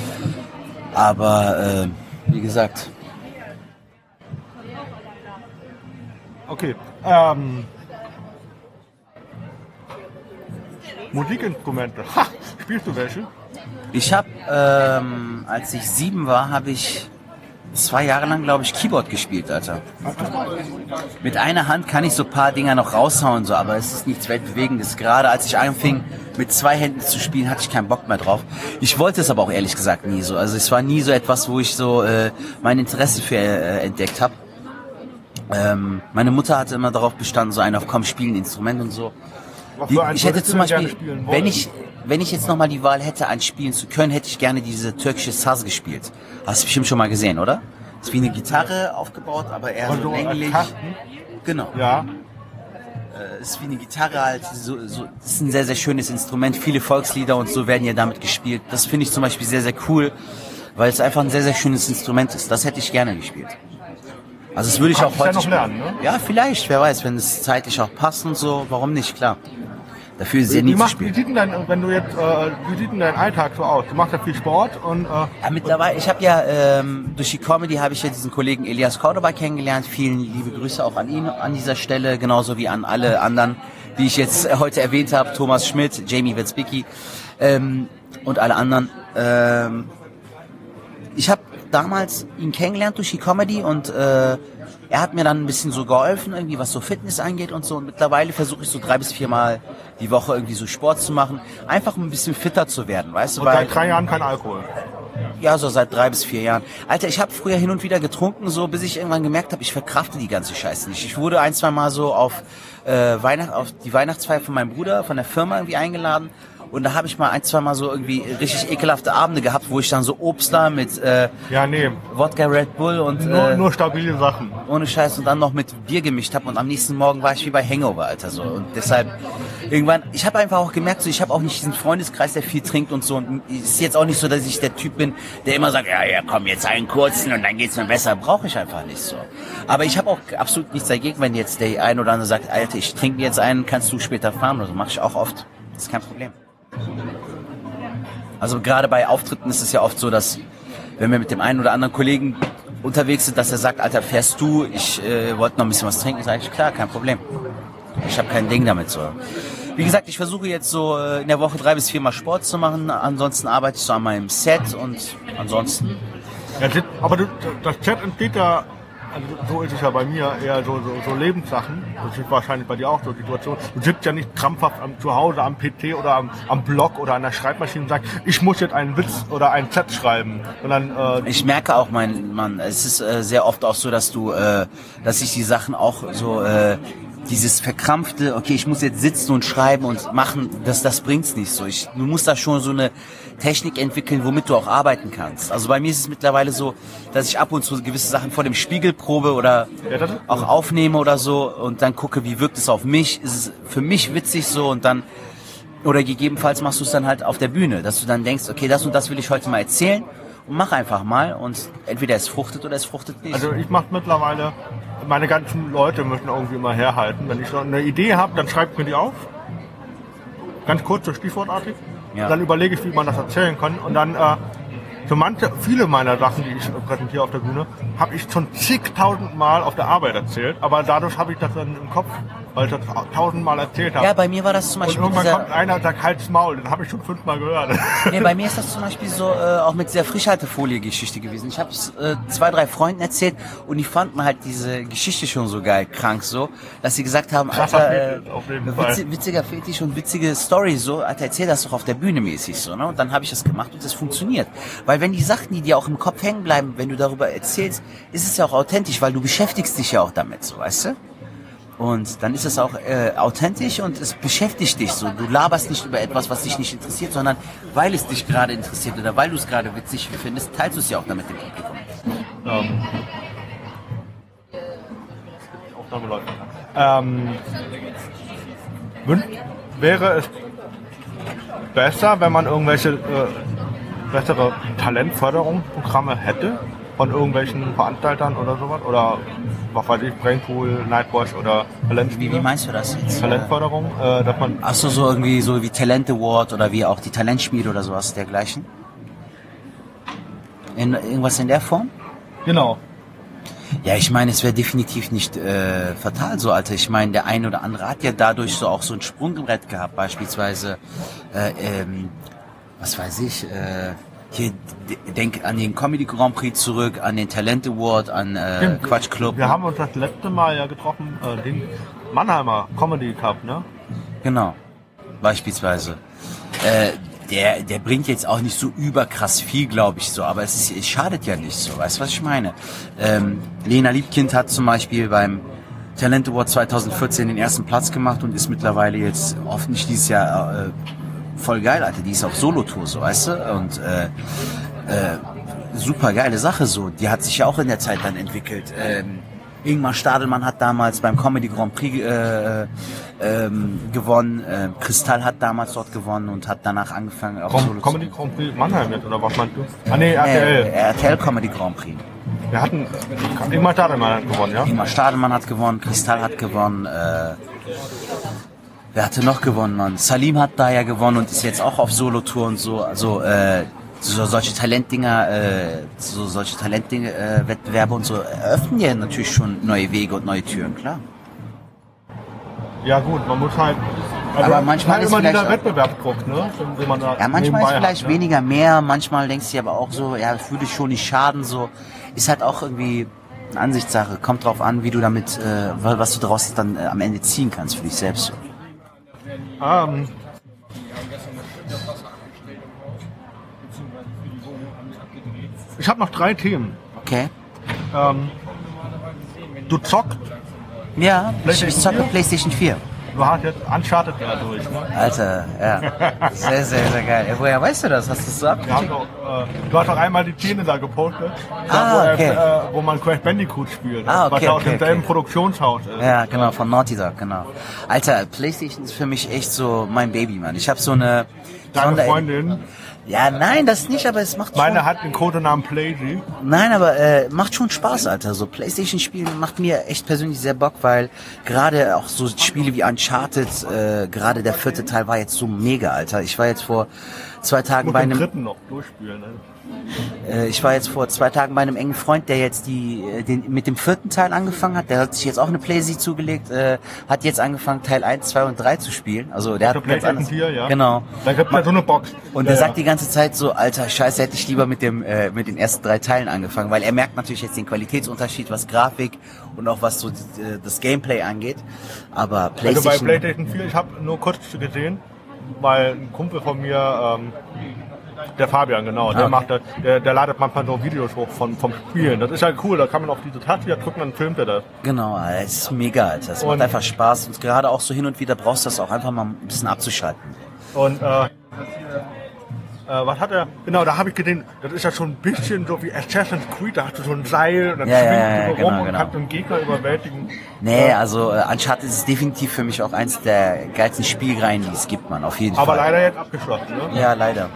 Aber äh, wie gesagt. Okay. Ähm, Musikinstrumente. Ha! Spielst du welche? Ich habe, ähm, als ich sieben war, habe ich zwei Jahre lang, glaube ich, Keyboard gespielt, Alter. Mit einer Hand kann ich so ein paar Dinger noch raushauen, so, aber es ist nichts Weltbewegendes. Gerade als ich anfing, mit zwei Händen zu spielen, hatte ich keinen Bock mehr drauf. Ich wollte es aber auch ehrlich gesagt nie so. Also es war nie so etwas, wo ich so äh, mein Interesse für äh, entdeckt habe. Ähm, meine Mutter hatte immer darauf bestanden, so einen auf komm, spielen ein Instrument und so. Was Die, für eins ich hätte würdest du zum denn gerne Beispiel, spielen wollen? wenn ich, wenn ich jetzt nochmal die Wahl hätte, eins spielen zu können, hätte ich gerne diese türkische Saz gespielt. Hast du bestimmt schon mal gesehen, oder? Ist wie eine Gitarre aufgebaut, aber eher Also so als länglich. Tasten? Genau. Ja. Äh, ist wie eine Gitarre halt. So, so, das ist ein sehr, sehr schönes Instrument. Viele Volkslieder und so werden ja damit gespielt. Das finde ich zum Beispiel sehr, sehr cool, weil es einfach ein sehr, sehr schönes Instrument ist. Das hätte ich gerne gespielt. Also das würde ich auch Kannst du ja heute noch spielen. lernen, ne? Ja, vielleicht, wer weiß, wenn es zeitlich auch passt und so, warum nicht, klar. Dafür ist es ja Wie, nie zu macht, wie spät. sieht denn dein, wenn du jetzt, äh, wie sieht denn dein Alltag so aus? Du machst ja viel Sport und äh, Ja, mittlerweile, ich habe ja ähm, durch die Comedy habe ich ja diesen Kollegen Elias Cordoba kennengelernt. Vielen liebe Grüße auch an ihn an dieser Stelle, genauso wie an alle anderen, die ich jetzt äh, heute erwähnt habe. Thomas Schmidt, Jamie Witzbicki ähm, und alle anderen. Ähm, ich habe damals ihn kennengelernt durch die Comedy und äh, er hat mir dann ein bisschen so geholfen, irgendwie was so Fitness angeht und so. Und mittlerweile versuche ich so drei bis viermal die Woche irgendwie so Sport zu machen, einfach um ein bisschen fitter zu werden, weißt du? und seit drei Jahren kein Alkohol. Ja, so seit drei bis vier Jahren. Alter, ich habe früher hin und wieder getrunken, so bis ich irgendwann gemerkt habe, ich verkrafte die ganze Scheiße nicht. Ich wurde ein, zwei Mal so auf, äh, Weihnacht, auf die Weihnachtsfeier von meinem Bruder, von der Firma irgendwie eingeladen. Und da habe ich mal ein, zwei Mal so irgendwie richtig ekelhafte Abende gehabt, wo ich dann so Obstler mit äh, Ja, nee. Wodka Red Bull und Nur, äh, nur stabile Sachen. ohne Scheiß und dann noch mit Bier gemischt habe und am nächsten Morgen war ich wie bei Hangover, Alter, so. Und deshalb irgendwann, ich habe einfach auch gemerkt, so ich habe auch nicht diesen Freundeskreis, der viel trinkt und so. Und es ist jetzt auch nicht so, dass ich der Typ bin, der immer sagt, ja, ja, komm, jetzt einen kurzen und dann geht's mir besser. Brauche ich einfach nicht so. Aber ich habe auch absolut nichts dagegen, wenn jetzt der ein oder andere sagt, Alter, ich trinke jetzt einen, kannst du später fahren oder so. Mache ich auch oft. Das ist kein Problem. Also gerade bei Auftritten ist es ja oft so, dass wenn wir mit dem einen oder anderen Kollegen unterwegs sind, dass er sagt, Alter, fährst du? Ich äh, wollte noch ein bisschen was trinken. Sag ich, klar, kein Problem. Ich habe kein Ding damit so. Wie gesagt, ich versuche jetzt so äh, in der Woche drei bis viermal Sport zu machen. Ansonsten arbeite ich so an meinem Set und ansonsten. Ja, aber du, das Chat entsteht ja, also so ist es ja bei mir, eher so, so, so Lebenssachen. Das ist wahrscheinlich bei dir auch so die Situation. Du sitzt ja nicht krampfhaft am, zu Hause am P T oder am, am Blog oder an der Schreibmaschine und sagst, ich muss jetzt einen Witz oder einen Chat schreiben. Und dann, äh, ich merke auch, mein Mann, es ist äh, sehr oft auch so, dass du, äh, dass ich die Sachen auch so, äh, dieses verkrampfte, okay, ich muss jetzt sitzen und schreiben und machen, das, das bringt's nicht so. Ich, du musst da schon so eine Technik entwickeln, womit du auch arbeiten kannst. Also bei mir ist es mittlerweile so, dass ich ab und zu gewisse Sachen vor dem Spiegel probe oder ja, auch aufnehme oder so und dann gucke, wie wirkt es auf mich. Ist es für mich witzig so und dann, oder gegebenenfalls machst du es dann halt auf der Bühne, dass du dann denkst, okay, das und das will ich heute mal erzählen und mach einfach mal und entweder es fruchtet oder es fruchtet nicht. Also ich mache mittlerweile, meine ganzen Leute müssen irgendwie immer herhalten. Wenn ich so eine Idee habe, dann schreibt mir die auf. Ganz kurz, so stichwortartig. Ja. Dann überlege ich, wie man das erzählen kann. Und dann, äh, so manche, viele meiner Sachen, die ich äh, präsentiere auf der Bühne, habe ich schon zigtausend Mal auf der Arbeit erzählt. Aber dadurch habe ich das dann im Kopf, weil ich das tausendmal erzählt habe. Ja, bei mir war das zum Beispiel. Und irgendwann dieser, kommt einer und sagt, halt's Maul, den habe ich schon fünfmal gehört. Nee, bei mir ist das zum Beispiel so äh, auch mit dieser Frischhaltefolie-Geschichte gewesen. Ich habe es äh, zwei, drei Freunden erzählt und die fanden halt diese Geschichte schon so geil, krank so, dass sie gesagt haben, Alter, äh, witz, witziger Fetisch und witzige Story so, Alter, erzähl das doch auf der Bühne mäßig so, ne? Und dann habe ich das gemacht und das funktioniert. Weil wenn die Sachen, die dir auch im Kopf hängen bleiben, wenn du darüber erzählst, ist es ja auch authentisch, weil du beschäftigst dich ja auch damit, so, weißt du? Und dann ist es auch äh, authentisch und es beschäftigt dich so. Du laberst nicht über etwas, was dich nicht interessiert, sondern weil es dich gerade interessiert oder weil du es gerade witzig findest, teilst du es ja auch damit dem Publikum. Ähm. Ähm, wäre es besser, wenn man irgendwelche äh, bessere Talentförderungsprogramme hätte von irgendwelchen Veranstaltern oder sowas? Oder was weiß ich, Brainpool, Nightwatch oder Talentspiele? Wie, wie meinst du das jetzt? Talentförderung, äh, dass man... Ach so, so irgendwie so wie Talent Award oder wie auch die Talentspiele oder sowas dergleichen? In, irgendwas in der Form? Genau. Ja, ich meine, es wäre definitiv nicht äh, fatal so, Alter. Ich meine, der eine oder andere hat ja dadurch so auch so ein Sprungbrett gehabt, beispielsweise, äh, ähm, was weiß ich, äh, hier, denk an den Comedy Grand Prix zurück, an den Talent Award, an äh, Quatsch Club. Wir haben uns das letzte Mal ja getroffen, äh, den Mannheimer Comedy Cup, ne? Genau, beispielsweise. Äh, der, der bringt jetzt auch nicht so überkrass viel, glaube ich, so, aber es, ist, es schadet ja nicht so, weißt du, was ich meine? Ähm, Lena Liebkind hat zum Beispiel beim Talent Award zwanzig vierzehn den ersten Platz gemacht und ist mittlerweile jetzt hoffentlich dieses Jahr äh, voll geil, Alter, die ist auf Solo-Tour, so, weißt du, und äh, äh, super geile Sache, so, die hat sich ja auch in der Zeit dann entwickelt. Ähm, Ingmar Stadelmann hat damals beim Comedy Grand Prix äh, ähm, gewonnen, äh, Kristall hat damals dort gewonnen und hat danach angefangen auch Com- Solo Comedy Grand Prix Mannheim jetzt, oder was meinst du? Ah nee, R T L. Äh, R T L Comedy Grand Prix. Wir hatten, Ingmar Stadelmann hat gewonnen, ja? Ingmar Stadelmann hat gewonnen, Kristall hat gewonnen, äh, wer hatte noch gewonnen, Mann? Salim hat da ja gewonnen und ist jetzt auch auf Solo-Tour und so, also äh, so solche Talentdinger, äh, so solche Talentdinge, äh, Wettbewerbe und so eröffnen ja natürlich schon neue Wege und neue Türen, klar. Ja gut, man muss halt, also aber manchmal ist immer vielleicht dieser auch, Wettbewerbsdruck, ne? Den man da ja, manchmal ist vielleicht hat, ne? weniger mehr, manchmal denkst du aber auch so, ja, fühle ich schon nicht schaden, so, ist halt auch irgendwie eine Ansichtssache, kommt drauf an, wie du damit, äh, was du daraus dann äh, am Ende ziehen kannst für dich selbst. Ähm, ich habe noch drei Themen. Okay. Ähm, du zockst. Ja, ich, ich zocke PlayStation vier. Du hast jetzt Uncharted ja durch, ne? Alter, ja. Sehr, sehr, sehr geil. Ja, woher weißt du das? Hast du es so abgekriegt? Doch, äh, du hast doch einmal die Szene da gepostet, Ah, da, wo, okay. er, äh, wo man Crash Bandicoot spielt, Ah, okay, was aus okay, demselben okay. Produktionshaus ist. Ja, genau, von Naughty Dog, genau. Alter, PlayStation ist für mich echt so mein Baby, Mann. Ich habe so eine... Deine Sonder- Freundin, Ja, nein, das nicht, aber es macht meine schon... hat den Codenamen Playsy. Nein, aber äh, macht schon Spaß, Alter. So PlayStation-Spielen macht mir echt persönlich sehr Bock, weil gerade auch so Spiele wie Uncharted, äh, gerade der vierte Teil war jetzt so mega, Alter. Ich war jetzt vor zwei Tagen Muss bei den einem, dritten noch durchspielen. Ne? äh, ich war jetzt vor zwei Tagen bei einem engen Freund, der jetzt die, äh, den, mit dem vierten Teil angefangen hat. Der hat sich jetzt auch eine Playsee zugelegt, äh, hat jetzt angefangen Teil eins, zwei und drei zu spielen. Also der Auf hat der ganz anders. PlayStation vier, ja. Genau. Da gibt es ja so eine Box. Und ja, er ja. sagt die ganze Zeit so, alter Scheiße, hätte ich lieber mit dem äh, mit den ersten drei Teilen angefangen, weil er merkt natürlich jetzt den Qualitätsunterschied, was Grafik und auch was so die, äh, das Gameplay angeht. Aber Also bei PlayStation, PlayStation vier, ich habe nur kurz gesehen, weil ein Kumpel von mir, ähm, der Fabian, genau, der okay. macht das, der, der ladet manchmal so Videos hoch von, vom Spielen. Das ist ja cool, da kann man auf diese Taste hier drücken, dann filmt er das. genau, Alter, es ist mega, Alter. Es macht Und- einfach Spaß und gerade auch so hin und wieder brauchst du das auch einfach mal ein bisschen abzuschalten. Und äh, äh, was hat er? Genau, da habe ich gesehen, das ist ja schon ein bisschen so wie Assassin's Creed, da hast du so ein Seil und dann Ja, ja, schwingst ja, du so genau, rum und genau. kannst einen Gegner überwältigen. Nee, also äh, Uncharted ist definitiv für mich auch eins der geilsten Spielreihen, die es gibt, man, auf jeden Aber Fall. leider jetzt abgeschlossen, ne? Ja, leider.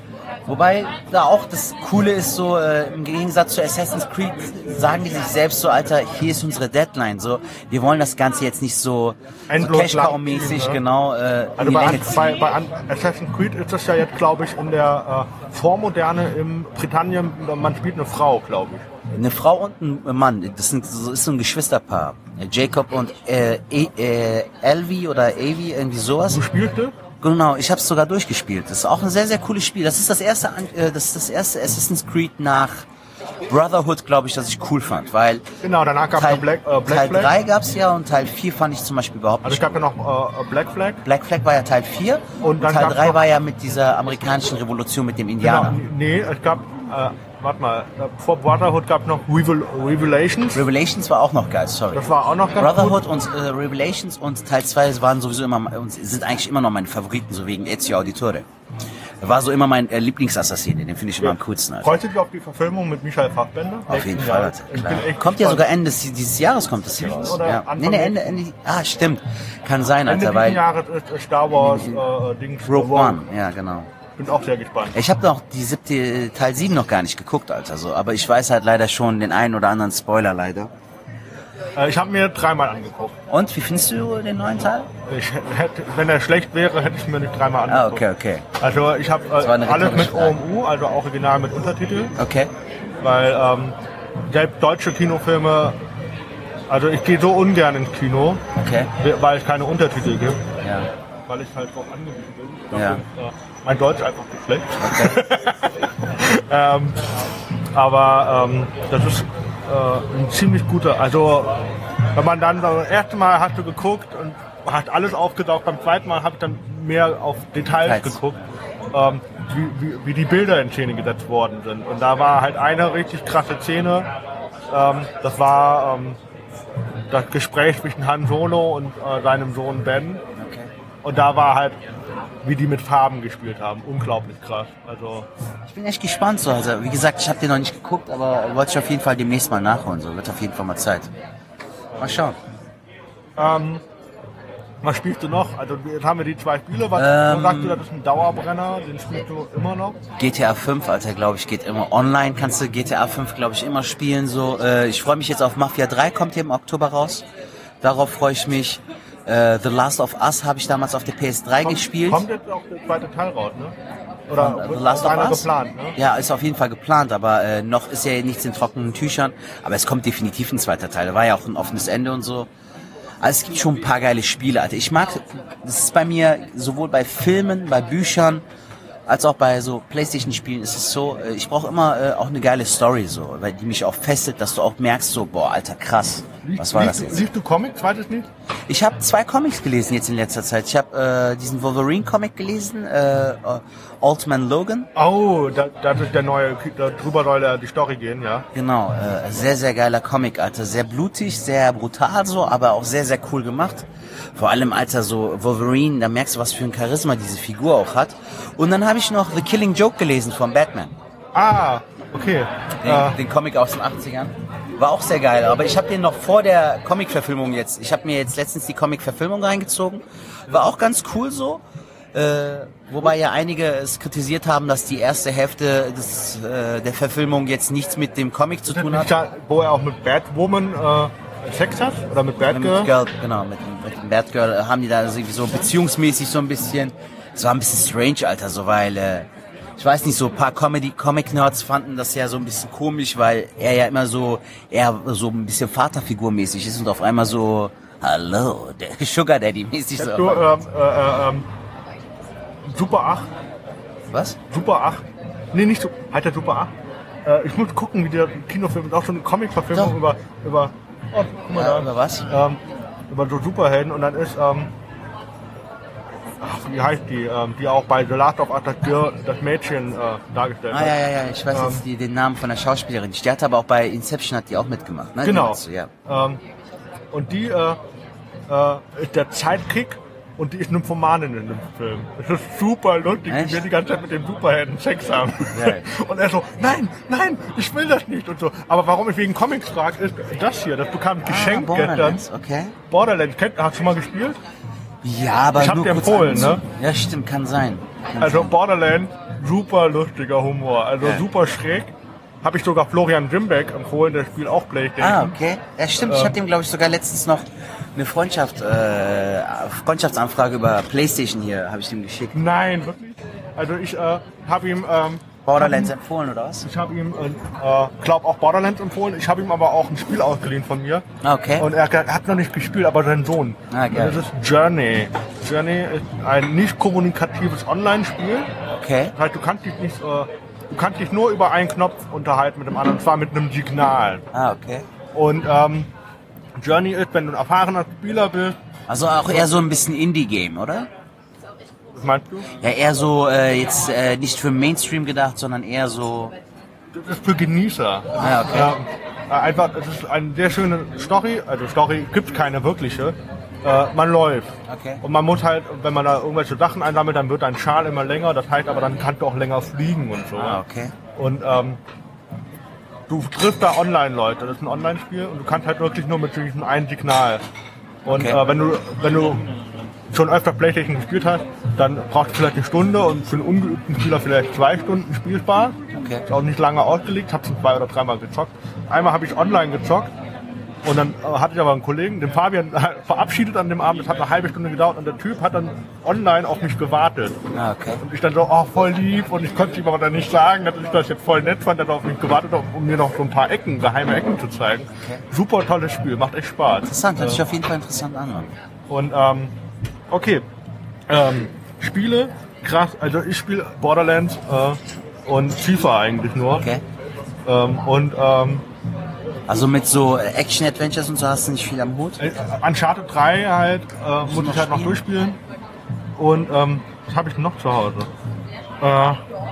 Wobei da auch das Coole ist, so äh, im Gegensatz zu Assassin's Creed sagen die sich selbst so, Alter, hier ist unsere Deadline, so, wir wollen das Ganze jetzt nicht so, so Endlos Cash-Cow-mäßig, lang ziehen, ne? genau, äh, in Also die bei, Länge An- ziehen. bei, bei An- Assassin's Creed ist das ja jetzt, glaube ich, in der äh, Vormoderne in Britannien, man spielt eine Frau, glaube ich. Eine Frau und ein Mann, das sind, so ist so ein Geschwisterpaar. Jacob und äh, e, äh, Elvi oder Avi, irgendwie sowas. Du spielst das? Genau, ich habe es sogar durchgespielt. Das ist auch ein sehr, sehr cooles Spiel. Das ist das erste, An- äh, das ist das erste Assassin's Creed nach Brotherhood, glaube ich, das ich cool fand, weil Genau, danach gab es Teil, Black, äh, Black Teil Flag. drei gab's ja und Teil vier fand ich zum Beispiel überhaupt Also es nicht. gab ja noch äh, Black Flag. Black Flag war ja Teil vier Und und dann Teil gab's drei noch- war ja mit dieser amerikanischen Revolution mit dem Indianer. Genau, nee, es gab, äh, warte mal, äh, vor Brotherhood gab es noch Revel Revelations. Revelations war auch noch geil, sorry. Das war auch noch ganz Brotherhood und äh, Revelations und Teil zwei waren sowieso immer und sind eigentlich immer noch meine Favoriten, so wegen Ezio Auditore. War so immer mein äh, Lieblingsassassine, den finde ich immer am coolsten. Alter. Freust du dich auf die Verfilmung mit Michael Fassbender? Auf jeden Ja, Fall, Alter, ich klar. bin echt Kommt ja gespannt. sogar Ende des, dieses Jahres kommt es hier Diesen raus. oder Ja. Anfang Nee, nee, Ende, nächsten? Ende, ah, stimmt. Kann sein, Ende Alter, dieses weil Jahres ist äh, Star Wars äh, Dings. Rogue One, ja, genau. Bin auch sehr gespannt. Ich habe noch die siebte Teil sieben noch gar nicht geguckt, Alter, so, aber ich weiß halt leider schon den einen oder anderen Spoiler leider. Äh, ich habe mir dreimal angeguckt. Und wie findest du den neuen Teil? Ich hätte, wenn er schlecht wäre, hätte ich mir nicht dreimal Ah, angeguckt. okay, okay. Also ich habe war äh, eine alles mit rhetorische O M U, also auch original mit Untertitel, Okay. weil ähm, selbst deutsche Kinofilme, also ich gehe so ungern ins Kino, Okay. weil es keine Untertitel gibt, Ja. weil ich halt drauf angewiesen bin. Ja. Dafür ist, äh, mein Deutsch einfach zu schlecht. ähm, aber ähm, das ist äh, ein ziemlich guter, also wenn man dann das erste Mal hast du geguckt und hat alles aufgesaugt, beim zweiten Mal habe ich dann mehr auf Details Details. geguckt, ähm, wie, wie, wie die Bilder in Szene gesetzt worden sind. Und da war halt eine richtig krasse Szene, ähm, das war ähm, das Gespräch zwischen Han Solo und äh, seinem Sohn Ben. Okay. Und da war halt, wie die mit Farben gespielt haben, unglaublich krass. Also Ich bin echt gespannt, so, also, wie gesagt, ich habe den noch nicht geguckt, aber wollte ich auf jeden Fall demnächst mal nachholen, so, wird auf jeden Fall mal Zeit. Mal schauen. Ähm, was spielst du noch? Also jetzt haben wir die zwei Spiele. Was Ähm, sagst du, das ist ein Dauerbrenner? Den spielst du immer noch? G T A fünf, Alter, glaube ich, geht immer online. Kannst du G T A fünf, glaube ich, immer spielen. So, äh, ich freue mich jetzt auf Mafia drei, kommt hier im Oktober raus. Darauf freue ich mich. Äh, The Last of Us habe ich damals auf der P S drei gespielt. Kommt jetzt auch der zweite Teil raus, ne? Oder Von, äh, wird The Last of einer Us? geplant, ne? Ja, ist auf jeden Fall geplant, aber äh, noch ist ja nichts in trockenen Tüchern. Aber es kommt definitiv ein zweiter Teil. Da war ja auch ein offenes Ende und so. Also es gibt schon ein paar geile Spiele, Alter. Ich mag, das ist bei mir sowohl bei Filmen, bei Büchern, als auch bei so Playstation-Spielen ist es so, äh, ich brauche immer äh, auch eine geile Story, so, weil die mich auch fesselt, dass du auch merkst, so, boah, Alter, krass. Was war das Liest- jetzt? Liest du Comics? Zweites nicht? Ich habe zwei Comics gelesen jetzt in letzter Zeit. Ich habe äh, diesen Wolverine-Comic gelesen, äh, äh, Old Man Logan. Oh, da, das ist der neue, da drüber soll ja die Story gehen, ja. Genau, äh, sehr, sehr geiler Comic, Alter. Sehr blutig, sehr brutal so, aber auch sehr, sehr cool gemacht. Vor allem, Alter, so Wolverine, da merkst du, was für ein Charisma diese Figur auch hat. Und dann habe ich noch The Killing Joke gelesen von Batman. Ah, okay. Den, Äh, den Comic aus den achtzigern. War auch sehr geil, aber ich habe den noch vor der Comic-Verfilmung jetzt. Ich habe mir jetzt letztens die Comic-Verfilmung reingezogen. War auch ganz cool so. Äh, wobei ja einige es kritisiert haben, dass die erste Hälfte des, äh, der Verfilmung jetzt nichts mit dem Comic zu tun hat. da, wo er auch mit Batwoman äh, Sex hat? Oder mit Batgirl? Mit Girl, genau, mit, dem- mit dem Batgirl haben die da irgendwie so beziehungsmäßig so ein bisschen, es war ein bisschen strange, Alter, so, weil äh, ich weiß nicht, so ein paar Comedy, Comic-Nerds fanden das ja so ein bisschen komisch, weil er ja immer so, eher so ein bisschen Vaterfigurmäßig ist und auf einmal so, hallo, der Sugar Daddy-mäßig so. Du, ähm, äh, ähm, Super acht. Was? Super acht. Nee, nicht so. Halt der Super acht. Äh, ich muss gucken, wie der Kinofilm ist. Auch so eine Comic-Verfilmung Doch. über, über, oh, guck mal Ja, da. über was? Ähm, über so Superhelden und dann ist, ähm, ach, wie heißt die, ähm, die auch bei The Last of Us das, Girl, das Mädchen äh, dargestellt Ah, hat. ja, ja, ja, ich weiß Ähm, jetzt die, den Namen von der Schauspielerin. Die hat aber auch bei Inception hat die auch mitgemacht, ne? Genau. Die meinst du, ja. Ähm, und die äh, äh, ist der Sidekick und die ist Nymphomanin in dem Film. Das ist super lustig, Echt? wie wir die ganze Zeit mit dem Superhelden Sex haben. Geil. Und er so, nein, nein, ich will das nicht und so. Aber warum ich wegen Comics frage, ist das hier, das bekam ich geschenkt ah, gestern. Borderlands, okay. Borderlands, kennt, hast du schon mal gespielt? Ja, aber Ich hab nur dir kurz empfohlen, anzu- ne? Ja, stimmt, kann sein. Kann Also sein. Borderlands, super lustiger Humor, also Ja. super schräg. Habe ich sogar Florian Jimbeck empfohlen, der spielt auch PlayStation. Ah, okay. Ja, stimmt. Ich habe dem, glaube ich, sogar letztens noch eine Freundschaft, äh, Freundschaftsanfrage über PlayStation hier, habe ich dem geschickt. Nein, wirklich? Also ich äh, habe ihm, ähm, Borderlands empfohlen, oder was? ich habe ihm, äh, glaub auch Borderlands empfohlen. Ich habe ihm aber auch ein Spiel ausgeliehen von mir. Ah, okay. Und er hat- er hat noch nicht gespielt, aber sein Sohn. Ah, geil. Und das ist Journey. Journey ist ein nicht kommunikatives Online-Spiel. Okay. Das heißt, du kannst dich nicht, äh, du kannst dich nur über einen Knopf unterhalten mit dem anderen, und zwar mit einem Signal. Ah, okay. Und ähm, Journey ist, wenn du ein erfahrener Spieler bist, Also auch eher so ein bisschen Indie-Game, oder? was meinst du? Ja, eher so, äh, jetzt äh, nicht für Mainstream gedacht, sondern eher so... Das ist für Genießer. Ah, okay. Ja, äh, einfach, es ist eine sehr schöne Story. Also Story gibt keine wirkliche. Äh, man läuft. Okay. Und man muss halt, wenn man da irgendwelche Sachen einsammelt, dann wird dein Schal immer länger. Das heißt aber, dann kannst du auch länger fliegen und so. Ah, okay. Und ähm, du triffst da Online-Leute. Das ist ein Online-Spiel und du kannst halt wirklich nur mit diesem einen Signal. Und Okay. äh, wenn du wenn du schon öfter PlayStation gespielt hast, dann brauchst du vielleicht eine Stunde und für einen ungeübten Spieler vielleicht zwei Stunden Spielspaß. Okay. Ist auch nicht lange ausgelegt, hab's zwei oder dreimal gezockt. Einmal habe ich online gezockt und dann äh, hatte ich aber einen Kollegen, den Fabian, verabschiedet an dem Abend. Das hat eine halbe Stunde gedauert und der Typ hat dann online auf mich gewartet. Ah, okay. Und ich dann so, oh, voll lieb und ich konnte ihm aber dann nicht sagen, dass ich das jetzt voll nett fand, dass er auf mich gewartet hat, um mir noch so ein paar Ecken, geheime Ecken zu zeigen. Okay. Super tolles Spiel, macht echt Spaß. Interessant, hört sich auf jeden Fall interessant an. Mann. Und ähm, okay, ähm, Spiele, krass, also ich spiele Borderlands äh, und FIFA eigentlich nur. Okay. Ähm, und ähm, Also mit so äh, Action-Adventures und so hast du nicht viel am Hut? äh, Uncharted drei halt, äh, muss noch ich halt noch spielen? durchspielen. Und ähm, was habe ich denn noch zu Hause? Äh,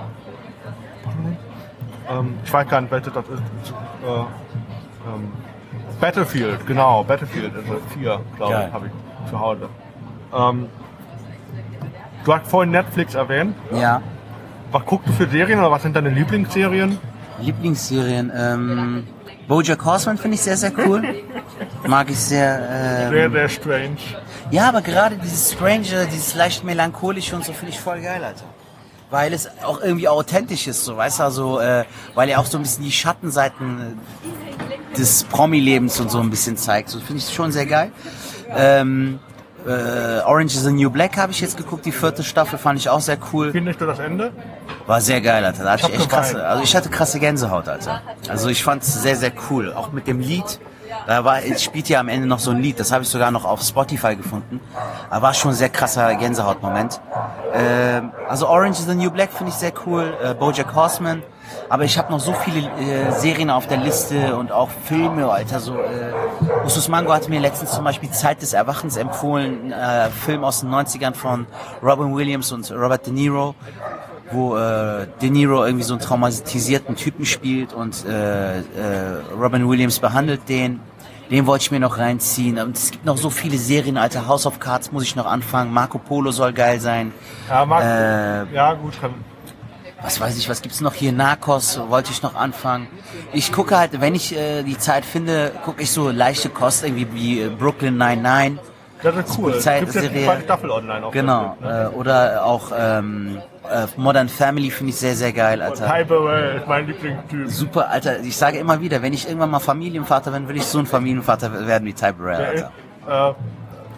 ähm, ich weiß gar nicht, welches das ist. Äh, ähm, Battlefield, genau, Battlefield ist es. Vier, glaube Geil. ich, habe ich zu Hause. Ähm, du hast vorhin Netflix erwähnt. Ja. Was guckst du für Serien oder was sind deine Lieblingsserien? Lieblingsserien, ähm, BoJack Horseman finde ich sehr, sehr cool. Mag ich sehr. Sehr, Ähm, sehr strange. ja, aber gerade dieses Strange, dieses leicht melancholische und so finde ich voll geil, Alter. Weil es auch irgendwie authentisch ist, so, weißt du, also, äh, weil er auch so ein bisschen die Schattenseiten äh, des Promi-Lebens und so ein bisschen zeigt. So finde ich schon sehr geil. Ähm, äh, Orange is the New Black habe ich jetzt geguckt, die vierte Staffel fand ich auch sehr cool. Findest du das Ende? War sehr geil, Alter. Da hatte Ich ich hab echt krasse, geweint. also ich hatte krasse Gänsehaut, Alter. Also ich fand es sehr, sehr cool. Auch mit dem Lied. Da war, es spielt ja am Ende noch so ein Lied. Das habe ich sogar noch auf Spotify gefunden. Da war schon ein sehr krasser Gänsehautmoment. Ähm, also Orange is the New Black finde ich sehr cool. Äh, BoJack Horseman. Aber ich habe noch so viele äh, Serien auf der Liste und auch Filme, Alter. So, äh, Usus Mango hat mir letztens zum Beispiel Zeit des Erwachens empfohlen. Äh, Film aus den neunzigern von Robin Williams und Robert De Niro, wo äh, De Niro irgendwie so einen traumatisierten Typen spielt und äh, äh, Robin Williams behandelt den. Den wollte ich mir noch reinziehen. Und es gibt noch so viele Serien, Alter. House of Cards muss ich noch anfangen. Marco Polo soll geil sein. Ja, mag, Äh, ja gut, kann, was weiß ich, was gibt's noch hier? Narcos wollte ich noch anfangen. Ich gucke halt, wenn ich äh, die Zeit finde, gucke ich so leichte Kost, irgendwie wie äh, Brooklyn Nine-Nine. das ist cool. Polizei- Gibt jetzt die Serie. zweite Staffel online auf Genau. Netflix, ne? Äh, oder auch ähm, äh, Modern Family finde ich sehr, sehr geil, Alter. Ty Burrell ist mein Lieblingstyp. Super, Alter. Ich sage immer wieder, wenn ich irgendwann mal Familienvater bin, will ich so ein Familienvater werden wie Ty Burrell, Der ist, Alter. äh,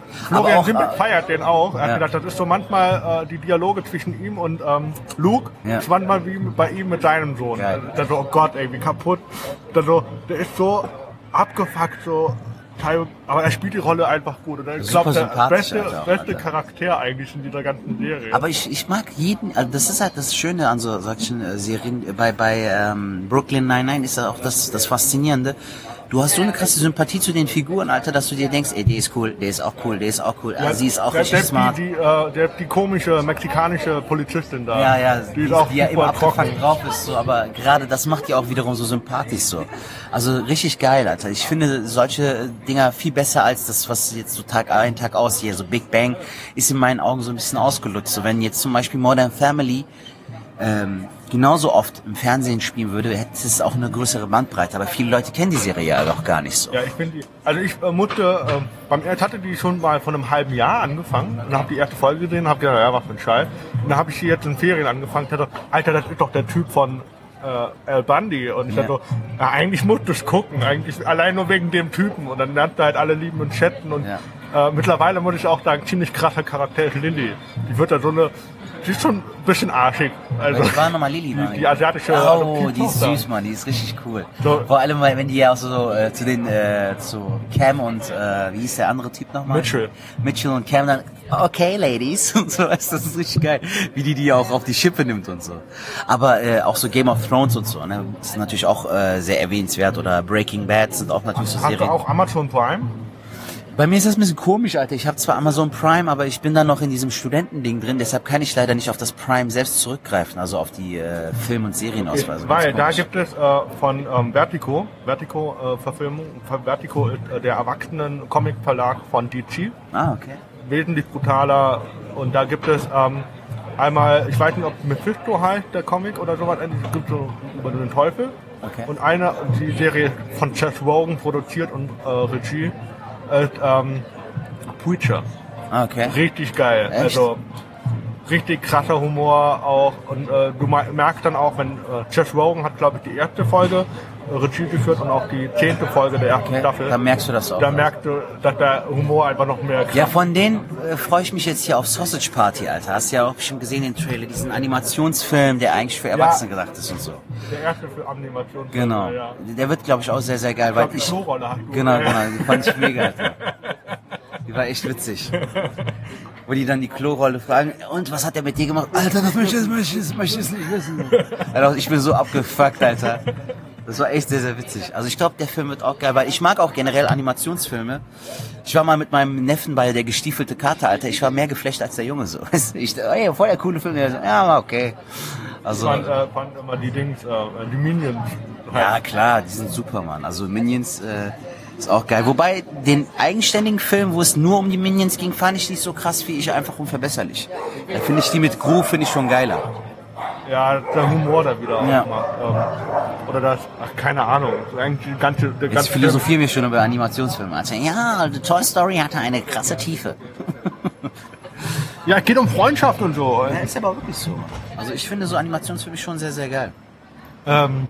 Florian auch, Simbeck äh, feiert den auch. Er hat ja. gedacht, das ist so manchmal äh, die Dialoge zwischen ihm und ähm, Luke. Ja. Das ist manchmal wie bei ihm mit seinem Sohn. Geil. Also, der so, oh Gott, ey, wie kaputt. Der, so, der ist so abgefuckt, so. Aber er spielt die Rolle einfach gut. Und ich glaube, der sympathisch, beste, Alter, auch, beste Alter. Charakter eigentlich in dieser ganzen Serie. Aber ich, ich mag jeden, also das ist halt das Schöne an so solchen äh, Serien. Bei, bei ähm, Brooklyn Nine-Nine ist ja auch das, das Faszinierende. Du hast so eine krasse Sympathie zu den Figuren, Alter, dass du dir denkst, ey, der ist cool, der ist auch cool, der ist auch cool, ah, sie ist auch der, richtig der, smart. Die, die, äh, der, die komische mexikanische Polizistin da. Ja, ja, die ist auch die ja immer super trocken. abgefuckt drauf ist, so, aber gerade das macht die auch wiederum so sympathisch so. Also richtig geil, Alter. Ich finde solche Dinger viel besser als das, was jetzt so Tag ein, Tag aus hier, so Big Bang, ist in meinen Augen so ein bisschen ausgelutscht. So, wenn jetzt zum Beispiel Modern Family ähm, genauso oft im Fernsehen spielen würde, hätte es auch eine größere Bandbreite. Aber viele Leute kennen die Serie ja doch gar nicht so. Ja, ich finde die, also ich äh, musste, äh, beim ich hatte die schon mal vor einem halben Jahr angefangen und habe die erste Folge gesehen und habe gedacht, ja, was für ein Scheiß. Und dann habe ich die jetzt in Ferien angefangen und dachte, Alter, das ist doch der Typ von äh, Al Bundy. Und ich Ja. dachte so, ja, eigentlich musst du es gucken, eigentlich allein nur wegen dem Typen. Und dann lernte halt alle lieben und chatten und Ja. äh, mittlerweile muss ich auch sagen, ziemlich krasser Charakter ist Lilly. Die wird da so eine, die ist schon ein bisschen arschig. Also, Welche war nochmal Lilly? die, die asiatische Oh, die ist Adoptivtochter. süß, Mann, die ist richtig cool. So. Vor allem, weil wenn die ja auch so äh, zu den, äh, zu Cam und, äh, wie hieß der andere Typ nochmal? Mitchell. Mitchell und Cam dann, okay, Ladies, und so, das ist richtig geil, wie die die auch auf die Schippe nimmt und so. Aber äh, auch so Game of Thrones und so, ne, das ist natürlich auch äh, sehr erwähnenswert, oder Breaking Bad sind auch natürlich so Hast du Serien. auch Amazon Prime? Bei mir ist das ein bisschen komisch, Alter. Ich habe zwar Amazon Prime, aber ich bin da noch in diesem Studentending drin, deshalb kann ich leider nicht auf das Prime selbst zurückgreifen, also auf die äh, Film- und Serienauswahl. Also Weil ganz da komisch. gibt es äh, von ähm, Vertigo, Vertigo äh, Verfilmung, Vertigo ist äh, der Erwachsenen-Comic-Verlag von D C, Ah, okay. wesentlich brutaler, und da gibt es ähm, einmal, ich weiß nicht, ob Mephisto heißt, der Comic oder sowas, es gibt so über den Teufel, Okay. und eine, die Serie von Seth Rogen produziert und äh, Regie, ist ähm, Preacher. Ah, okay. Richtig geil. Echt? Also richtig krasser Humor auch. Und äh, du ma- merkst dann auch, wenn äh, Seth Rogen hat, glaube ich, die erste Folge äh, Regie geführt und auch die zehnte Folge der ersten Okay, Staffel. da merkst du das auch. Da merkst du, dass der Humor einfach noch mehr Ja, von denen äh, freue ich mich jetzt hier auf Sausage Party, Alter. Hast du ja auch bestimmt gesehen, den Trailer, diesen Animationsfilm, der eigentlich für Erwachsene gedacht ist und so. Der erste für Animation. Genau. Ja. Der wird, glaube ich, auch sehr, sehr geil, weil Die ich... Klorolle hast du. Genau, genau, die fand ich mega, Alter. Die war echt witzig. Wo die dann die Klorolle fragen, und was hat der mit dir gemacht? Alter, das möchte ich, das möchte ich, das möchte ich nicht wissen. Alter, ich bin so abgefuckt, Alter. Das war echt sehr, sehr witzig. Also ich glaube, der Film wird auch geil, weil ich mag auch generell Animationsfilme. Ich war mal mit meinem Neffen bei Der gestiefelte Kater, Alter. Ich war mehr geflasht als der Junge so. Ich dachte, ey, voll der coole Film. Der so, ja, war okay. Ich Also, fand, äh, fand immer die Dings, äh, die Minions. ja klar, die sind super, Mann. Also Minions äh, ist auch geil. Wobei, den eigenständigen Film, wo es nur um die Minions ging, fand ich nicht so krass wie ich, einfach unverbesserlich. Da finde ich die mit Gru, finde ich schon geiler. Ja, der Humor da wieder Ja. auch macht. Ähm, oder das, ach, keine Ahnung. Eigentlich die ganze, der Jetzt ganze philosophieren wir schon über Animationsfilme. Also, ja, die Toy Story hatte eine krasse Tiefe. Ja, es geht um Freundschaft und so. Ja, ist aber wirklich so. Also ich finde so Animationsfilme schon sehr, sehr geil. Ähm,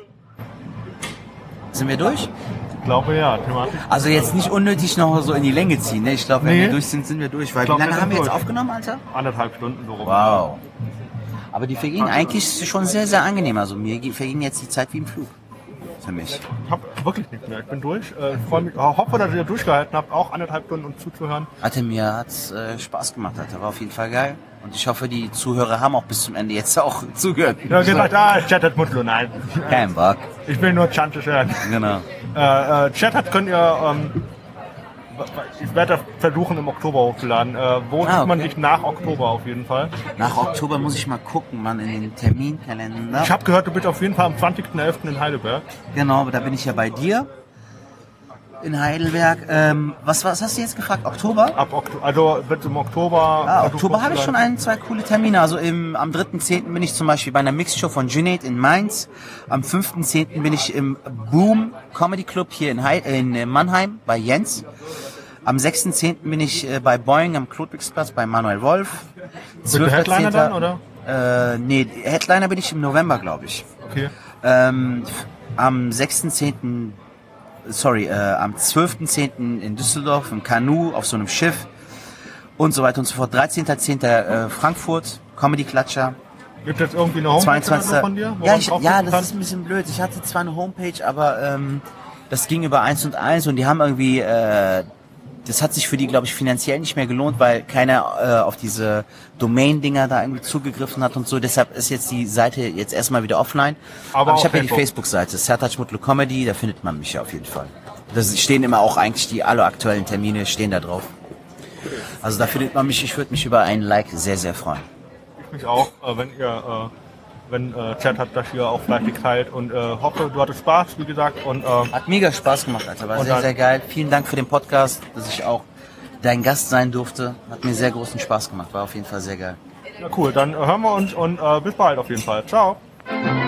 Sind wir durch? ich glaube ja, thematisch. Also jetzt nicht unnötig noch so in die Länge ziehen. Ne? Ich glaube, wenn Nee. wir durch sind, sind wir durch. Weil Ich glaub, wie lange wir haben wir sind jetzt durch. aufgenommen, Alter? Anderthalb Stunden so rum. Wow. Aber die vergehen eigentlich schon sehr, sehr angenehm. Also mir ge- verging jetzt die Zeit wie im Flug. Für mich. Ich habe wirklich nichts mehr. Ich bin durch. Äh, Ich freu mich, hoffe, dass ihr durchgehalten habt, auch anderthalb Stunden uns zuzuhören. Alter, mir hat's äh, Spaß gemacht, Alter. War auf jeden Fall geil. Und ich hoffe, die Zuhörer haben auch bis zum Ende jetzt auch zugehört. Ja, gesagt, ah, Chat hat Mundlo. Nein. Kein Bock. Ich will nur Chantes hören. Genau. Äh, äh, Chat hat könnt ihr, ähm, ich werde das versuchen im Oktober hochzuladen. Äh, wo Ah, sieht man okay. sich nach Oktober auf jeden Fall? Nach Oktober muss ich mal gucken, Mann, in den Terminkalender. Ich habe gehört, du bist auf jeden Fall am zwanzigsten elften in Heidelberg. Genau, aber da bin ich ja bei dir. In Heidelberg. Ähm, was, was hast du jetzt gefragt? Oktober? Ab Oktober, also wird im Oktober. Ah, versucht Oktober habe ich schon hochzuladen. ein, zwei coole Termine. Also im, am dritten zehnten bin ich zum Beispiel bei einer Mixshow von Junaid in Mainz. Am fünften zehnten bin ich im Boom Comedy Club hier in, Hei- in äh, Mannheim bei Jens. Am sechsten zehnten bin ich äh, bei Boeing am Klotwigsplatz bei Manuel Wolf. Bist du Headliner dann, oder? Äh, nee, Headliner bin ich im November, glaube ich. Okay. Ähm, f- am sechsten zehnten sorry, äh, am zwölften zehnten in Düsseldorf im Kanu auf so einem Schiff. und so weiter und so fort. dreizehnter zehnter Äh, Frankfurt, Comedy-Klatscher. Gibt es jetzt irgendwie eine Homepage zweiundzwanzigster von dir? Ja, ich, ja, das ist ein bisschen blöd. Ich hatte zwar eine Homepage, aber ähm, das ging über eins und eins und die haben irgendwie, äh, das hat sich für die, glaube ich, finanziell nicht mehr gelohnt, weil keiner äh, auf diese Domain-Dinger da irgendwie zugegriffen hat und so. Deshalb ist jetzt die Seite jetzt erstmal wieder offline. Aber, aber ich auf habe ja die Facebook. Facebook-Seite, Sertac Mutlu Comedy, da findet man mich ja auf jeden Fall. Da stehen immer auch eigentlich die alle aktuellen Termine, stehen da drauf. Also da findet man mich, ich würde mich über einen Like sehr, sehr freuen. Ich mich auch, äh, wenn ihr, äh, wenn äh, Chat hat das hier auch fleißig teilt und äh, hoffe, du hattest Spaß, wie gesagt. Und, äh, Hat mega Spaß gemacht, Alter. War Und sehr, dann- sehr geil. Vielen Dank für den Podcast, dass ich auch dein Gast sein durfte. Hat mir sehr großen Spaß gemacht. War auf jeden Fall sehr geil. ja, cool, dann äh, hören wir uns und äh, bis bald auf jeden Fall. Ciao.